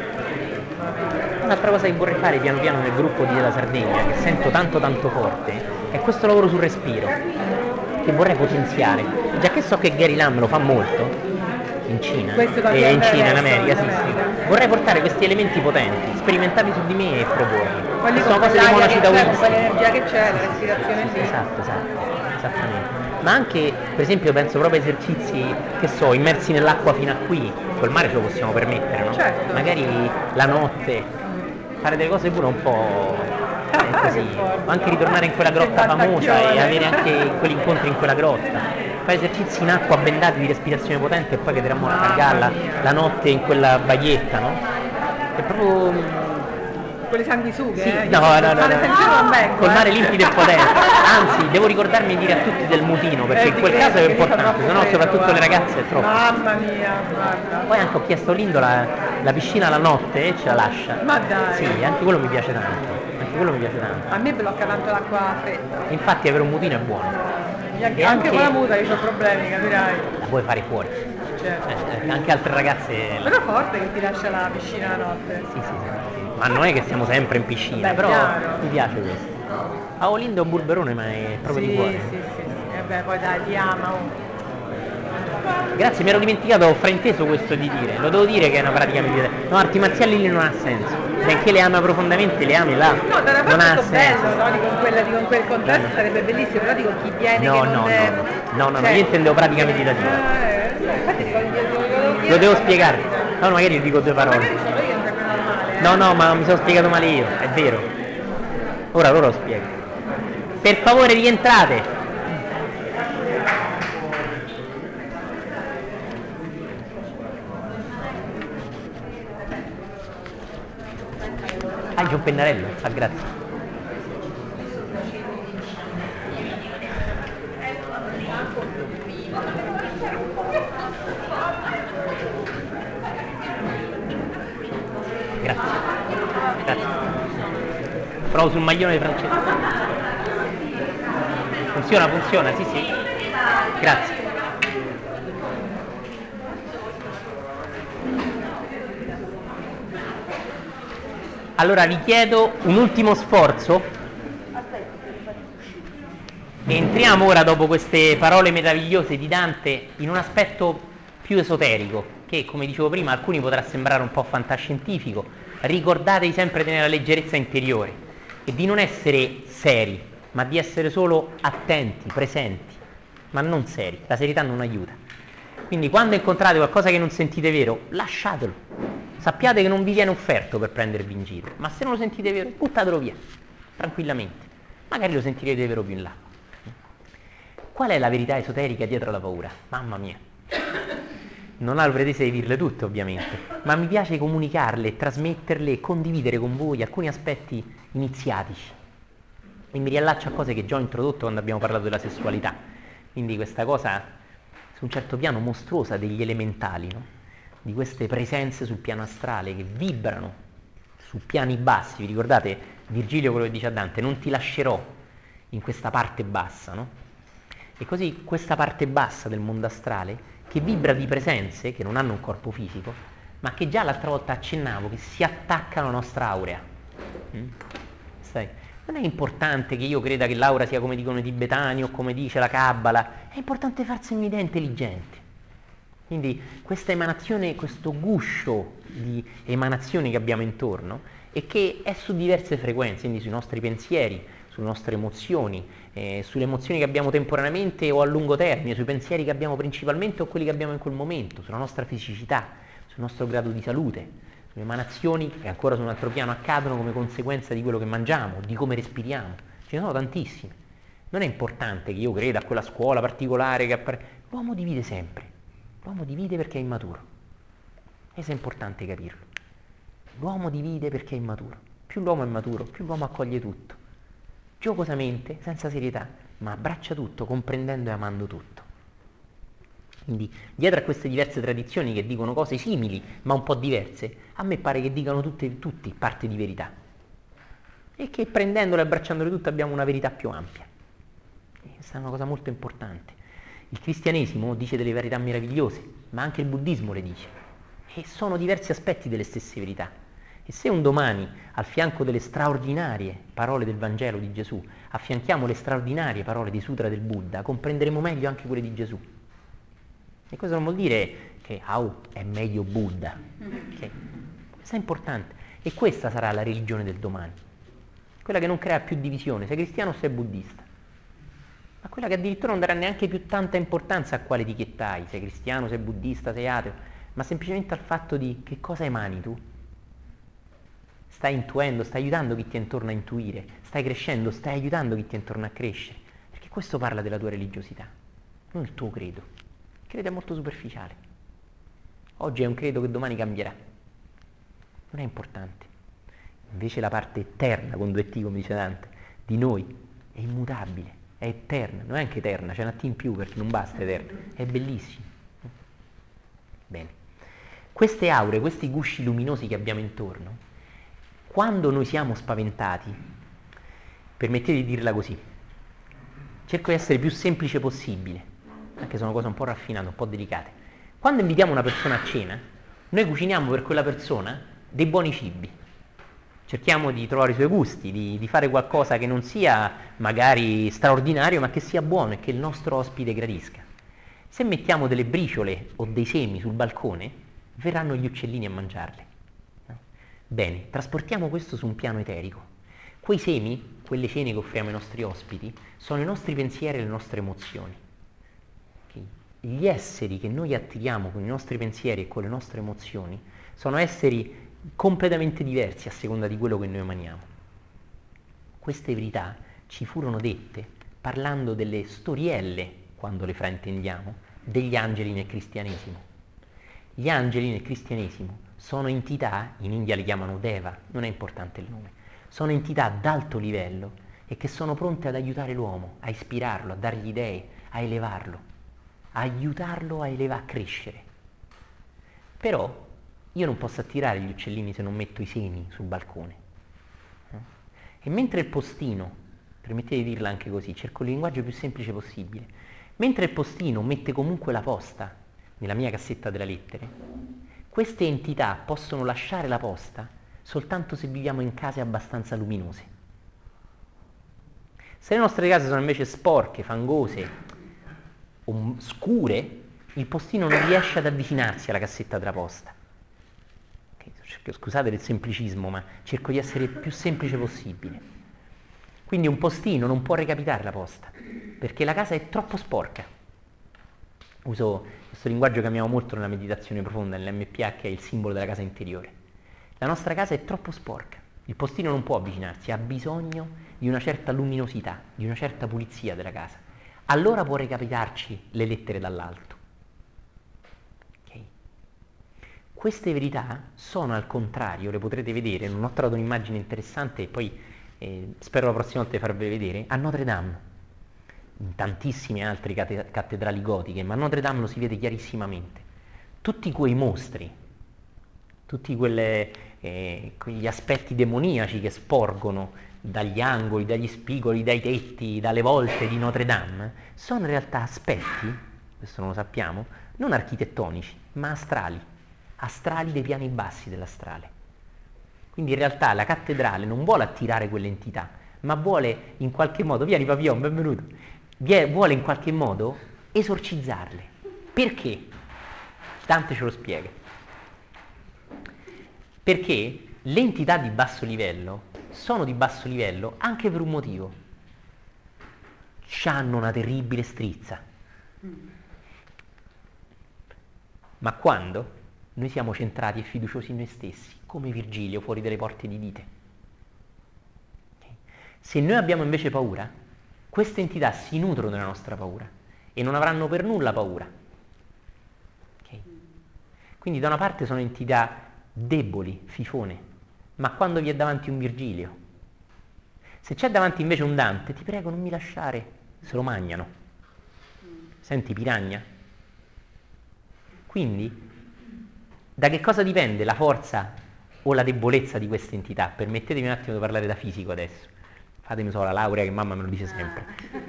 Un'altra cosa che vorrei fare piano piano nel gruppo della Sardegna, che sento tanto forte, è questo lavoro sul respiro, che vorrei potenziare. Già che so che Gary Lam lo fa molto, in Cina, in America, sì. Vorrei portare questi elementi potenti, sperimentarli su di me e proporli. Sono cose dei monaci taoisti. L'energia che c'è, la respirazione lì. Esatto, esattamente. Ma anche, per esempio, penso proprio a esercizi, che so, immersi nell'acqua fino a qui, col mare ce lo possiamo permettere, no? Certo. Magari la notte, fare delle cose pure un po' così, o anche ritornare in quella grotta famosa e avere anche quegli incontri in quella grotta. Fare esercizi in acqua bendati di respirazione potente e poi cadremo a cagalla la notte in quella baglietta, no? È proprio... Quelle sanguisughe, Sì, no. Col mare limpido e potente. Anzi, devo ricordarmi di dire a tutti del mutino, perché in quel caso è importante, se no soprattutto le ragazze è troppo. Mamma mia, guarda. Poi anche ho chiesto a Lindo la piscina la notte ce la lascia. Ma dai. Sì, anche quello mi piace tanto. A me blocca tanto l'acqua fredda. Infatti avere un mutino è buono. E anche con la muta io ho problemi, capirai. La puoi fare fuori. Certo. Anche altre ragazze. Però forte che ti lascia la piscina la notte. Sì. Ma non è che siamo sempre in piscina, beh, però chiaro. mi piace questo. A Lindo è un burberone, ma è proprio di cuore. Sì. E beh, poi dai, ti ama. Grazie, mi ero dimenticato, ho frainteso questo di dire. Lo devo dire che è una pratica meditativa. No, arti marziali lì non ha senso. Benché le ama profondamente, le ami là. No, da una non ha parte senso. bello, no? Con quel contesto sarebbe bellissimo, però dico chi viene che non è... No, io intendevo pratica meditativa. Infatti Lo devo spiegare. No, magari dico due parole. Magari sono io un proprio normale. No, ma mi sono spiegato male io, è vero. Ora lo spiego. Per favore rientrate. C'è un pennarello? Grazie. Grazie. Provo sul maglione di Francesco. Funziona, sì. Grazie. Allora vi chiedo un ultimo sforzo. Entriamo ora, dopo queste parole meravigliose di Dante, in un aspetto più esoterico, che come dicevo prima alcuni potrà sembrare un po' fantascientifico. Ricordatevi sempre di tenere la leggerezza interiore e di non essere seri, ma di essere solo attenti, presenti, ma non seri. La serietà non aiuta. Quindi quando incontrate qualcosa che non sentite vero, lasciatelo. Sappiate che non vi viene offerto per prendervi in giro, ma se non lo sentite vero, buttatelo via, tranquillamente. Magari lo sentirete vero più in là. Qual è la verità esoterica dietro la paura? Mamma mia. Non ho la pretesa di dirle tutte, ovviamente, ma mi piace comunicarle, trasmetterle e condividere con voi alcuni aspetti iniziatici. E mi riallaccio a cose che già ho introdotto quando abbiamo parlato della sessualità. Quindi questa cosa, su un certo piano, mostruosa degli elementali, no? Di queste presenze sul piano astrale che vibrano su piani bassi. Vi ricordate Virgilio quello che dice a Dante? Non ti lascerò in questa parte bassa, no? E così questa parte bassa del mondo astrale, che vibra di presenze che non hanno un corpo fisico, ma che già l'altra volta accennavo, che si attaccano alla nostra aurea. Non è importante che io creda che l'aura sia come dicono i tibetani o come dice la Kabbala, è importante farsi un'idea intelligente. Quindi questa emanazione, questo guscio di emanazioni che abbiamo intorno e che è su diverse frequenze, quindi sui nostri pensieri, sulle nostre emozioni, sulle emozioni che abbiamo temporaneamente o a lungo termine, sui pensieri che abbiamo principalmente o quelli che abbiamo in quel momento, sulla nostra fisicità, sul nostro grado di salute, sulle emanazioni che ancora su un altro piano accadono come conseguenza di quello che mangiamo, di come respiriamo. Ce ne sono tantissime. Non è importante che io creda a quella scuola particolare che l'uomo divide sempre. L'uomo divide perché è immaturo. Questo è importante capirlo. L'uomo divide perché è immaturo. Più l'uomo è maturo, più l'uomo accoglie tutto. Giocosamente, senza serietà, ma abbraccia tutto, comprendendo e amando tutto. Quindi, dietro a queste diverse tradizioni che dicono cose simili, ma un po' diverse, a me pare che dicano tutti parte di verità. e che prendendole e abbracciandole tutte abbiamo una verità più ampia. E questa è una cosa molto importante. Il cristianesimo dice delle verità meravigliose, ma anche il buddismo le dice, e sono diversi aspetti delle stesse verità. E se un domani, al fianco delle straordinarie parole del Vangelo di Gesù, affianchiamo le straordinarie parole dei sutra del Buddha, comprenderemo meglio anche quelle di Gesù. E questo non vuol dire che è meglio Buddha. Okay? Questo è importante. E questa sarà la religione del domani. Quella che non crea più divisione, sei cristiano o sei buddista. Ma quella che addirittura non darà neanche più tanta importanza a quale etichetta hai, sei cristiano, sei buddista, sei ateo, ma semplicemente al fatto di che cosa emani tu. Stai intuendo, stai aiutando chi ti è intorno a intuire, stai crescendo, stai aiutando chi ti è intorno a crescere, perché questo parla della tua religiosità, non il tuo credo. Il credo è molto superficiale. Oggi è un credo che domani cambierà. Non è importante. Invece la parte eterna, con 2 T come dice Dante, di noi è immutabile, è eterna, non è anche eterna, c'è una T in più perché non basta eterna, è bellissimo. Bene. Queste aure, questi gusci luminosi che abbiamo intorno, quando noi siamo spaventati, permettete di dirla così, cerco di essere più semplice possibile, anche se sono cose un po' raffinate, un po' delicate. Quando invitiamo una persona a cena, noi cuciniamo per quella persona dei buoni cibi. Cerchiamo di trovare i suoi gusti, di fare qualcosa che non sia magari straordinario, ma che sia buono e che il nostro ospite gradisca. Se mettiamo delle briciole o dei semi sul balcone, verranno gli uccellini a mangiarli. Bene, trasportiamo questo su un piano eterico. Quei semi, quelle cene che offriamo ai nostri ospiti, sono i nostri pensieri e le nostre emozioni. Okay? Gli esseri che noi attiriamo con i nostri pensieri e con le nostre emozioni sono esseri completamente diversi a seconda di quello che noi emaniamo. Queste verità ci furono dette parlando delle storielle, quando le fraintendiamo, degli angeli nel cristianesimo. Gli angeli nel cristianesimo sono entità, in India li chiamano Deva, non è importante il nome, sono entità d'alto livello e che sono pronte ad aiutare l'uomo, a ispirarlo, a dargli idee, a elevarlo, a aiutarlo a crescere. Però io non posso attirare gli uccellini se non metto i semi sul balcone. E mentre il postino, permettete di dirla anche così, cerco il linguaggio più semplice possibile, mentre il postino mette comunque la posta nella mia cassetta delle lettere, queste entità possono lasciare la posta soltanto se viviamo in case abbastanza luminose. Se le nostre case sono invece sporche, fangose o scure, il postino non riesce ad avvicinarsi alla cassetta della posta. Okay, scusate il semplicismo, ma cerco di essere il più semplice possibile. Quindi un postino non può recapitare la posta, perché la casa è troppo sporca. Uso questo linguaggio che amiamo molto nella meditazione profonda, nell'MPH, che è il simbolo della casa interiore. La nostra casa è troppo sporca, il postino non può avvicinarsi, ha bisogno di una certa luminosità, di una certa pulizia della casa. Allora può recapitarci le lettere dall'alto. Okay. Queste verità sono al contrario, le potrete vedere, non ho trovato un'immagine interessante e poi spero la prossima volta di farvele vedere, a Notre Dame. In tantissime altre cattedrali gotiche, ma a Notre Dame lo si vede chiarissimamente. Tutti quei mostri, tutti quegli aspetti demoniaci che sporgono dagli angoli, dagli spigoli, dai tetti, dalle volte di Notre Dame, sono in realtà aspetti, questo non lo sappiamo, non architettonici, ma astrali dei piani bassi dell'astrale. Quindi in realtà la cattedrale non vuole attirare quell'entità, ma vuole in qualche modo, vieni Papillon, benvenuto, vuole in qualche modo esorcizzarle. Perché? Dante ce lo spiega. Perché le entità di basso livello sono di basso livello anche per un motivo. C'hanno una terribile strizza. Ma quando noi siamo centrati e fiduciosi in noi stessi, come Virgilio fuori dalle porte di Dite. Se noi abbiamo invece paura, queste entità si nutrono della nostra paura e non avranno per nulla paura. Okay? Quindi da una parte sono entità deboli, fifone, ma quando vi è davanti un Virgilio, se c'è davanti invece un Dante, ti prego non mi lasciare, se lo mangiano. Senti, piragna? Quindi da che cosa dipende la forza o la debolezza di questa entità? Permettetemi un attimo di parlare da fisico adesso. Fatemi solo la laurea che mamma me lo dice sempre.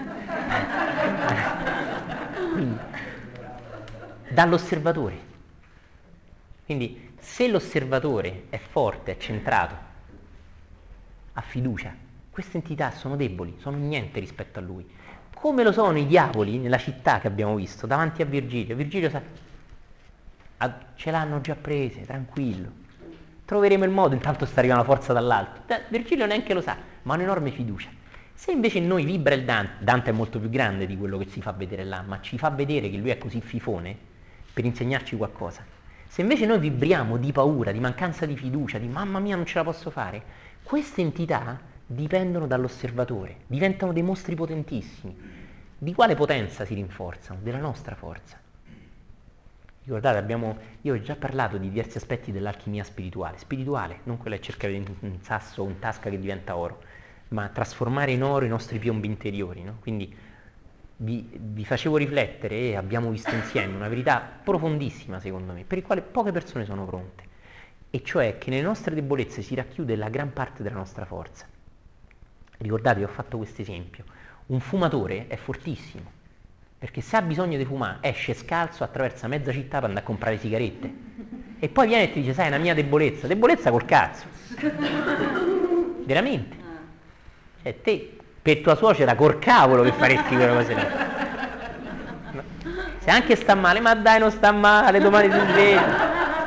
Quindi, dall'osservatore. Quindi se l'osservatore è forte, è centrato, ha fiducia, queste entità sono deboli, sono niente rispetto a lui. Come lo sono i diavoli nella città che abbiamo visto, davanti a Virgilio. Virgilio sa, ce l'hanno già prese, tranquillo. Troveremo il modo, intanto sta arrivando la forza dall'alto. Virgilio neanche lo sa, ma ha un'enorme fiducia. Se invece in noi vibra il Dante è molto più grande di quello che si fa vedere là, ma ci fa vedere che lui è così fifone per insegnarci qualcosa. Se invece noi vibriamo di paura, di mancanza di fiducia, di mamma mia non ce la posso fare, queste entità dipendono dall'osservatore, diventano dei mostri potentissimi. Di quale potenza si rinforzano? Della nostra forza. Ricordate, io ho già parlato di diversi aspetti dell'alchimia spirituale, non quella che cerca di un sasso o in tasca che diventa oro, ma trasformare in oro i nostri piombi interiori, no? Quindi vi facevo riflettere e abbiamo visto insieme una verità profondissima, secondo me, per il quale poche persone sono pronte, e cioè che nelle nostre debolezze si racchiude la gran parte della nostra forza. Ricordate, ho fatto questo esempio. Un fumatore è fortissimo, perché se ha bisogno di fumare, esce scalzo, attraversa mezza città per andare a comprare sigarette. E poi viene e ti dice, sai, è una mia debolezza. Debolezza col cazzo. Veramente. Cioè, te, per tua suocera, col cavolo che faresti quelle cose lì. No. Se anche sta male, ma dai, non sta male, domani si sveglia.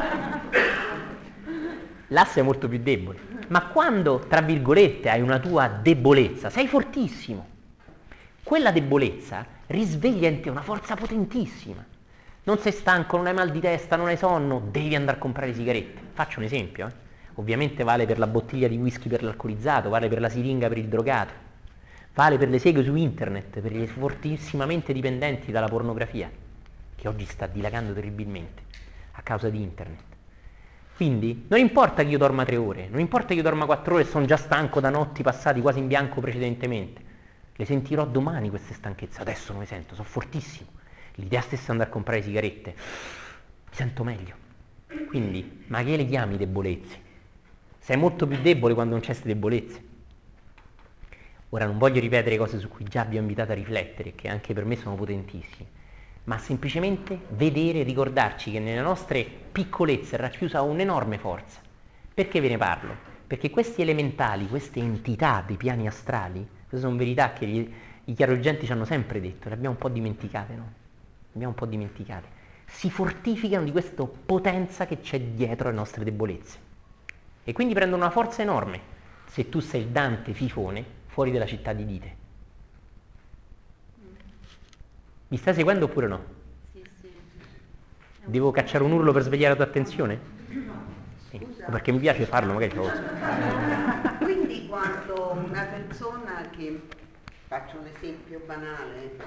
L'asse è molto più debole. Ma quando, tra virgolette, hai una tua debolezza, sei fortissimo. Quella debolezza risveglia in te una forza potentissima. Non sei stanco, non hai mal di testa, non hai sonno, devi andare a comprare sigarette. Faccio un esempio, Ovviamente vale per la bottiglia di whisky per l'alcolizzato, vale per la siringa per il drogato, vale per le seghe su internet, per gli fortissimamente dipendenti dalla pornografia, che oggi sta dilagando terribilmente a causa di internet. Quindi non importa che io dorma 3 ore, non importa che io dorma 4 ore e sono già stanco da notti passati quasi in bianco precedentemente. Le sentirò domani queste stanchezze, adesso non le sento, sono fortissimo. L'idea stessa di andare a comprare sigarette, mi sento meglio. Quindi, ma che le chiami debolezze? Sei molto più debole quando non c'è queste debolezze. Ora non voglio ripetere cose su cui già vi ho invitato a riflettere, che anche per me sono potentissime, ma semplicemente vedere e ricordarci che nelle nostre piccolezze è racchiusa un'enorme forza. Perché ve ne parlo? Perché questi elementali, queste entità dei piani astrali, queste sono verità che i chiaroveggenti ci hanno sempre detto, le abbiamo un po' dimenticate, no? Le abbiamo un po' dimenticate. Si fortificano di questa potenza che c'è dietro le nostre debolezze. E quindi prendono una forza enorme se tu sei il Dante fifone fuori dalla città di Dite. Mi stai seguendo oppure no? Sì, sì. Devo cacciare un urlo per svegliare la tua attenzione? No, Sì. scusa. O perché mi piace farlo, magari ce lo Quindi quando una persona che, faccio un esempio banale,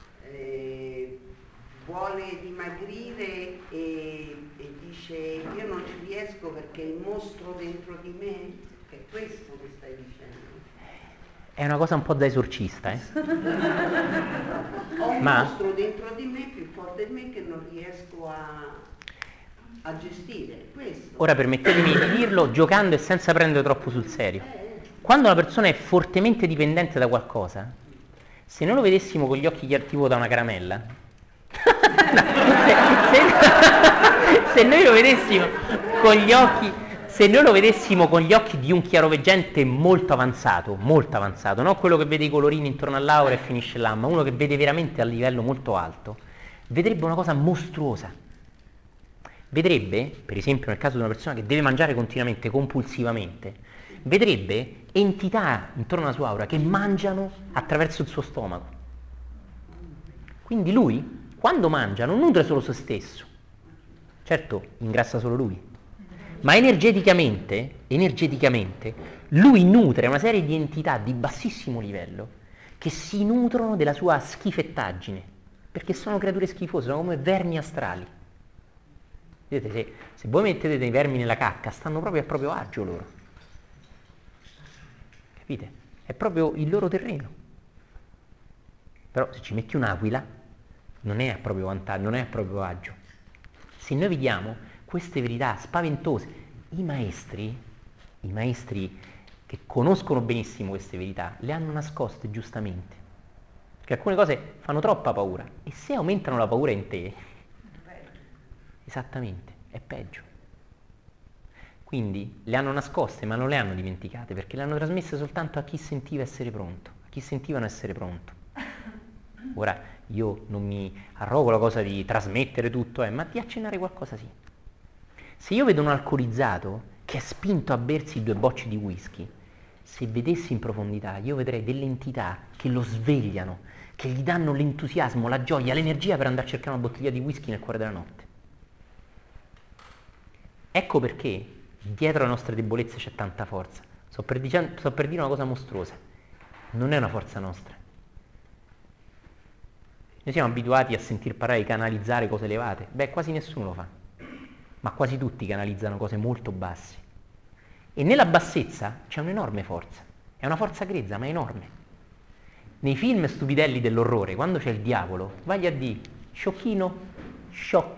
vuole dimagrire e dice io non ci riesco perché il mostro dentro di me, è questo che stai dicendo? È una cosa un po' da esorcista, Ho un Ma- mostro dentro di me più forte di me che non riesco a gestire, questo. Ora permettetemi di dirlo giocando e senza prendere troppo sul serio. Quando una persona è fortemente dipendente da qualcosa, se noi lo vedessimo con gli occhi tipo da una caramella, no, se noi lo vedessimo con gli occhi, se noi lo vedessimo con gli occhi di un chiaroveggente molto avanzato, non quello che vede i colorini intorno all'aura e finisce là, ma uno che vede veramente a livello molto alto, vedrebbe una cosa mostruosa. Vedrebbe, per esempio nel caso di una persona che deve mangiare continuamente, compulsivamente, vedrebbe entità intorno alla sua aura che mangiano attraverso il suo stomaco. Quindi lui, quando mangia, non nutre solo se stesso. Certo, ingrassa solo lui. Ma energeticamente, lui nutre una serie di entità di bassissimo livello che si nutrono della sua schifettaggine, perché sono creature schifose, sono come vermi astrali. Vedete, se voi mettete dei vermi nella cacca, stanno proprio a proprio agio loro. Capite? È proprio il loro terreno. Però se ci metti un'aquila, non è a proprio vantaggio, non è a proprio agio. Se noi vediamo queste verità spaventose, i maestri che conoscono benissimo queste verità, le hanno nascoste giustamente. Perché alcune cose fanno troppa paura e se aumentano la paura in te, esattamente, è peggio. Quindi le hanno nascoste ma non le hanno dimenticate perché le hanno trasmesse soltanto a chi sentiva essere pronto, a chi sentivano essere pronto. Ora io non mi arrogo la cosa di trasmettere tutto, ma di accennare qualcosa sì. Se io vedo un alcolizzato che è spinto a bersi 2 bocce di whisky, se vedessi in profondità io vedrei delle entità che lo svegliano, che gli danno l'entusiasmo, la gioia, l'energia per andare a cercare una bottiglia di whisky nel cuore della notte. Ecco perché dietro le nostre debolezze c'è tanta forza. Sto per dire una cosa mostruosa. Non è una forza nostra. Noi siamo abituati a sentir parlare di canalizzare cose elevate. Beh, quasi nessuno lo fa. Ma quasi tutti canalizzano cose molto basse. E nella bassezza c'è un'enorme forza. È una forza grezza, ma enorme. Nei film stupidelli dell'orrore, quando c'è il diavolo, vai a dire, sciocchino, sciocco.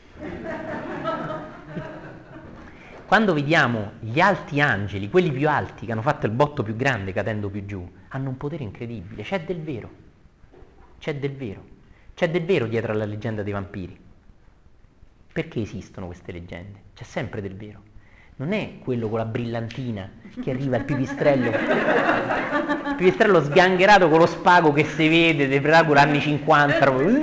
Quando vediamo gli alti angeli, quelli più alti che hanno fatto il botto più grande cadendo più giù, hanno un potere incredibile, c'è del vero, c'è del vero, c'è del vero dietro alla leggenda dei vampiri. Perché esistono queste leggende? C'è sempre del vero. Non è quello con la brillantina che arriva al pipistrello sgangherato con lo spago che si vede dei Dracula anni 50.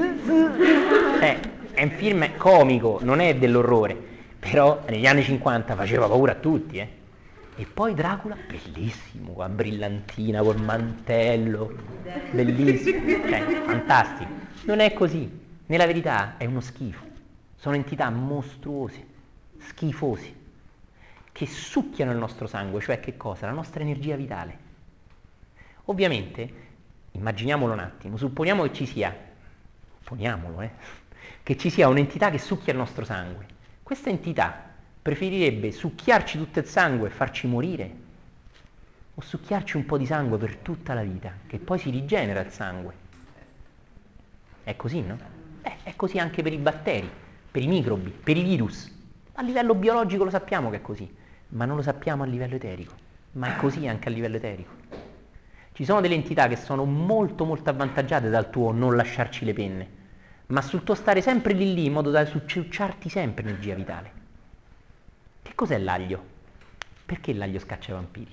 È un film comico, non è dell'orrore. Però negli anni 50 faceva paura a tutti, E poi Dracula, bellissimo, con la brillantina, col mantello, bellissimo, fantastico. Non è così, nella verità è uno schifo. Sono entità mostruose, schifose, che succhiano il nostro sangue, cioè che cosa? La nostra energia vitale. Ovviamente, immaginiamolo un attimo, supponiamo che ci sia, che ci sia un'entità che succhia il nostro sangue. Questa entità preferirebbe succhiarci tutto il sangue e farci morire o succhiarci un po' di sangue per tutta la vita, che poi si rigenera il sangue. È così, no? È così anche per i batteri, per i microbi, per i virus. A livello biologico lo sappiamo che è così, ma non lo sappiamo a livello eterico. Ma è così anche a livello eterico. Ci sono delle entità che sono molto molto avvantaggiate dal tuo non lasciarci le penne, ma sul tuo stare sempre lì in modo da succiarti sempre energia vitale. Che cos'è l'aglio? Perché l'aglio scaccia i vampiri?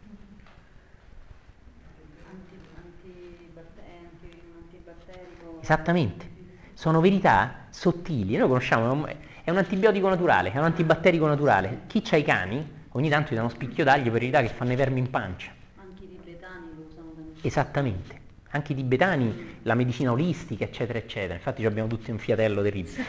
Antibatterico. Esattamente, sono verità sottili. Noi conosciamo, è un antibiotico naturale, è un antibatterico naturale. Chi c'ha i cani ogni tanto gli dà uno spicchio d'aglio per evitare che fanno i vermi in pancia. Anche i tibetani lo usano tantissimo. Esattamente. Anche i tibetani, la medicina olistica, eccetera, eccetera. Infatti abbiamo tutti un fiatello terribile.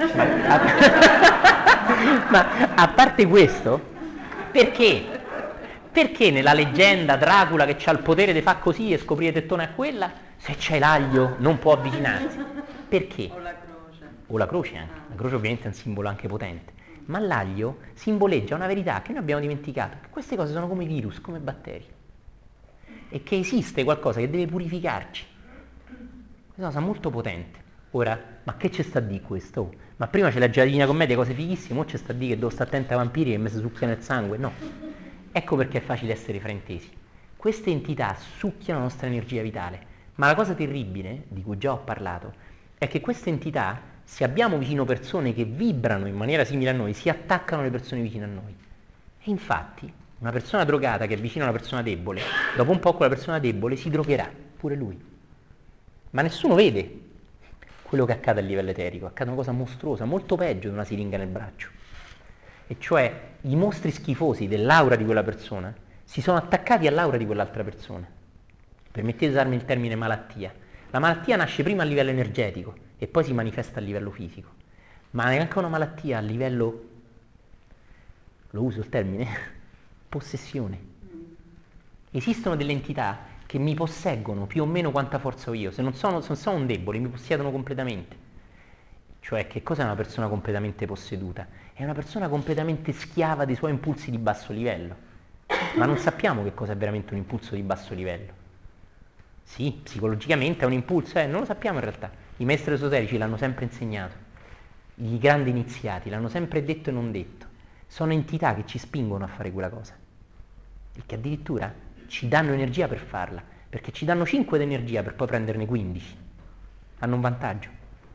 Ma a parte questo, perché? Perché nella leggenda Dracula che ha il potere di fare così e scoprire tettone a quella, se c'è l'aglio non può avvicinarsi? Perché? O la croce. O la croce anche. La croce ovviamente è un simbolo anche potente. Ma l'aglio simboleggia una verità che noi abbiamo dimenticato. Che queste cose sono come virus, come batteri. E che esiste qualcosa che deve purificarci. Questa cosa molto potente. Ora, ma che ci sta a dire questo? Oh, ma prima c'è la Divina Commedia, cose fighissime, ora ci sta a dire che devo stare attenta ai vampiri che mi si succhiano il sangue? No. Ecco perché è facile essere fraintesi. Queste entità succhiano la nostra energia vitale, ma la cosa terribile, di cui già ho parlato, è che queste entità, se abbiamo vicino persone che vibrano in maniera simile a noi, si attaccano alle persone vicine a noi. E infatti, una persona drogata che è vicina a una persona debole, dopo un po' quella persona debole si drogherà, pure lui. Ma nessuno vede quello che accade a livello eterico, accade una cosa mostruosa, molto peggio di una siringa nel braccio. E cioè i mostri schifosi dell'aura di quella persona si sono attaccati all'aura di quell'altra persona. Permettete di usarmi il termine malattia. La malattia nasce prima a livello energetico e poi si manifesta a livello fisico. Ma è anche una malattia a livello, lo uso il termine, possessione. Esistono delle entità che mi posseggono più o meno quanta forza ho io. Se non sono un debole, mi possiedono completamente. Cioè, che cos'è una persona completamente posseduta? È una persona completamente schiava dei suoi impulsi di basso livello. Ma non sappiamo che cosa è veramente un impulso di basso livello. Sì, psicologicamente è un impulso, non lo sappiamo in realtà. I maestri esoterici l'hanno sempre insegnato. I grandi iniziati l'hanno sempre detto e non detto. sono entità che ci spingono a fare quella cosa e che addirittura ci danno energia per farla, perché ci danno 5 di energia per poi prenderne 15. Hanno un vantaggio.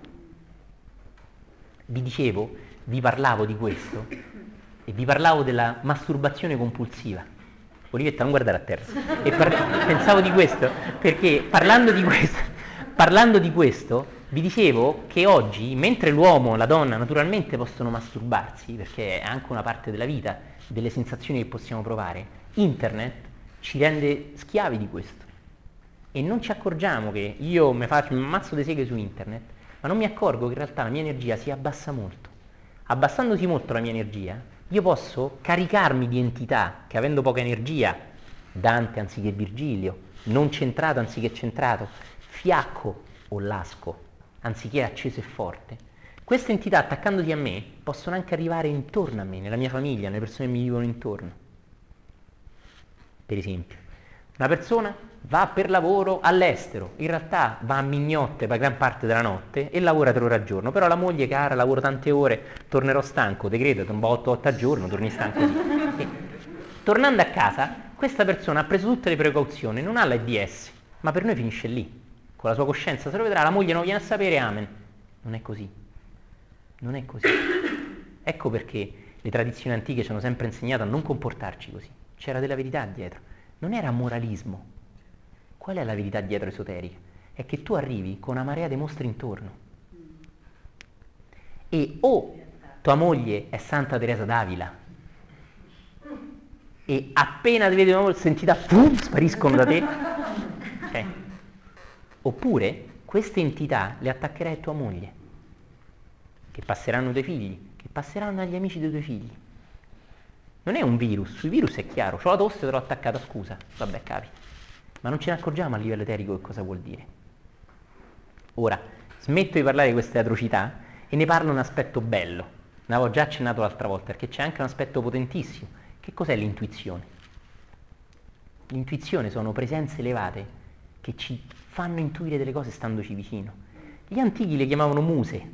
Vi dicevo, vi parlavo di questo e vi parlavo della masturbazione compulsiva. Olivetta, non guardare a terra. E pensavo di questo perché parlando di questo vi dicevo che oggi, mentre l'uomo e la donna naturalmente possono masturbarsi, perché è anche una parte della vita, delle sensazioni che possiamo provare, internet ci rende schiavi di questo. E non ci accorgiamo che io mi faccio un mazzo di seghe su internet, ma non mi accorgo che in realtà la mia energia si abbassa molto. Abbassandosi molto la mia energia, io posso caricarmi di entità che, avendo poca energia, Dante anziché Virgilio, non centrato anziché centrato, fiacco o lasco anziché acceso e forte, queste entità attaccandosi a me possono anche arrivare intorno a me, nella mia famiglia, nelle persone che mi vivono intorno. Per esempio, una persona va per lavoro all'estero, in realtà va a mignotte per gran parte della notte e lavora 3 ore al giorno, però la moglie, cara, lavoro tante ore, tornerò stanco, te credo, un 8 al giorno, torni stanco così. E, tornando a casa, questa persona ha preso tutte le precauzioni, non ha l'AIDS, ma per noi finisce lì. Con la sua coscienza se lo vedrà, la moglie non viene a sapere, amen. Non è così. Non è così. Ecco perché le tradizioni antiche ci hanno sempre insegnato a non comportarci così. C'era della verità dietro. Non era moralismo. Qual è la verità dietro esoterica? È che tu arrivi con una marea di mostri intorno. E o tua moglie è Santa Teresa d'Avila e appena ti vedi una volta sentita, spariscono da te. Okay. Oppure queste entità le attaccherai a tua moglie, che passeranno ai tuoi figli, che passeranno agli amici dei tuoi figli. Non è un virus, sui virus è chiaro, c'ho la tosse, te l'ho attaccata, scusa, vabbè, capita. Ma non ce ne accorgiamo a livello eterico che cosa vuol dire. Ora, smetto di parlare di queste atrocità e ne parlo un aspetto bello. Ne avevo già accennato l'altra volta, perché c'è anche un aspetto potentissimo. Che cos'è l'intuizione? L'intuizione sono presenze elevate che ci fanno intuire delle cose standoci vicino. Gli antichi le chiamavano muse.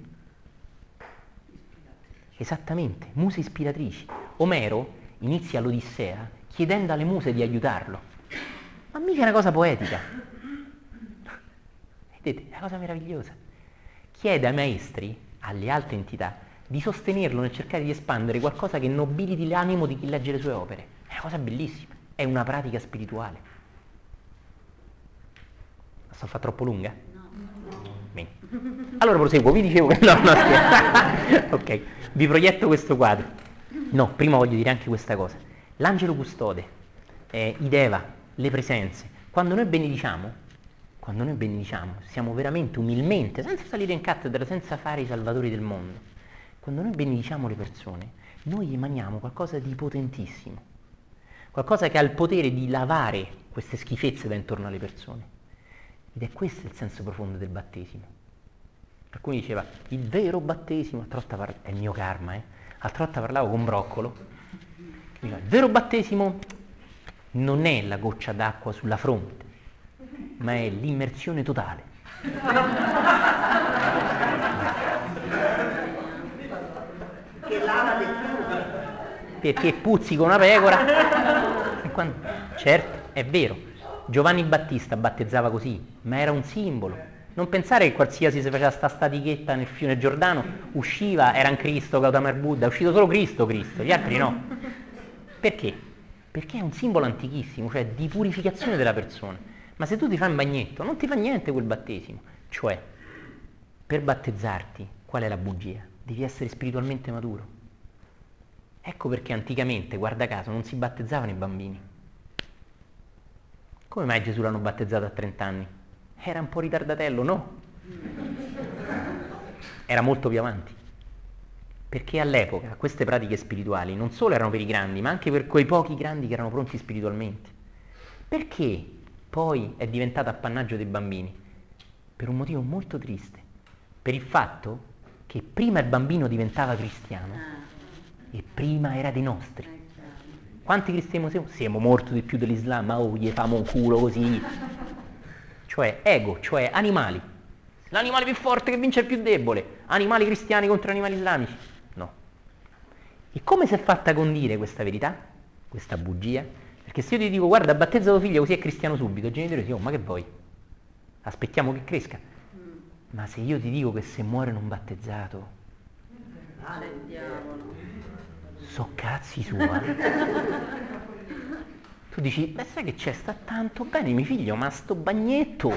Esattamente, muse ispiratrici. Omero inizia l'Odissea chiedendo alle muse di aiutarlo. Ma mica è una cosa poetica. Vedete, è una cosa meravigliosa. Chiede ai maestri, alle alte entità, di sostenerlo nel cercare di espandere qualcosa che nobiliti l'animo di chi legge le sue opere. È una cosa bellissima, è una pratica spirituale. La sto a fare troppo lunga? No. Bene. Allora proseguo, vi dicevo che no, scherzo. Ok, vi proietto questo quadro. No, prima voglio dire anche questa cosa. L'angelo custode, i deva, le presenze, quando noi benediciamo, siamo veramente umilmente, senza salire in cattedra, senza fare i salvatori del mondo, quando noi benediciamo le persone, noi emaniamo qualcosa di potentissimo, qualcosa che ha il potere di lavare queste schifezze da intorno alle persone. Ed è questo il senso profondo del battesimo. Alcuni diceva, il vero battesimo, è il mio karma, Altra volta parlavo con Broccolo, il vero battesimo non è la goccia d'acqua sulla fronte, ma è l'immersione totale. Che lava le piume. Perché puzzi con una pecora. Certo, è vero. Giovanni Battista battezzava così, ma era un simbolo. Non pensare che qualsiasi si faceva sta statichetta nel fiume Giordano, usciva, era un Cristo, Gautama Buddha, è uscito solo Cristo, gli altri no. Perché? Perché è un simbolo antichissimo, cioè di purificazione della persona. Ma se tu ti fai un bagnetto, non ti fa niente quel battesimo. Cioè, per battezzarti, qual è la bugia? Devi essere spiritualmente maturo. Ecco perché anticamente, guarda caso, non si battezzavano i bambini. Come mai Gesù l'hanno battezzato a 30 anni? Era un po' ritardatello, no? Era molto più avanti. Perché all'epoca queste pratiche spirituali non solo erano per i grandi, ma anche per quei pochi grandi che erano pronti spiritualmente. Perché poi è diventato appannaggio dei bambini? Per un motivo molto triste. Per il fatto che prima il bambino diventava cristiano e prima era dei nostri. Quanti cristiani siamo? Siamo molto di più dell'Islam, ma gli famo un culo così. Cioè ego, cioè animali. L'animale più forte che vince il più debole. Animali cristiani contro animali islamici. No. E come si è fatta condire questa verità, questa bugia? Perché se io ti dico guarda battezza tuo figlio così è cristiano subito, i genitori dicono ma che vuoi? Aspettiamo che cresca. Ma se io ti dico che se muore non battezzato, so cazzi sua. Tu dici, beh sai che c'è, sta tanto bene mio figlio, ma sto bagnetto.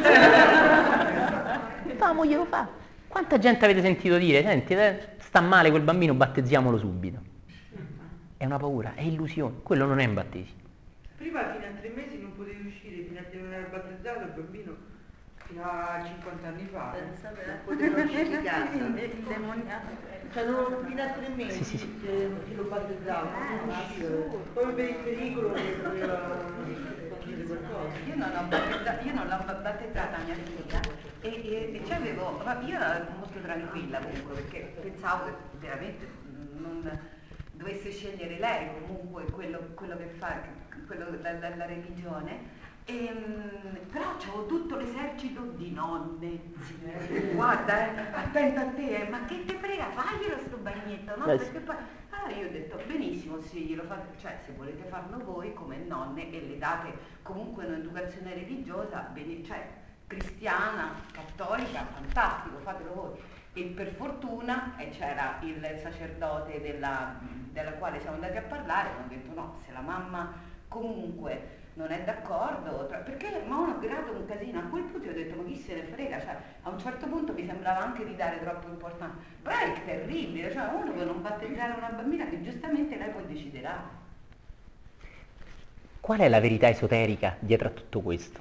Famoglielo fa. Quanta gente avete sentito dire, senti, sta male quel bambino, battezziamolo subito. È una paura, è illusione, quello non è un battesimo. Prima fino a 3 mesi non potevi uscire, fino a che non era battezzato il bambino, fino a 50 anni fa. Non poteva uscire di casa. Il demoniaco. Cioè fino a 3 mesi Sì. che lo battezzavano, proprio per il pericolo che doveva dire qualcosa. Io non l'ho battezzata mia figlia e c'avevo, ma io ero molto tranquilla comunque perché pensavo che veramente non dovesse scegliere lei comunque quello che fa, quello della religione. Però c'avevo tutto l'esercito di nonne, guarda attenta a te, ma che te frega, faglielo sto bagnetto, no? Perché poi, allora io ho detto benissimo sì, glielo fate, cioè se volete farlo voi come nonne e le date comunque un'educazione religiosa, cioè cristiana, cattolica, fantastico, fatelo voi. E per fortuna c'era il sacerdote della quale siamo andati a parlare, hanno detto no, se la mamma comunque non è d'accordo, perché mi hanno creato un casino, a quel punto io ho detto ma chi se ne frega, cioè a un certo punto mi sembrava anche di dare troppo importanza, però è terribile, cioè uno può non battezzare una bambina che giustamente lei poi deciderà. Qual è la verità esoterica dietro a tutto questo?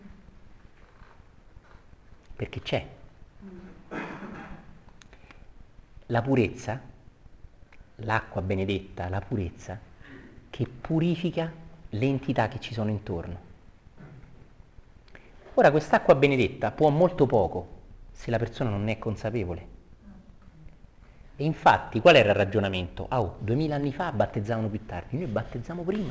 Perché c'è. La purezza, l'acqua benedetta, la purezza, che purifica le entità che ci sono intorno. Ora quest'acqua benedetta può molto poco se la persona non ne è consapevole. E infatti qual era il ragionamento? 2000 anni fa battezzavano più tardi, noi battezziamo prima.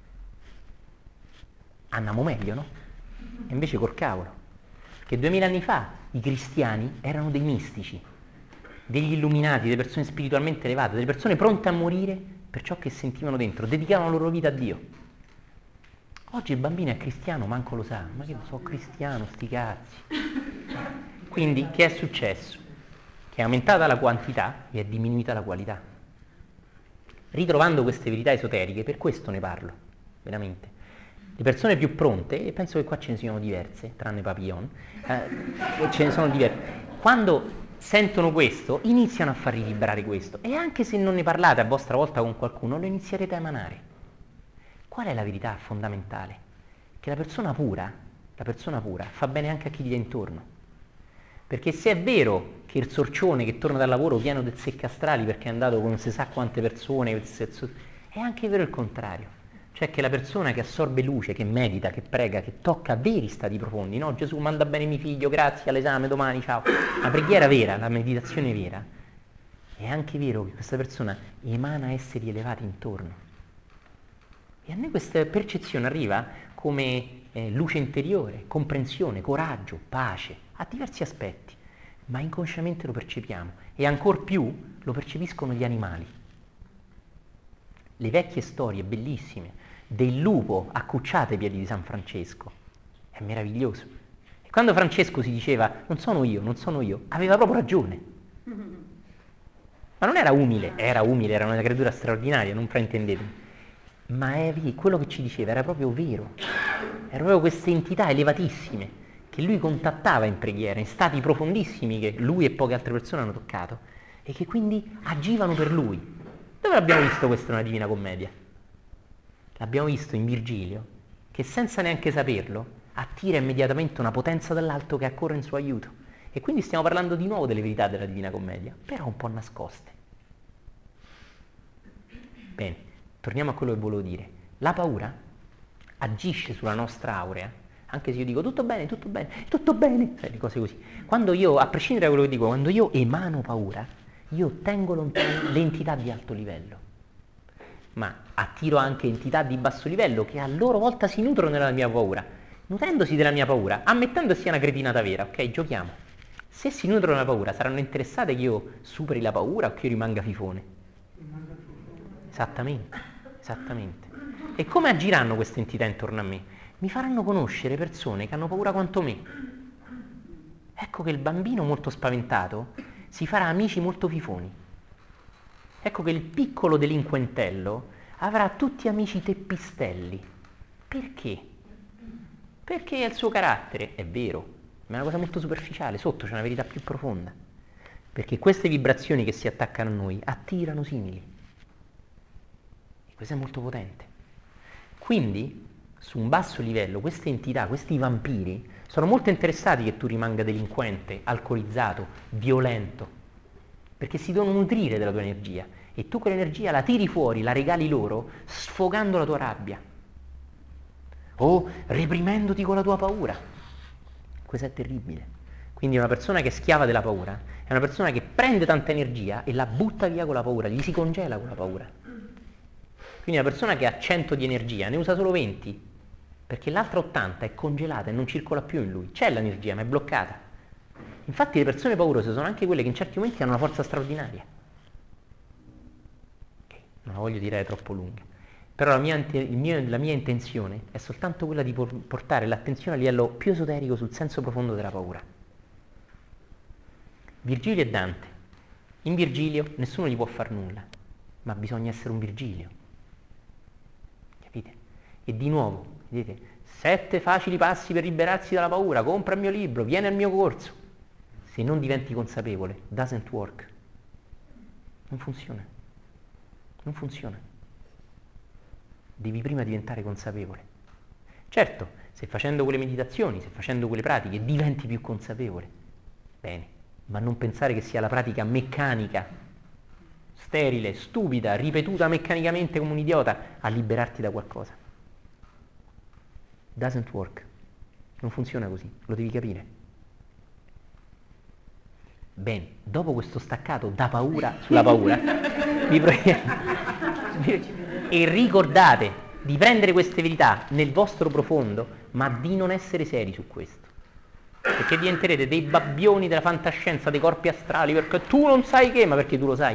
Andiamo meglio, no? E invece col cavolo. Che 2000 anni fa i cristiani erano dei mistici, degli illuminati, delle persone spiritualmente elevate, delle persone pronte a morire per ciò che sentivano dentro, dedicavano la loro vita a Dio. Oggi il bambino è cristiano, manco lo sa, ma che so cristiano, sti cazzi. Quindi che è successo? Che è aumentata la quantità e è diminuita la qualità. Ritrovando queste verità esoteriche, per questo ne parlo, veramente. Le persone più pronte, e penso che qua ce ne siano diverse, tranne Papillon, ce ne sono diverse, quando sentono questo, iniziano a far rivibrare questo. E anche se non ne parlate a vostra volta con qualcuno, lo inizierete a emanare. Qual è la verità fondamentale? Che la persona pura fa bene anche a chi gli è intorno. Perché se è vero che il sorcione che torna dal lavoro pieno di zecche astrali perché è andato con non si sa quante persone, è anche vero il contrario. Cioè che la persona che assorbe luce, che medita, che prega, che tocca veri stati profondi, no? Gesù manda bene mio figlio, grazie all'esame domani, ciao. La preghiera vera, la meditazione vera, è anche vero che questa persona emana esseri elevati intorno. E a noi questa percezione arriva come luce interiore, comprensione, coraggio, pace, a diversi aspetti, ma inconsciamente lo percepiamo e ancor più lo percepiscono gli animali. Le vecchie storie bellissime del lupo accucciato ai piedi di San Francesco, è meraviglioso. E quando Francesco si diceva non sono io, aveva proprio ragione. Ma non era umile, era una creatura straordinaria, non fraintendetemi. Ma quello che ci diceva era proprio vero, erano proprio queste entità elevatissime che lui contattava in preghiera, in stati profondissimi che lui e poche altre persone hanno toccato e che quindi agivano per lui. Dove l'abbiamo visto questo nella Divina Commedia? L'abbiamo visto in Virgilio, che senza neanche saperlo attira immediatamente una potenza dall'alto che accorre in suo aiuto. E quindi stiamo parlando di nuovo delle verità della Divina Commedia, però un po' nascoste. Bene. Torniamo a quello che volevo dire. La paura agisce sulla nostra aurea, anche se io dico tutto bene, le cose così. Quando io, a prescindere da quello che dico, quando io emano paura, io tengo lontane le entità di alto livello, ma attiro anche entità di basso livello che a loro volta si nutrono della mia paura. Nutrendosi della mia paura, ammettendo che sia una cretinata vera, ok, giochiamo. Se si nutrono della paura, saranno interessate che io superi la paura o che io rimanga fifone? Esattamente, esattamente. E come agiranno queste entità intorno a me? Mi faranno conoscere persone che hanno paura quanto me. Ecco che il bambino molto spaventato si farà amici molto fifoni. Ecco che il piccolo delinquentello avrà tutti amici teppistelli. Perché? Perché è il suo carattere, è vero, ma è una cosa molto superficiale, sotto c'è una verità più profonda. Perché queste vibrazioni che si attaccano a noi attirano simili. E questo è molto potente. Quindi, su un basso livello, queste entità, questi vampiri, sono molto interessati che tu rimanga delinquente, alcolizzato, violento, perché si devono nutrire della tua energia e tu quell'energia la tiri fuori, la regali loro, sfogando la tua rabbia o reprimendoti con la tua paura. Questo è terribile. Quindi una persona che è schiava della paura è una persona che prende tanta energia e la butta via con la paura, gli si congela con la paura. Quindi una persona che ha 100 di energia ne usa solo 20, perché l'altra 80 è congelata e non circola più in lui. C'è l'energia, ma è bloccata. Infatti le persone paurose sono anche quelle che in certi momenti hanno una forza straordinaria. Okay, non la voglio dire troppo lunga. Però la mia intenzione è soltanto quella di portare l'attenzione a livello più esoterico sul senso profondo della paura. Virgilio e Dante. In Virgilio nessuno gli può far nulla, ma bisogna essere un Virgilio. Capite? E di nuovo, vedete, 7 facili passi per liberarsi dalla paura, compra il mio libro, vieni al mio corso. Se non diventi consapevole, doesn't work. Non funziona. Non funziona. Devi prima diventare consapevole. Certo, se facendo quelle meditazioni, se facendo quelle pratiche diventi più consapevole, bene, ma non pensare che sia la pratica meccanica, sterile, stupida, ripetuta meccanicamente come un idiota a liberarti da qualcosa. Doesn't work. Non funziona così, lo devi capire. Bene, dopo questo staccato da paura sulla paura, e ricordate di prendere queste verità nel vostro profondo, ma di non essere seri su questo. Perché diventerete dei babbioni della fantascienza, dei corpi astrali, perché tu non sai che, ma perché tu lo sai.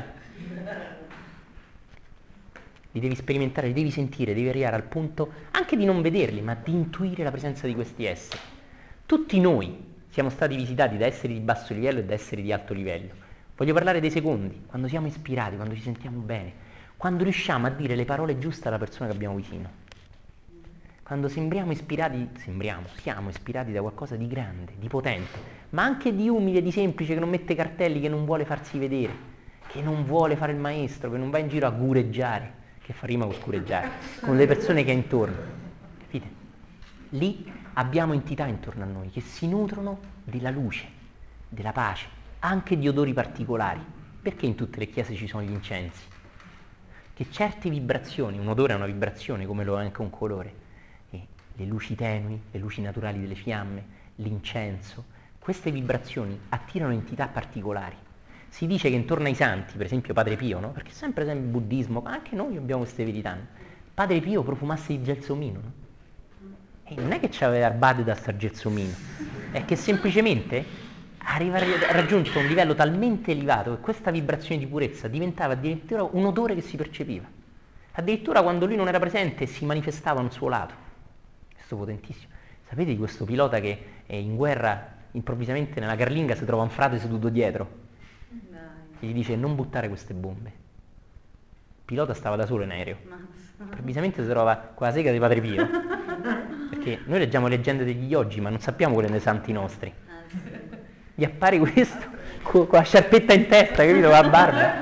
Li devi sperimentare, li devi sentire, devi arrivare al punto anche di non vederli, ma di intuire la presenza di questi esseri. Tutti noi siamo stati visitati da esseri di basso livello e da esseri di alto livello. Voglio parlare dei secondi, quando siamo ispirati, quando ci sentiamo bene, quando riusciamo a dire le parole giuste alla persona che abbiamo vicino. Quando siamo ispirati da qualcosa di grande, di potente, ma anche di umile, di semplice, che non mette cartelli, che non vuole farsi vedere, che non vuole fare il maestro, che non va in giro a gureggiare, che fa rima con scureggiare, con le persone che ha intorno. Capite? Lì abbiamo entità intorno a noi che si nutrono della luce, della pace, anche di odori particolari. Perché in tutte le chiese ci sono gli incensi? Che certe vibrazioni, un odore è una vibrazione come lo è anche un colore, e le luci tenui, le luci naturali delle fiamme, l'incenso, queste vibrazioni attirano entità particolari. Si dice che intorno ai santi, per esempio Padre Pio, no? Perché sempre il buddismo, ma anche noi abbiamo queste verità, no? Padre Pio profumasse di gelsomino, no? E non è che c'aveva erbate da sta gelsomino, è che semplicemente aveva raggiunto un livello talmente elevato che questa vibrazione di purezza diventava addirittura un odore che si percepiva. Addirittura quando lui non era presente si manifestava un suo lato. Questo potentissimo. Sapete di questo pilota che è in guerra, improvvisamente nella carlinga si trova un frate seduto dietro e gli dice non buttare queste bombe. Il pilota stava da solo in aereo. Improvvisamente si trova con la sega di Padre Pio. Perché noi leggiamo leggende degli yogi ma non sappiamo quelle dei santi nostri. Gli appare questo con la sciarpetta in testa, capito? Con la barba.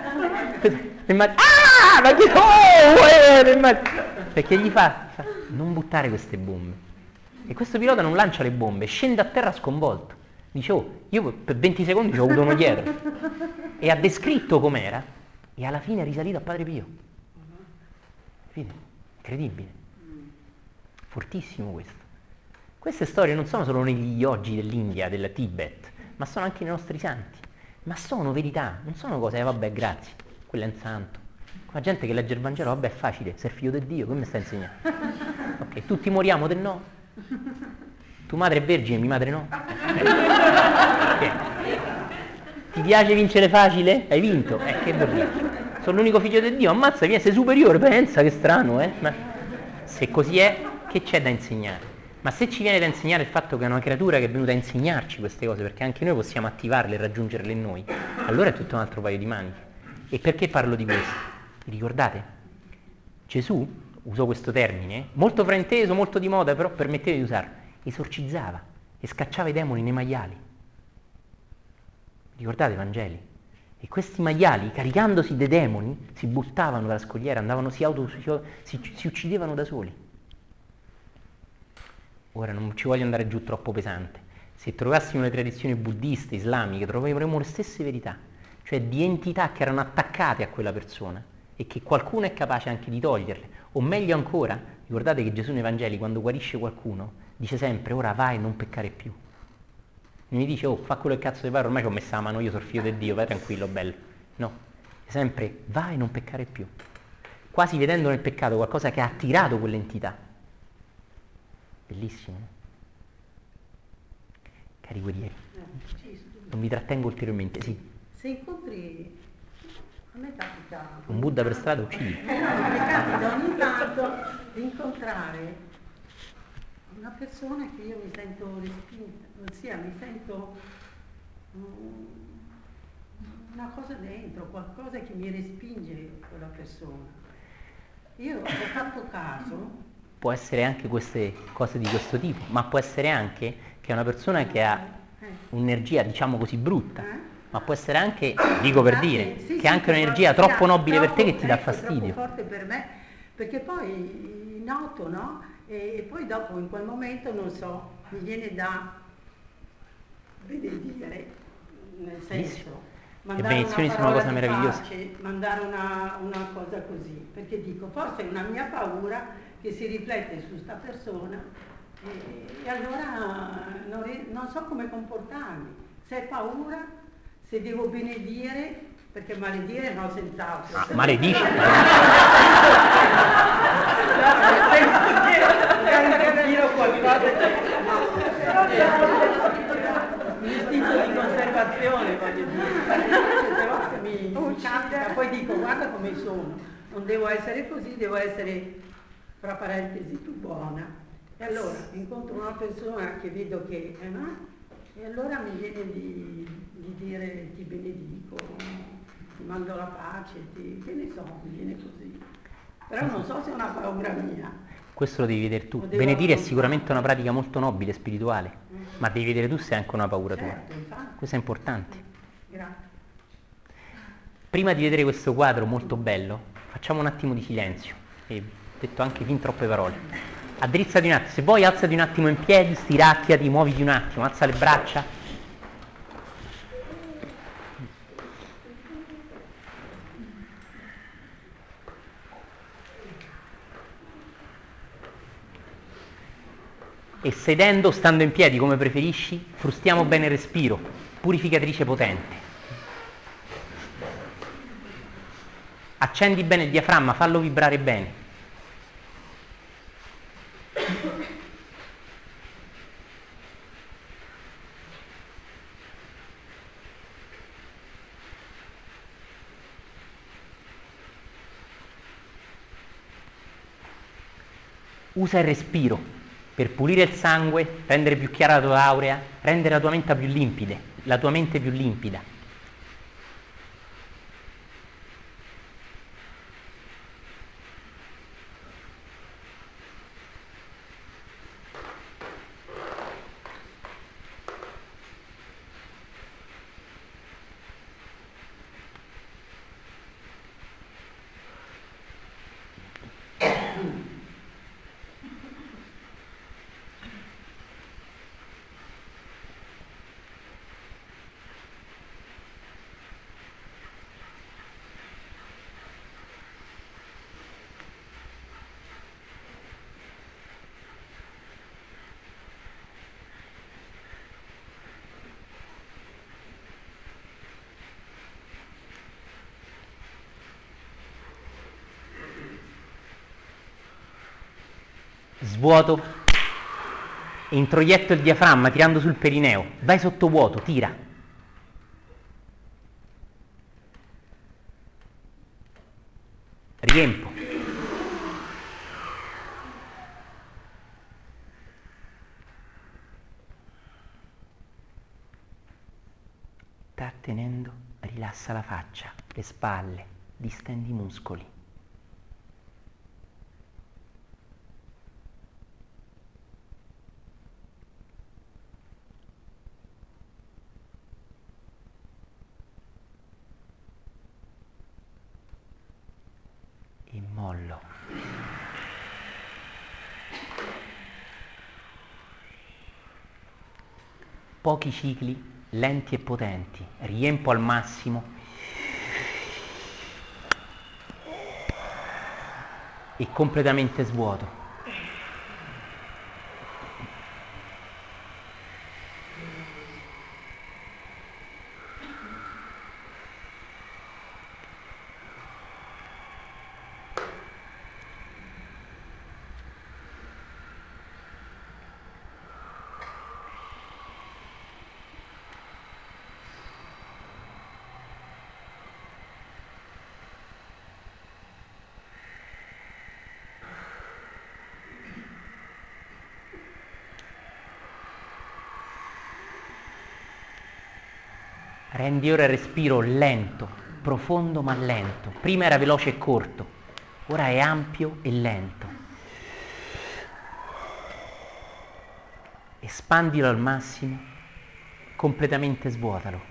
Ma che perché gli fa non buttare queste bombe. E questo pilota non lancia le bombe, scende a terra sconvolto. Dice, oh, io per 20 secondi ci ho avuto uno dietro. E ha descritto com'era e alla fine è risalito a Padre Pio. Capite? Incredibile. Fortissimo questo. Queste storie non sono solo negli yogi dell'India, del Tibet, ma sono anche nei nostri santi. Ma sono verità, non sono cose, vabbè, grazie, quello è un santo. La gente che legge il Vangelo, vabbè, è facile, sei figlio di Dio, come mi sta insegnando? Ok, tutti moriamo del no. Tu madre è vergine, mia madre no. Okay. Ti piace vincere facile? Hai vinto. Che vuol dire? sono l'unico figlio di Dio, ammazza, vieni, sei superiore, pensa, che strano, Ma se così è, che c'è da insegnare? Ma se ci viene da insegnare il fatto che è una creatura che è venuta a insegnarci queste cose, perché anche noi possiamo attivarle e raggiungerle in noi, allora è tutto un altro paio di maniche. E perché parlo di questo? Vi ricordate? Gesù usò questo termine, molto frainteso, molto di moda, però permettete di usarlo, esorcizzava e scacciava i demoni nei maiali. Ricordate i Vangeli? E questi maiali, caricandosi dei demoni, si buttavano dalla scogliera, andavano, si uccidevano da soli. Ora non ci voglio andare giù troppo pesante. Se trovassimo le tradizioni buddiste, islamiche, troveremo le stesse verità, cioè di entità che erano attaccate a quella persona e che qualcuno è capace anche di toglierle. O meglio ancora, ricordate che Gesù nei Vangeli, quando guarisce qualcuno, dice sempre: ora vai e non peccare più. Non gli dice: oh, fa quello che cazzo ti pare, ormai ci ho messa la mano, io sono figlio di Dio, vai tranquillo, bello. No, è sempre vai e non peccare più. Quasi vedendo nel peccato qualcosa che ha attirato quell'entità. Bellissimo, no? Cari guerrieri, non vi trattengo ulteriormente, sì. Se incontri, a me capita un Buddha per strada, uccidi. mi capita ogni tanto di incontrare una persona che io mi sento respinta, ossia mi sento una cosa dentro, qualcosa che mi respinge quella persona. Io ho fatto caso. Può essere anche queste cose di questo tipo, ma può essere anche che è una persona che ha un'energia, diciamo così, brutta, ma può essere anche, dico per dire, che ha anche un'energia troppo nobile per te che ti dà fastidio. Troppo forte per me, perché poi noto, no? E poi dopo in quel momento, non so, mi viene da benedire, nel senso, mandare benedizioni sono una cosa meravigliosa. Pace, mandare una cosa così, perché dico, forse è una mia paura che si riflette su sta persona e allora non so come comportarmi, se è paura, se devo benedire, perché maledire no, senz'altro. Ah, maledici? L'istinto di conservazione, voglio dire, mi capita, poi dico guarda come sono, non devo essere così, devo essere, tra parentesi, più buona. E allora incontro una persona che vedo che e allora mi viene di dire ti benedico, ti mando la pace, che ne so, mi viene così. Però non so se è una paura mia. Questo lo devi vedere tu. Benedire è sicuramente una pratica molto nobile e spirituale, ma devi vedere tu se è anche una paura tua. Questo è importante. Grazie. Prima di vedere questo quadro molto bello, facciamo un attimo di silenzio. E ho detto anche fin troppe parole. Addrizzati un attimo, se vuoi alzati un attimo in piedi, stiracchiati, muoviti un attimo, alza le braccia. E sedendo, stando in piedi come preferisci, frustiamo bene il respiro, purificatrice potente. Accendi bene il diaframma, fallo vibrare bene. Usa il respiro per pulire il sangue, rendere più chiara la tua aurea, rendere la tua mente più limpida, la tua mente più limpida. Svuoto e introietto il diaframma tirando sul perineo. Vai sotto vuoto, tira. riempo. Trattenendo, rilassa la faccia, le spalle, distendi i muscoli. E mollo. Pochi cicli lenti e potenti, riempo al massimo e completamente svuoto. Rendi ora il respiro lento, profondo ma lento. Prima era veloce e corto, ora è ampio e lento. Espandilo al massimo, completamente svuotalo.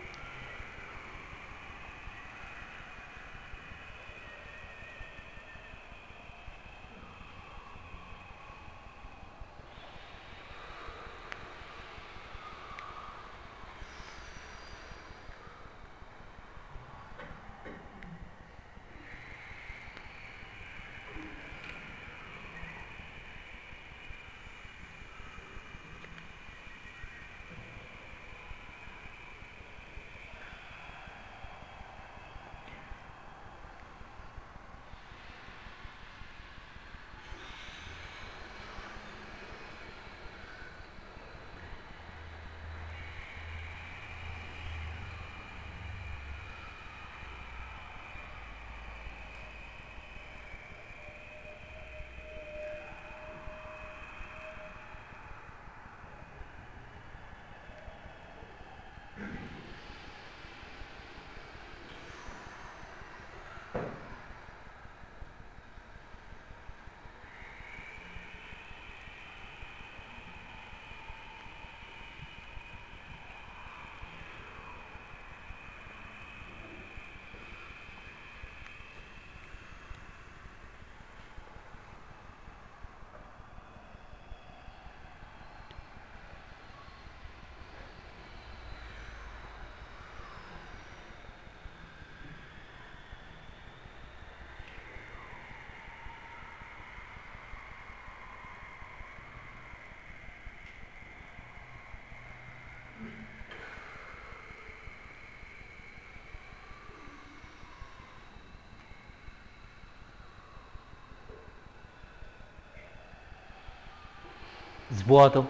Svuoto.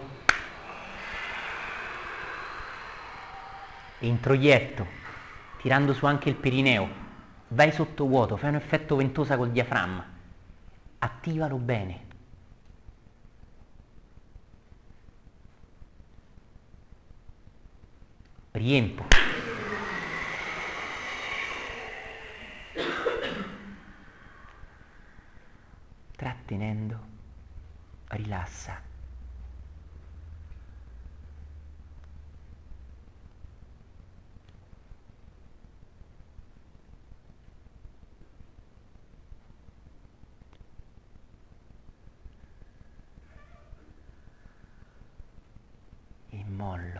E introietto, tirando su anche il perineo. Vai sotto vuoto, fai un effetto ventosa col diaframma. Attivalo bene. Riempo. Trattenendo, rilassa. E mollo.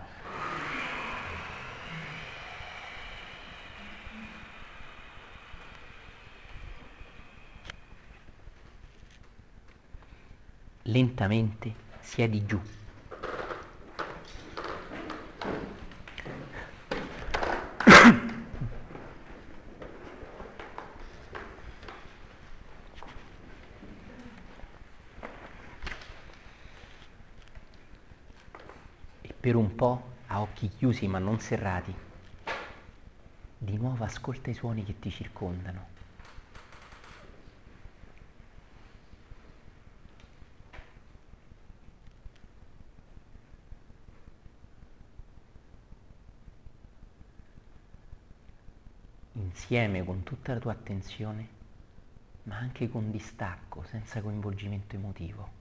Lentamente siedi giù. E per un po', a occhi chiusi ma non serrati, di nuovo ascolta i suoni che ti circondano. insieme con tutta la tua attenzione, ma anche con distacco, senza coinvolgimento emotivo.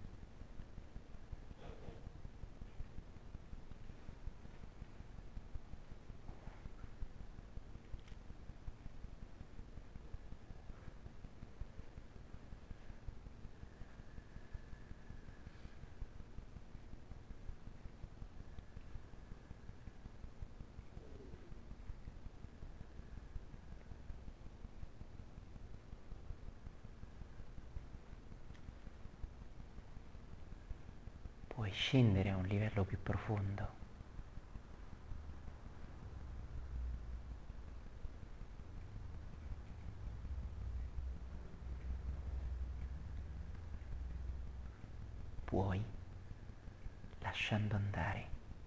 Puoi scendere a un livello più profondo. Puoi, lasciando andare.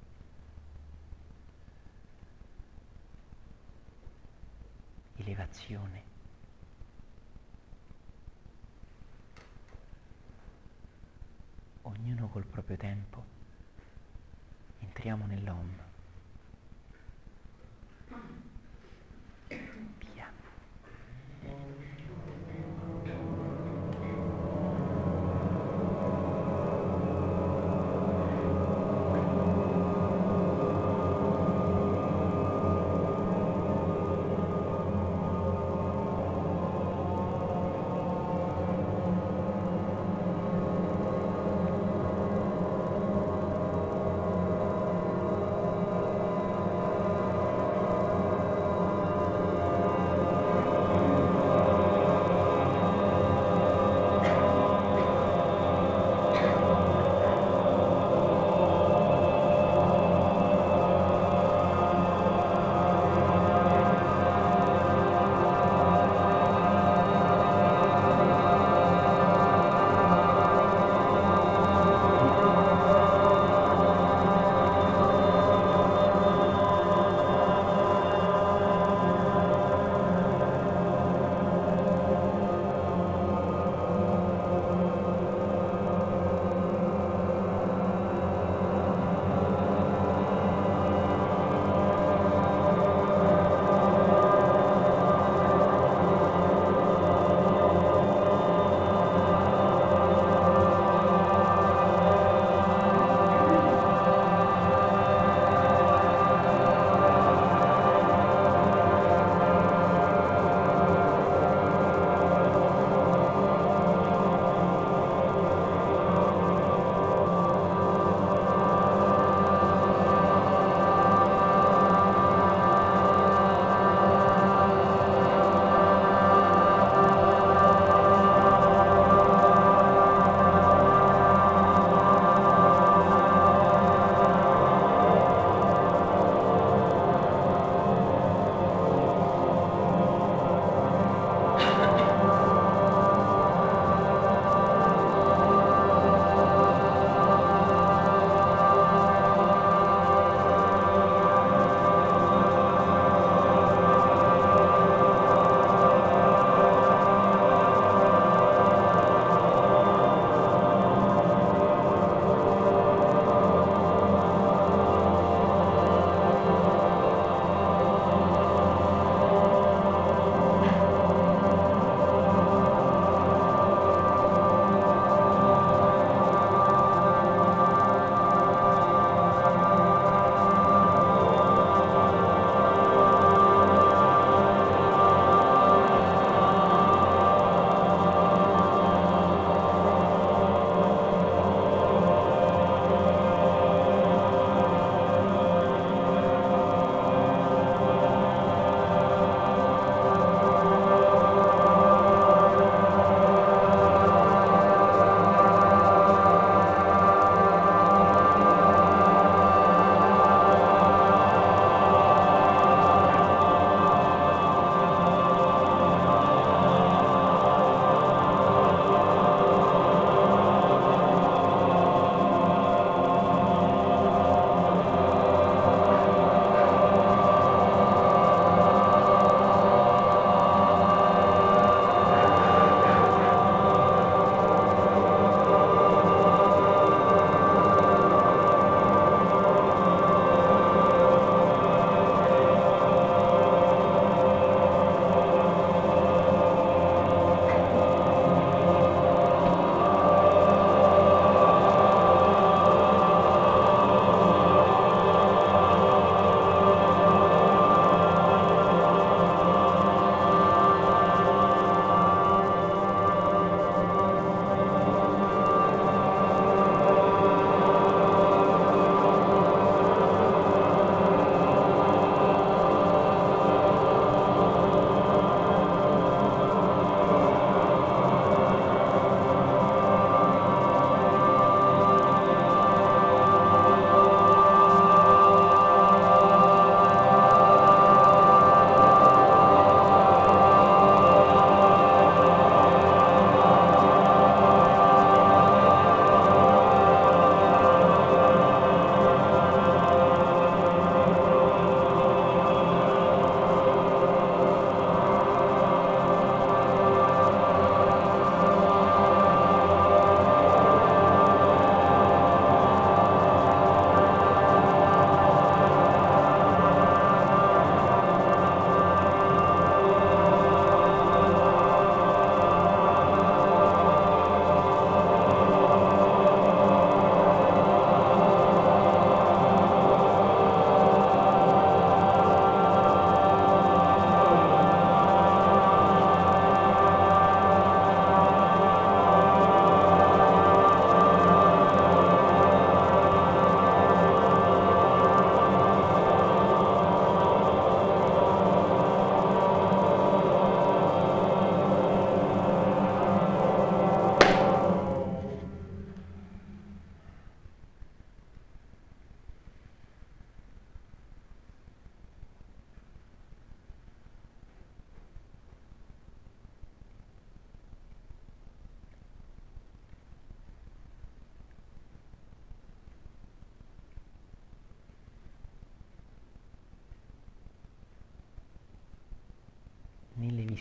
Elevazione. Ognuno col proprio tempo, entriamo nell'Om. Via.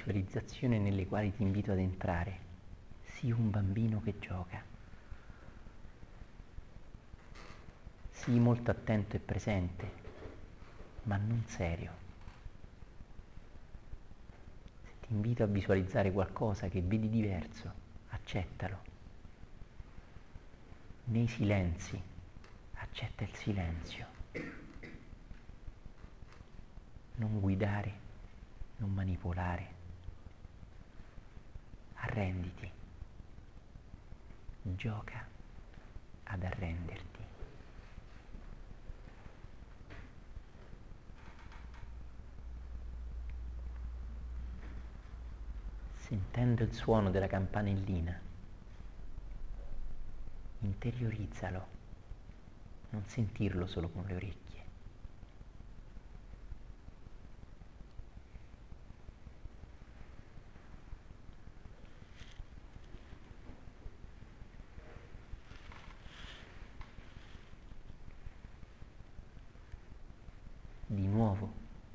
visualizzazioni nelle quali ti invito ad entrare, sii un bambino che gioca. Sii molto attento e presente, ma non serio. Se ti invito a visualizzare qualcosa che vedi diverso, accettalo. Nei silenzi, accetta il silenzio. Non guidare, non manipolare. Arrenditi. Gioca ad arrenderti. Sentendo il suono della campanellina, interiorizzalo, non sentirlo solo con le orecchie. Di nuovo,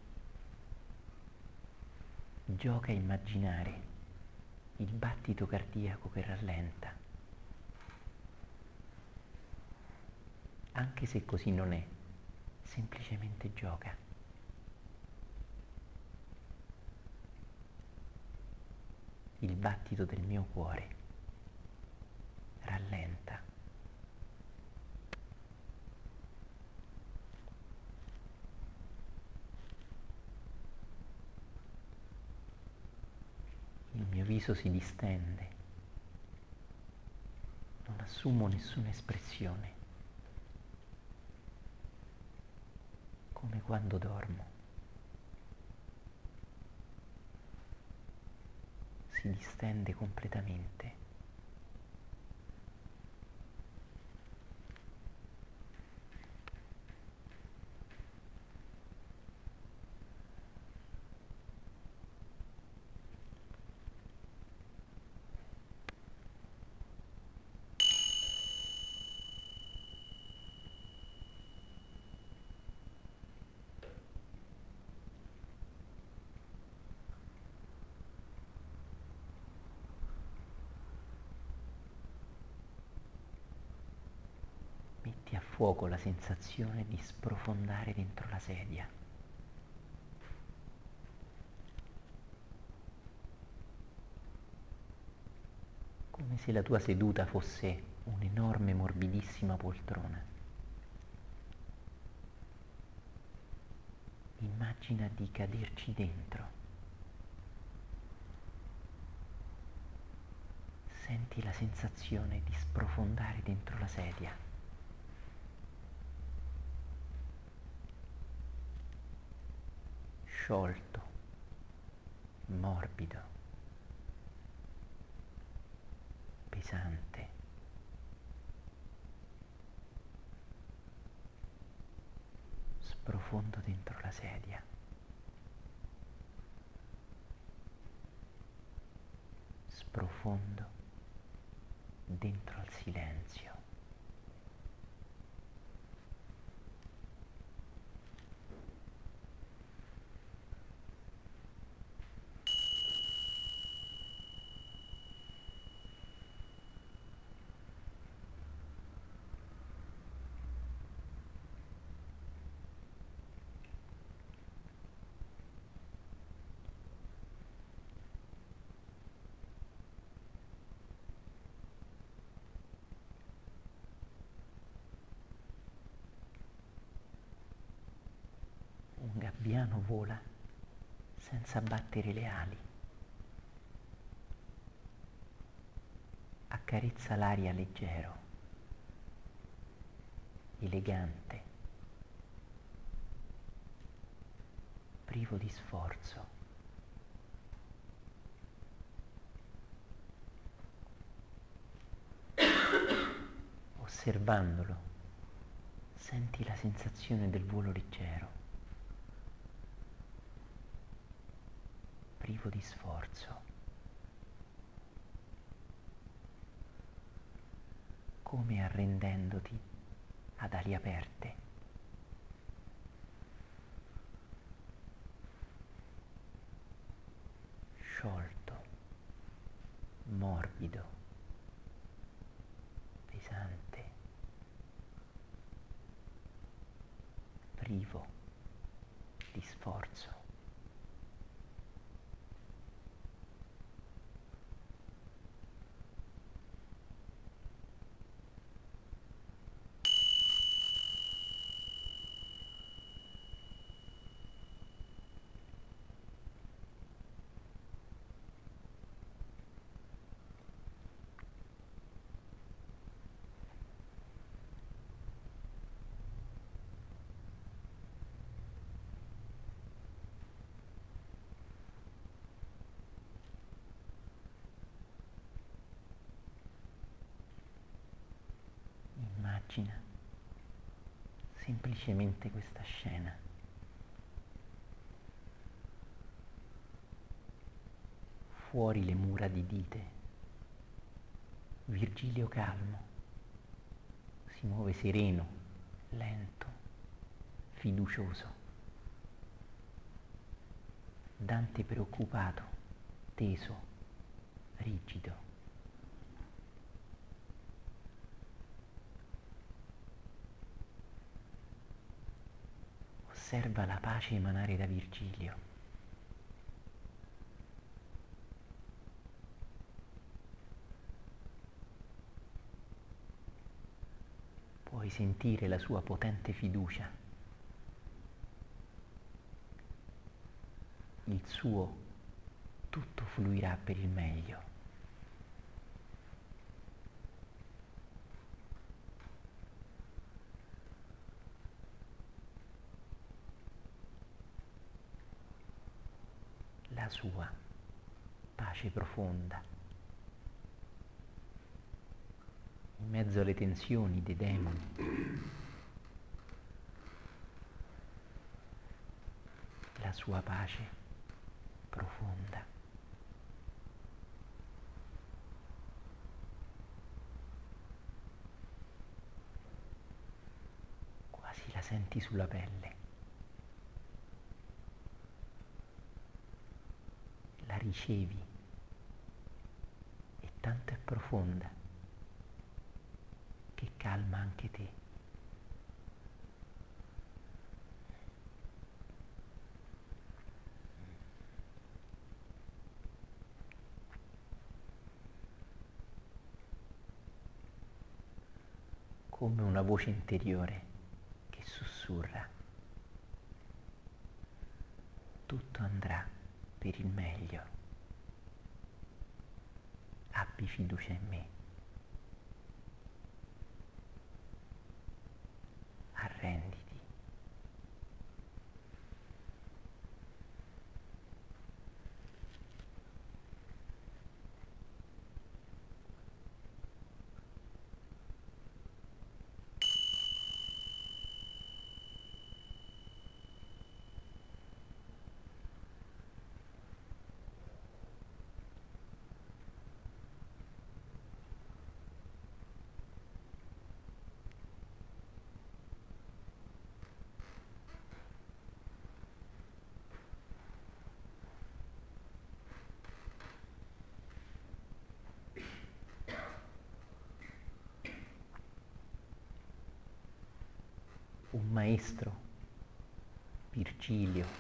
gioca a immaginare il battito cardiaco che rallenta, anche se così non è, semplicemente gioca. Il battito del mio cuore rallenta. Il mio viso si distende, non assumo nessuna espressione, come quando dormo. Si distende completamente. Metti a fuoco la sensazione di sprofondare dentro la sedia. Come se la tua seduta fosse un'enorme morbidissima poltrona. Immagina di caderci dentro. Senti la sensazione di sprofondare dentro la sedia. Sciolto, morbido, pesante. Sprofondo dentro la sedia. Sprofondo dentro al silenzio. Un gabbiano vola senza battere le ali. Accarezza l'aria leggero, elegante, privo di sforzo. Osservandolo, senti la sensazione del volo leggero, privo di sforzo, come arrendendoti ad ali aperte. sciolto, morbido, pesante, privo di sforzo. Immagina semplicemente questa scena. Fuori le mura di Dite, Virgilio calmo, si muove sereno, lento, fiducioso. Dante preoccupato, teso, rigido. Osserva la pace emanare da Virgilio. Puoi sentire la sua potente fiducia, il suo tutto fluirà per il meglio. La sua pace profonda, in mezzo alle tensioni dei demoni. La sua pace profonda. Quasi la senti sulla pelle. La ricevi e tanto è profonda che calma anche te. Come una voce interiore che sussurra: tutto andrà per il meglio. Abbi fiducia in me. Arrenditi. Un maestro, Virgilio,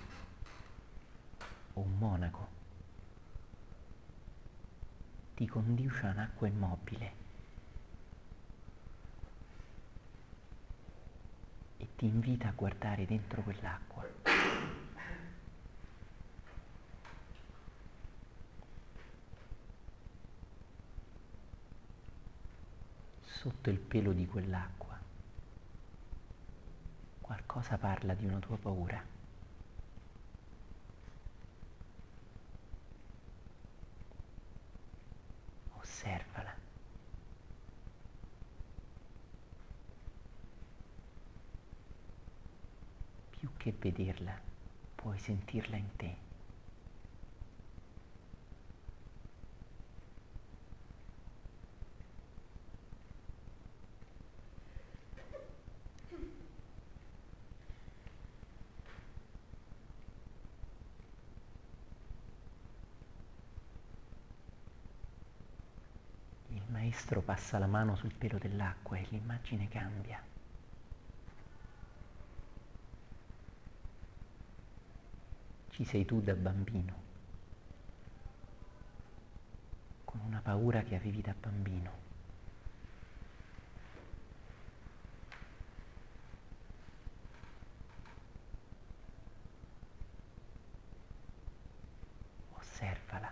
o un monaco ti conduce a un'acqua immobile e ti invita a guardare dentro quell'acqua. Sotto il pelo di quell'acqua qualcosa parla di una tua paura. Osservala. Più che vederla, puoi sentirla in te. maestro passa la mano sul pelo dell'acqua e l'immagine cambia. Ci sei tu da bambino, con una paura che avevi da bambino. Osservala.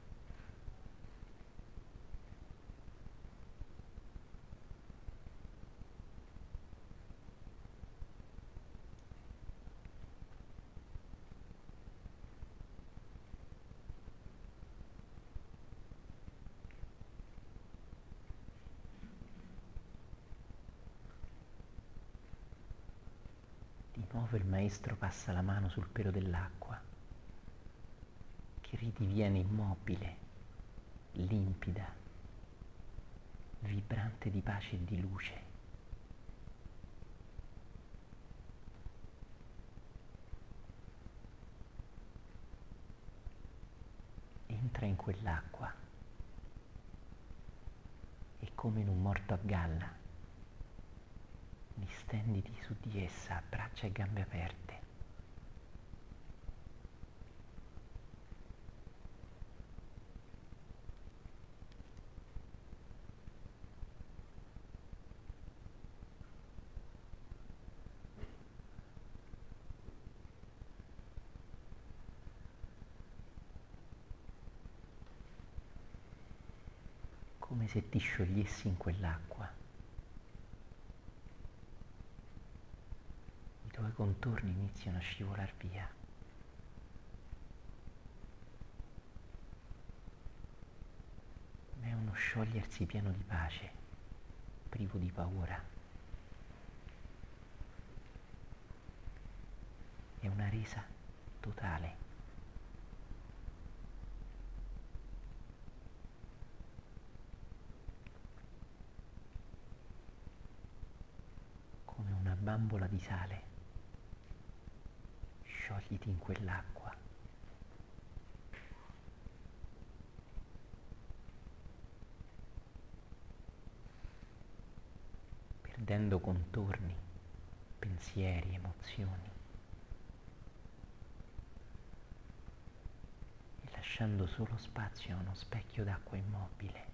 Di nuovo il maestro passa la mano sul pelo dell'acqua, che ridiviene immobile, limpida, vibrante di pace e di luce. Entra in quell'acqua e come in un morto a galla distenditi su di essa a braccia e gambe aperte. Come se ti sciogliessi in quell'acqua. I tuoi contorni iniziano a scivolar via. Ma è uno sciogliersi pieno di pace, privo di paura. È una resa totale. Come una bambola di sale. Sciogliti in quell'acqua. Perdendo contorni, pensieri, emozioni. E lasciando solo spazio a uno specchio d'acqua immobile.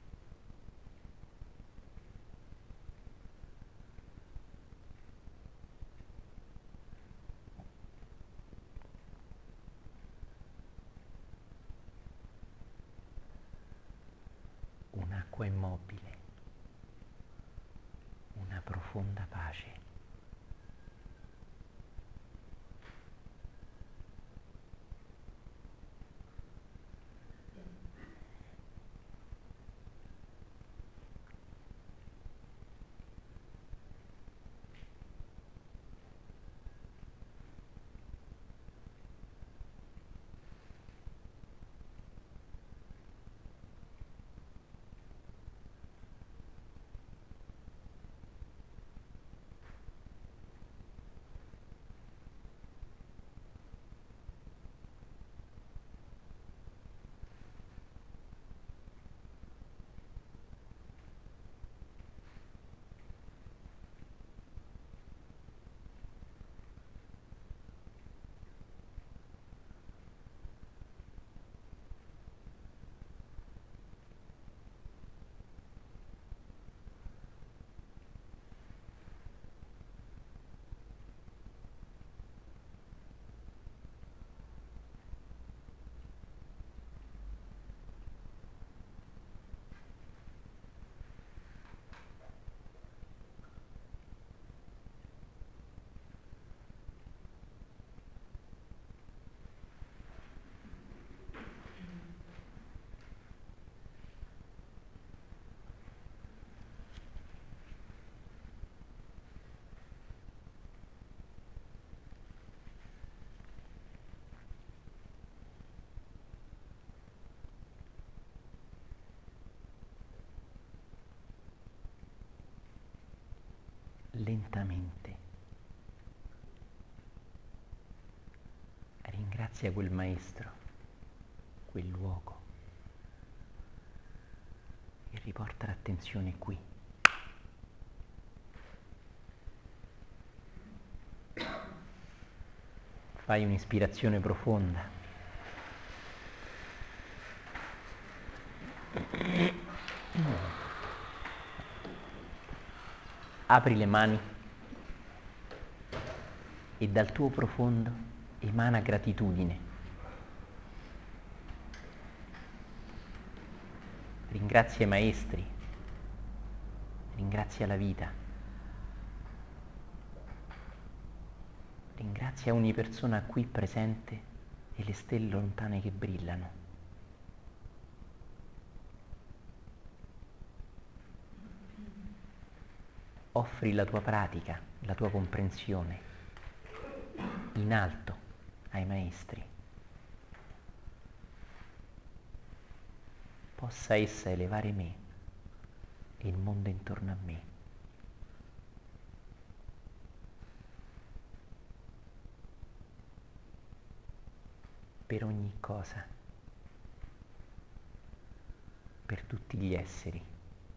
Un'acqua immobile, una profonda pace. Lentamente ringrazia quel maestro, quel luogo, e riporta l'attenzione qui. Fai un'ispirazione profonda. Apri le mani e dal tuo profondo emana gratitudine. Ringrazia i maestri, ringrazia la vita, ringrazia ogni persona qui presente e le stelle lontane che brillano. Offri la tua pratica, la tua comprensione in alto ai maestri. Possa essa elevare me e il mondo intorno a me. Per ogni cosa, per tutti gli esseri.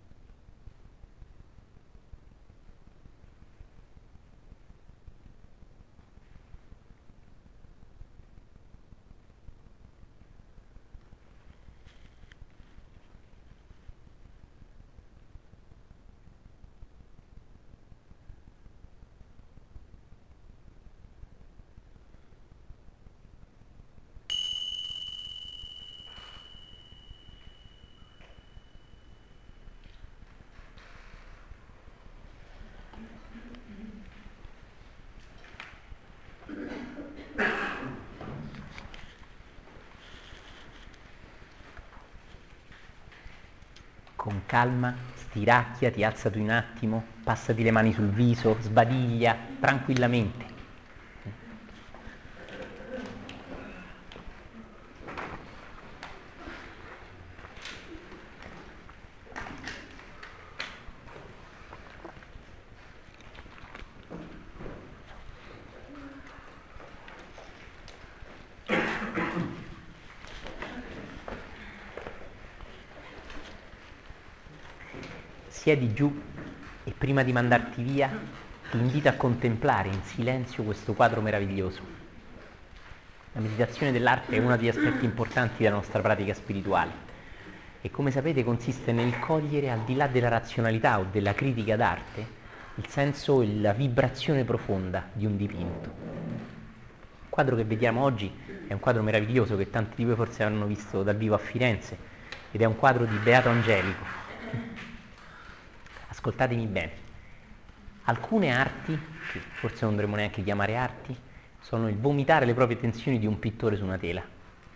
Con calma, stiracchiati, alzati un attimo, passati le mani sul viso, sbadiglia tranquillamente. Siedi giù e prima di mandarti via ti invito a contemplare in silenzio questo quadro meraviglioso. La meditazione dell'arte è uno degli aspetti importanti della nostra pratica spirituale e, come sapete, consiste nel cogliere, al di là della razionalità o della critica d'arte, il senso e la vibrazione profonda di un dipinto. Il quadro che vediamo oggi è un quadro meraviglioso che tanti di voi forse avranno visto dal vivo a Firenze ed è un quadro di Beato Angelico. Ascoltatemi bene, alcune arti, che forse non dovremmo neanche chiamare arti, sono il vomitare le proprie tensioni di un pittore su una tela.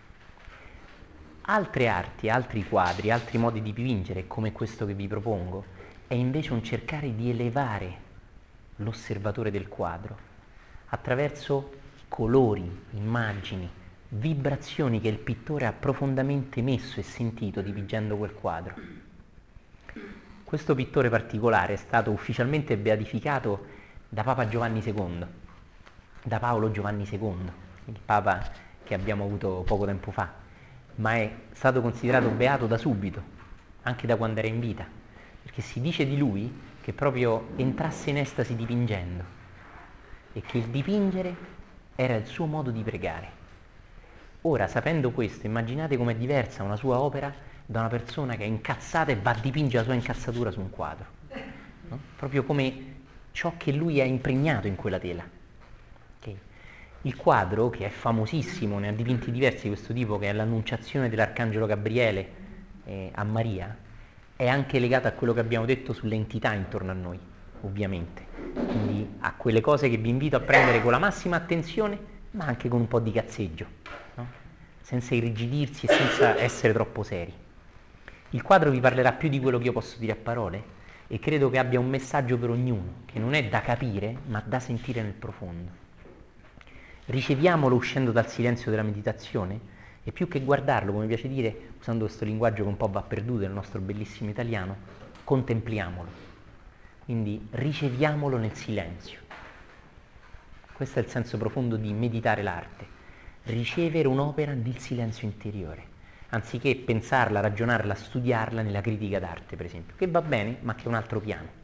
Altre arti, altri quadri, altri modi di dipingere, come questo che vi propongo, è invece un cercare di elevare l'osservatore del quadro attraverso colori, immagini, vibrazioni che il pittore ha profondamente messo e sentito dipingendo quel quadro. Questo pittore particolare è stato ufficialmente beatificato da Papa Giovanni II, da Paolo Giovanni II, il Papa che abbiamo avuto poco tempo fa, ma è stato considerato beato da subito, anche da quando era in vita, perché si dice di lui che proprio entrasse in estasi dipingendo e che il dipingere era il suo modo di pregare. Ora, sapendo questo, immaginate com'è diversa una sua opera da una persona che è incazzata e va a dipingere la sua incazzatura su un quadro, no? Proprio come ciò che lui ha impregnato in quella tela. Okay. Il quadro, che è famosissimo, ne ha dipinti diversi di questo tipo, che è l'Annunciazione dell'Arcangelo Gabriele a Maria, è anche legato a quello che abbiamo detto sulle entità intorno a noi, ovviamente. Quindi a quelle cose che vi invito a prendere con la massima attenzione, ma anche con un po' di cazzeggio, no? Senza irrigidirsi e senza essere troppo seri. Il quadro vi parlerà più di quello che io posso dire a parole e credo che abbia un messaggio per ognuno, che non è da capire, ma da sentire nel profondo. Riceviamolo uscendo dal silenzio della meditazione e, più che guardarlo, come piace dire, usando questo linguaggio che un po' va perduto nel nostro bellissimo italiano, contempliamolo. Quindi riceviamolo nel silenzio. Questo è il senso profondo di meditare l'arte. Ricevere un'opera nel silenzio interiore. anziché pensarla, ragionarla, studiarla nella critica d'arte, per esempio, che va bene, ma che è un altro piano.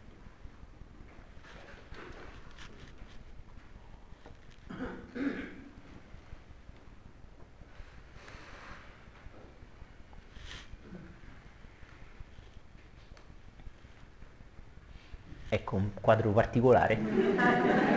Ecco un quadro particolare.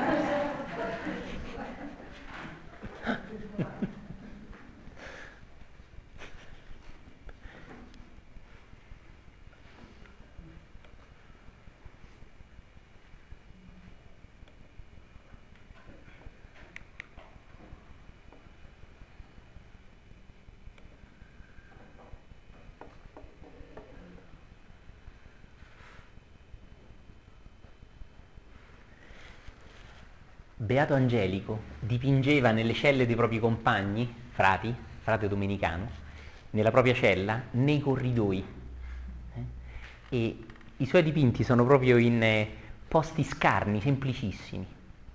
Beato Angelico dipingeva nelle celle dei propri compagni, frate domenicano, nella propria cella, nei corridoi. E i suoi dipinti sono proprio in posti scarni, semplicissimi.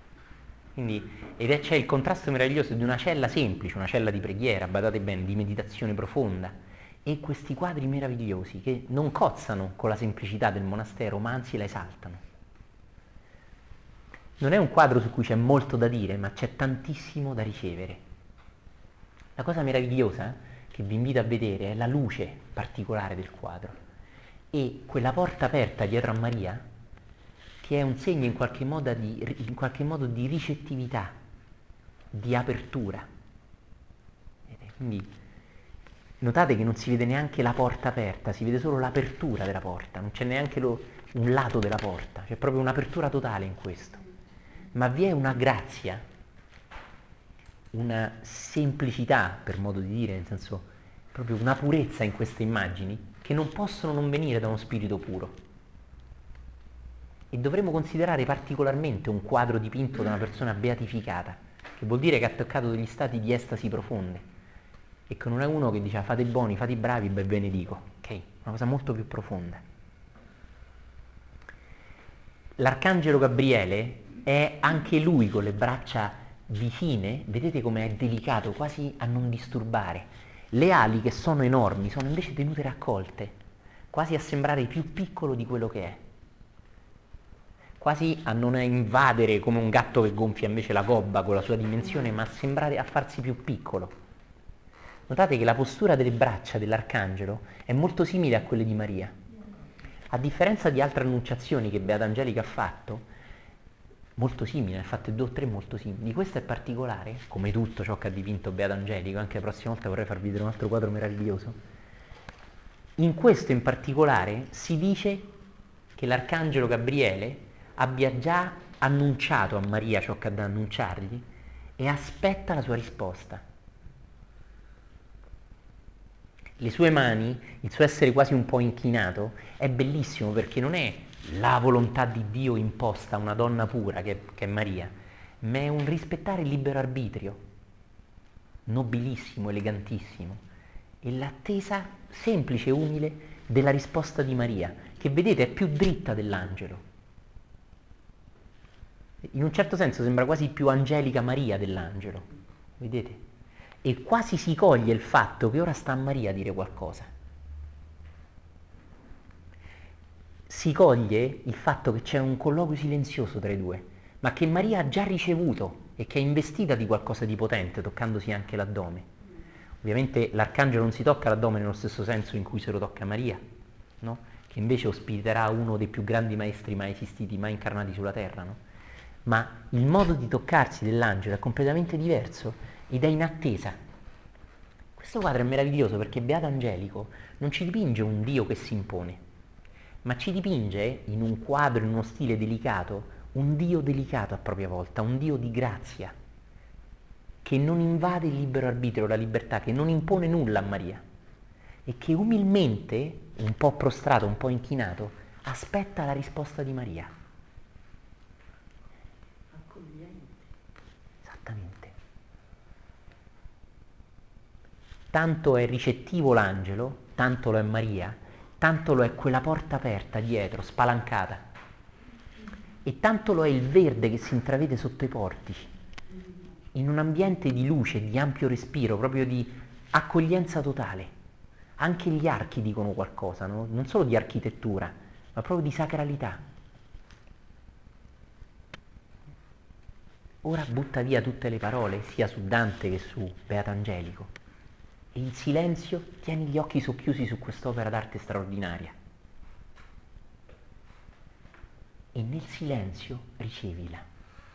C'è il contrasto meraviglioso di una cella semplice, una cella di preghiera, badate bene, di meditazione profonda, e questi quadri meravigliosi che non cozzano con la semplicità del monastero, ma anzi la esaltano. Non è un quadro su cui c'è molto da dire, ma c'è tantissimo da ricevere. La cosa meravigliosa che vi invito a vedere è la luce particolare del quadro e quella porta aperta dietro a Maria, che è un segno in qualche modo di ricettività, di apertura. Quindi notate che non si vede neanche la porta aperta, si vede solo l'apertura della porta, non c'è neanche un lato della porta, c'è proprio un'apertura totale in questo. Ma vi è una grazia, una semplicità, per modo di dire, nel senso proprio una purezza in queste immagini che non possono non venire da uno spirito puro. E dovremmo considerare particolarmente un quadro dipinto da una persona beatificata, che vuol dire che ha toccato degli stati di estasi profonde e che non è uno che dice fate buoni, fate bravi, beh ve ne dico, ok? Una cosa molto più profonda. L'arcangelo Gabriele è anche lui con le braccia vicine, vedete com'è delicato, quasi a non disturbare. Le ali, che sono enormi, sono invece tenute raccolte, quasi a sembrare più piccolo di quello che è, quasi a non invadere come un gatto che gonfia invece la gobba con la sua dimensione, ma a sembrare a farsi più piccolo. Notate che la postura delle braccia dell'arcangelo è molto simile a quelle di Maria. A differenza di altre annunciazioni che Beata Angelica ha fatto, molto simile, ne ha fatte 2 o 3 molto simili. Di questa è particolare, come tutto ciò che ha dipinto Beato Angelico, anche la prossima volta vorrei farvi vedere un altro quadro meraviglioso. In questo in particolare si dice che l'arcangelo Gabriele abbia già annunciato a Maria ciò che ha da annunciargli e aspetta la sua risposta. Le sue mani, il suo essere quasi un po' inchinato, è bellissimo perché non è la volontà di Dio imposta a una donna pura che è Maria, ma è un rispettare il libero arbitrio, nobilissimo, elegantissimo, e l'attesa semplice e umile della risposta di Maria, che vedete è più dritta dell'angelo. In un certo senso sembra quasi più angelica Maria dell'angelo, vedete? E quasi si coglie il fatto che ora sta a Maria a dire qualcosa. Si coglie il fatto che c'è un colloquio silenzioso tra i due, ma che Maria ha già ricevuto e che è investita di qualcosa di potente, toccandosi anche l'addome. Ovviamente l'arcangelo non si tocca l'addome nello stesso senso in cui se lo tocca Maria, no? Che invece ospiterà uno dei più grandi maestri mai esistiti, mai incarnati sulla terra, no? Ma il modo di toccarsi dell'angelo è completamente diverso ed è in attesa. Questo quadro è meraviglioso perché Beato Angelico non ci dipinge un Dio che si impone, ma ci dipinge in un quadro, in uno stile delicato, un Dio delicato a propria volta, un Dio di grazia, che non invade il libero arbitrio, la libertà, che non impone nulla a Maria e che umilmente, un po' prostrato, un po' inchinato, aspetta la risposta di Maria. Accogliente. Esattamente. Tanto è ricettivo l'angelo, tanto lo è Maria, tanto lo è quella porta aperta dietro, spalancata, e tanto lo è il verde che si intravede sotto i portici, in un ambiente di luce, di ampio respiro, proprio di accoglienza totale. Anche gli archi dicono qualcosa, no? Non solo di architettura, ma proprio di sacralità. Ora butta via tutte le parole, sia su Dante che su Beato Angelico, e in silenzio tieni gli occhi socchiusi su quest'opera d'arte straordinaria. E nel silenzio ricevila.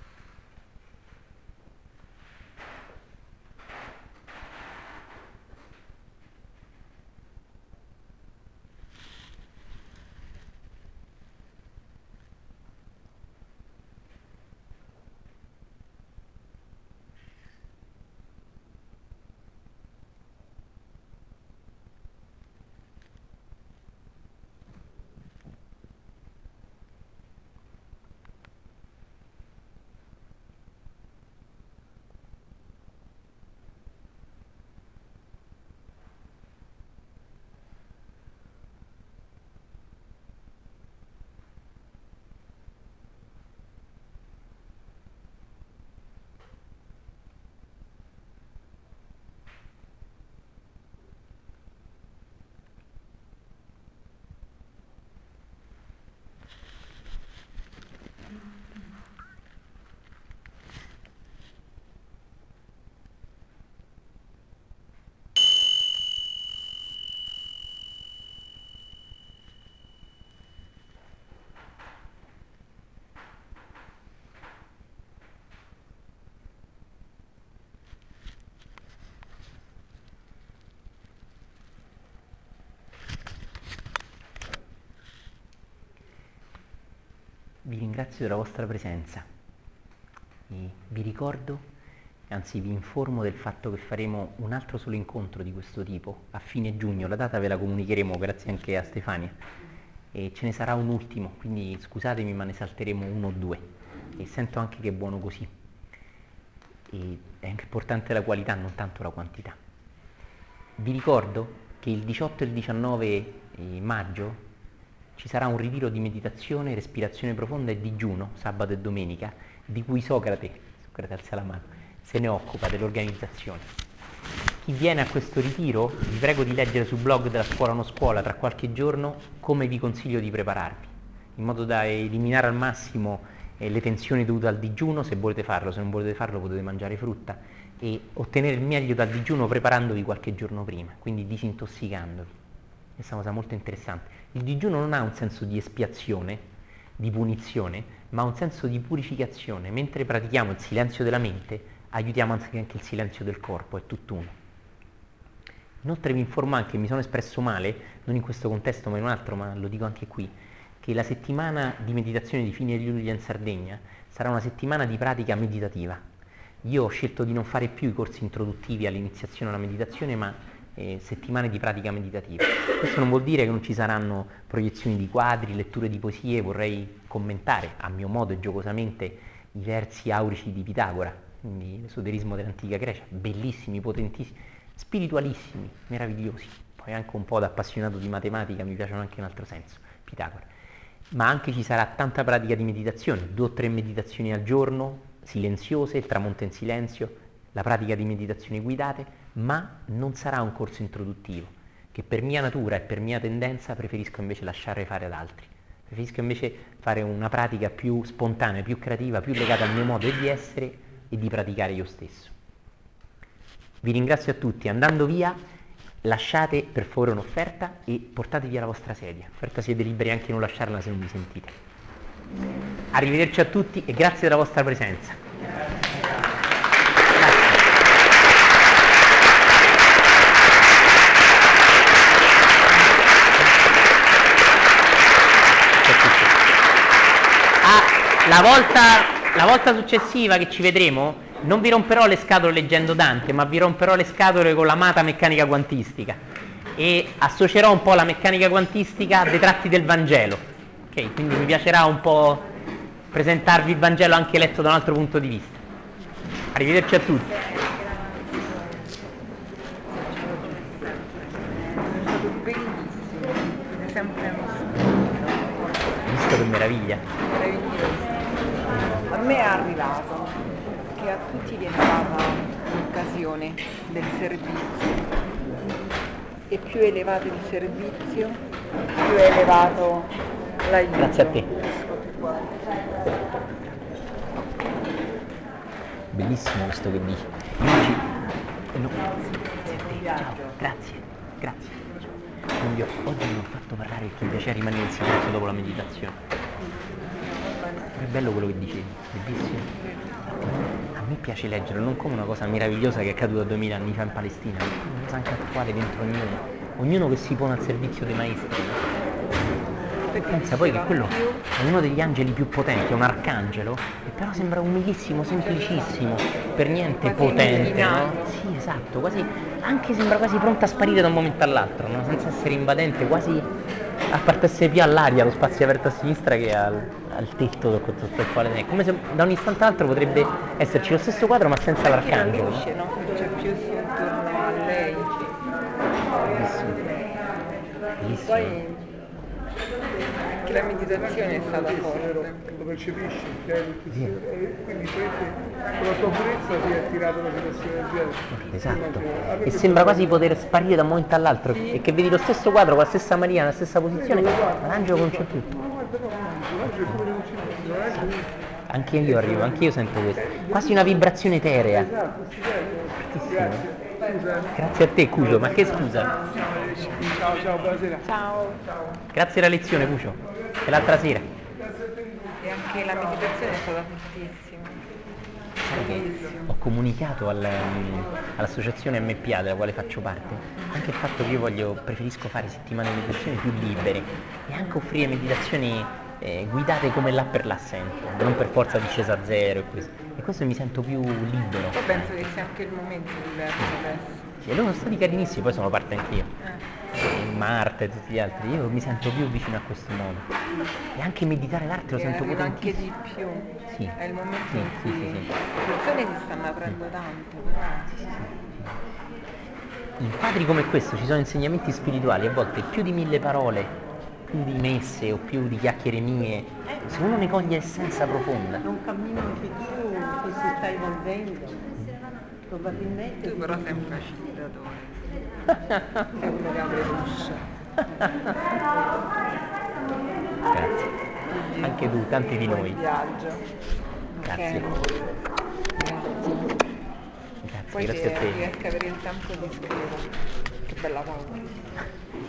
Vi ringrazio della vostra presenza e vi ricordo, anzi vi informo del fatto che faremo un altro solo incontro di questo tipo a fine giugno. La data ve la comunicheremo, grazie anche a Stefania, e ce ne sarà un ultimo, quindi scusatemi ma ne salteremo uno o due, e sento anche che è buono così. E è anche importante la qualità, non tanto la quantità. Vi ricordo che il 18 e il 19 maggio ci sarà un ritiro di meditazione, respirazione profonda e digiuno, sabato e domenica, di cui Socrate alza la mano, se ne occupa dell'organizzazione. Chi viene a questo ritiro, vi prego di leggere sul blog della Scuola No Scuola tra qualche giorno come vi consiglio di prepararvi, in modo da eliminare al massimo le tensioni dovute al digiuno, se volete farlo. Se non volete farlo potete mangiare frutta, e ottenere il meglio dal digiuno preparandovi qualche giorno prima, quindi disintossicandovi. Questa è una cosa molto interessante. Il digiuno non ha un senso di espiazione, di punizione, ma un senso di purificazione. Mentre pratichiamo il silenzio della mente, aiutiamo anche il silenzio del corpo, è tutt'uno. Inoltre vi informo anche, mi sono espresso male, non in questo contesto ma in un altro, ma lo dico anche qui, che la settimana di meditazione di fine luglio in Sardegna sarà una settimana di pratica meditativa. Io ho scelto di non fare più i corsi introduttivi all'iniziazione alla meditazione, ma settimane di pratica meditativa. Questo non vuol dire che non ci saranno proiezioni di quadri, letture di poesie. Vorrei commentare a mio modo e giocosamente i versi aurici di Pitagora, quindi l'esoterismo dell'antica Grecia, bellissimi, potentissimi, spiritualissimi, meravigliosi. Poi anche un po' da appassionato di matematica mi piacciono anche in altro senso, Pitagora. Ma anche ci sarà tanta pratica di meditazione, 2 o 3 meditazioni al giorno, silenziose, il tramonto in silenzio, la pratica di meditazioni guidate, ma non sarà un corso introduttivo, che per mia natura e per mia tendenza preferisco invece lasciare fare ad altri. Preferisco invece fare una pratica più spontanea, più creativa, più legata al mio modo di essere e di praticare io stesso. Vi ringrazio a tutti. Andando via, lasciate per favore un'offerta e portate via la vostra sedia. Offerta siete liberi anche di non lasciarla se non vi sentite. Arrivederci a tutti e grazie della vostra presenza. La volta successiva che ci vedremo non vi romperò le scatole leggendo Dante, ma vi romperò le scatole con l'amata meccanica quantistica e associerò un po' la meccanica quantistica a dei tratti del Vangelo. Ok, quindi mi piacerà un po' presentarvi il Vangelo anche letto da un altro punto di vista. Arrivederci a tutti. Visto che meraviglia. A me è arrivato che a tutti viene data l'occasione del servizio e più elevato il servizio, più è elevato l'aiuto. Grazie a te. Bellissimo questo che dici. No, grazie a te. Ciao, grazie. Oggi non ho fatto parlare perché mi piace rimanere in silenzio dopo la meditazione. È bello quello che dicevi, bellissimo. A me piace leggere, non come una cosa meravigliosa che è accaduta 2000 anni fa in Palestina, ma come una cosa anche attuale dentro ognuno che si pone al servizio dei maestri. Pensa poi che quello è uno degli angeli più potenti, è un arcangelo, e però sembra umilissimo, semplicissimo, per niente quasi potente, no? Sì, esatto, quasi, anche sembra quasi pronto a sparire da un momento all'altro, no? Senza essere invadente, quasi appartesse più all'aria, allo spazio aperto a sinistra che al tetto sotto il quale è. Come se da un istante all'altro potrebbe esserci lo stesso quadro ma senza l'arcangelo. La luce, no? C'è più intorno a lei. Bellissimo. Poi anche la meditazione è stata forte. Lo percepisci, e quindi con la tua purezza ti è attirato una situazione del genere. Esatto, e sembra quasi poter sparire da un momento all'altro, e che vedi lo stesso quadro con la stessa Maria, nella stessa posizione, ma l'angelo non c'è più. Anche io arrivo, anche io sento questo, quasi una vibrazione eterea. Grazie a te Cucio, ma che scusa? Ciao, buonasera. Ciao. Grazie alla lezione Cucio, e l'altra sera. E anche la meditazione è stata fortissima. Sai che ho comunicato all'associazione MPA della quale faccio parte anche il fatto che io preferisco fare settimane di meditazione più libere e anche offrire meditazioni guidate come là per là sempre, non per forza discesa a zero e questo mi sento più libero. Io penso che sia anche il momento diverso adesso. Sì, e loro sono stati carinissimi, poi sono parte anch'io. Marta e tutti gli altri, io mi sento più vicino a questo modo. E anche meditare l'arte lo sento arriva potentissimo. anche di più. Sì. È il momento Sì, in sì, cui sì, sì. le persone si stanno aprendo tanto, però. In quadri come questo ci sono insegnamenti spirituali, a volte più di 1000 parole, più di messe o più di chiacchiere mie, se uno ne coglie l'essenza profonda. È un cammino che tu che si sta evolvendo, probabilmente. Tu però sei un facilitatore. Sei uno che apre l'uscio. Grazie. Anche tu, tanti di noi. Viaggio. Grazie. Grazie. Poi Grazie a te. riesco a avere il tempo di scrivere. Che bella pausa.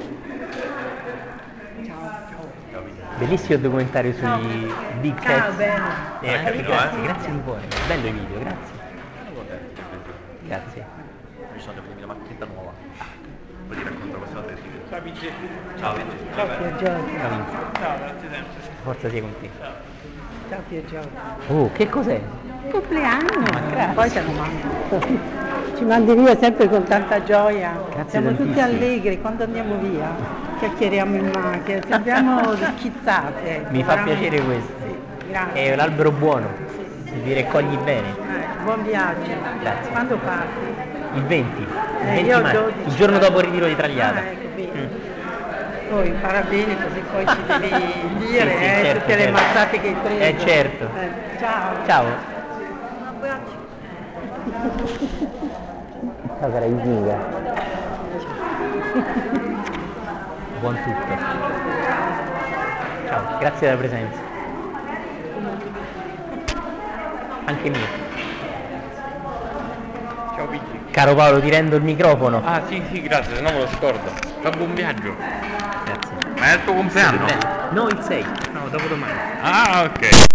Ciao. Bellissimo il documentario sui Big Cats. Bello. Grazie di cuore. Bello il video, grazie. Grazie. Mi sono preso la macchetta nuova. Poi ti racconto questa volta. Ciao Vinci. Ciao Pier Giorgio. Ciao Vinci. Ciao, grazie sempre. Forza sia con te. Ciao Pier Giorgio. Oh, che cos'è? Compleanno. Poi te lo mando. Ci mandi via sempre con tanta gioia. Grazie Siamo tutti tantissimo. allegri quando andiamo via. Chiacchieriamo in macchina, sembriamo schizzate. Mi fa veramente. piacere questo. Sì, grazie. È l'albero buono. Vi raccogli bene. Buon viaggio. Grazie. Quando parti? Il 20. Il 20 io marzo, 12. il giorno dopo il ritiro di Tragliata. Ecco, bene. Poi impara bene così poi ci devi Sì, dire sì, certo, tutte le certo. mazzate che hai preso. Certo. Ciao. Ciao. Ciao cara Isinga. Buon tutto. Ciao, grazie della presenza. Anche mio. Ciao Vinci. Caro Paolo, ti rendo il microfono. Ah sì, grazie, se no me lo scordo. Fa buon viaggio. Grazie. Ma è il tuo compleanno? No, il 6. No, dopodomani. Ah, ok.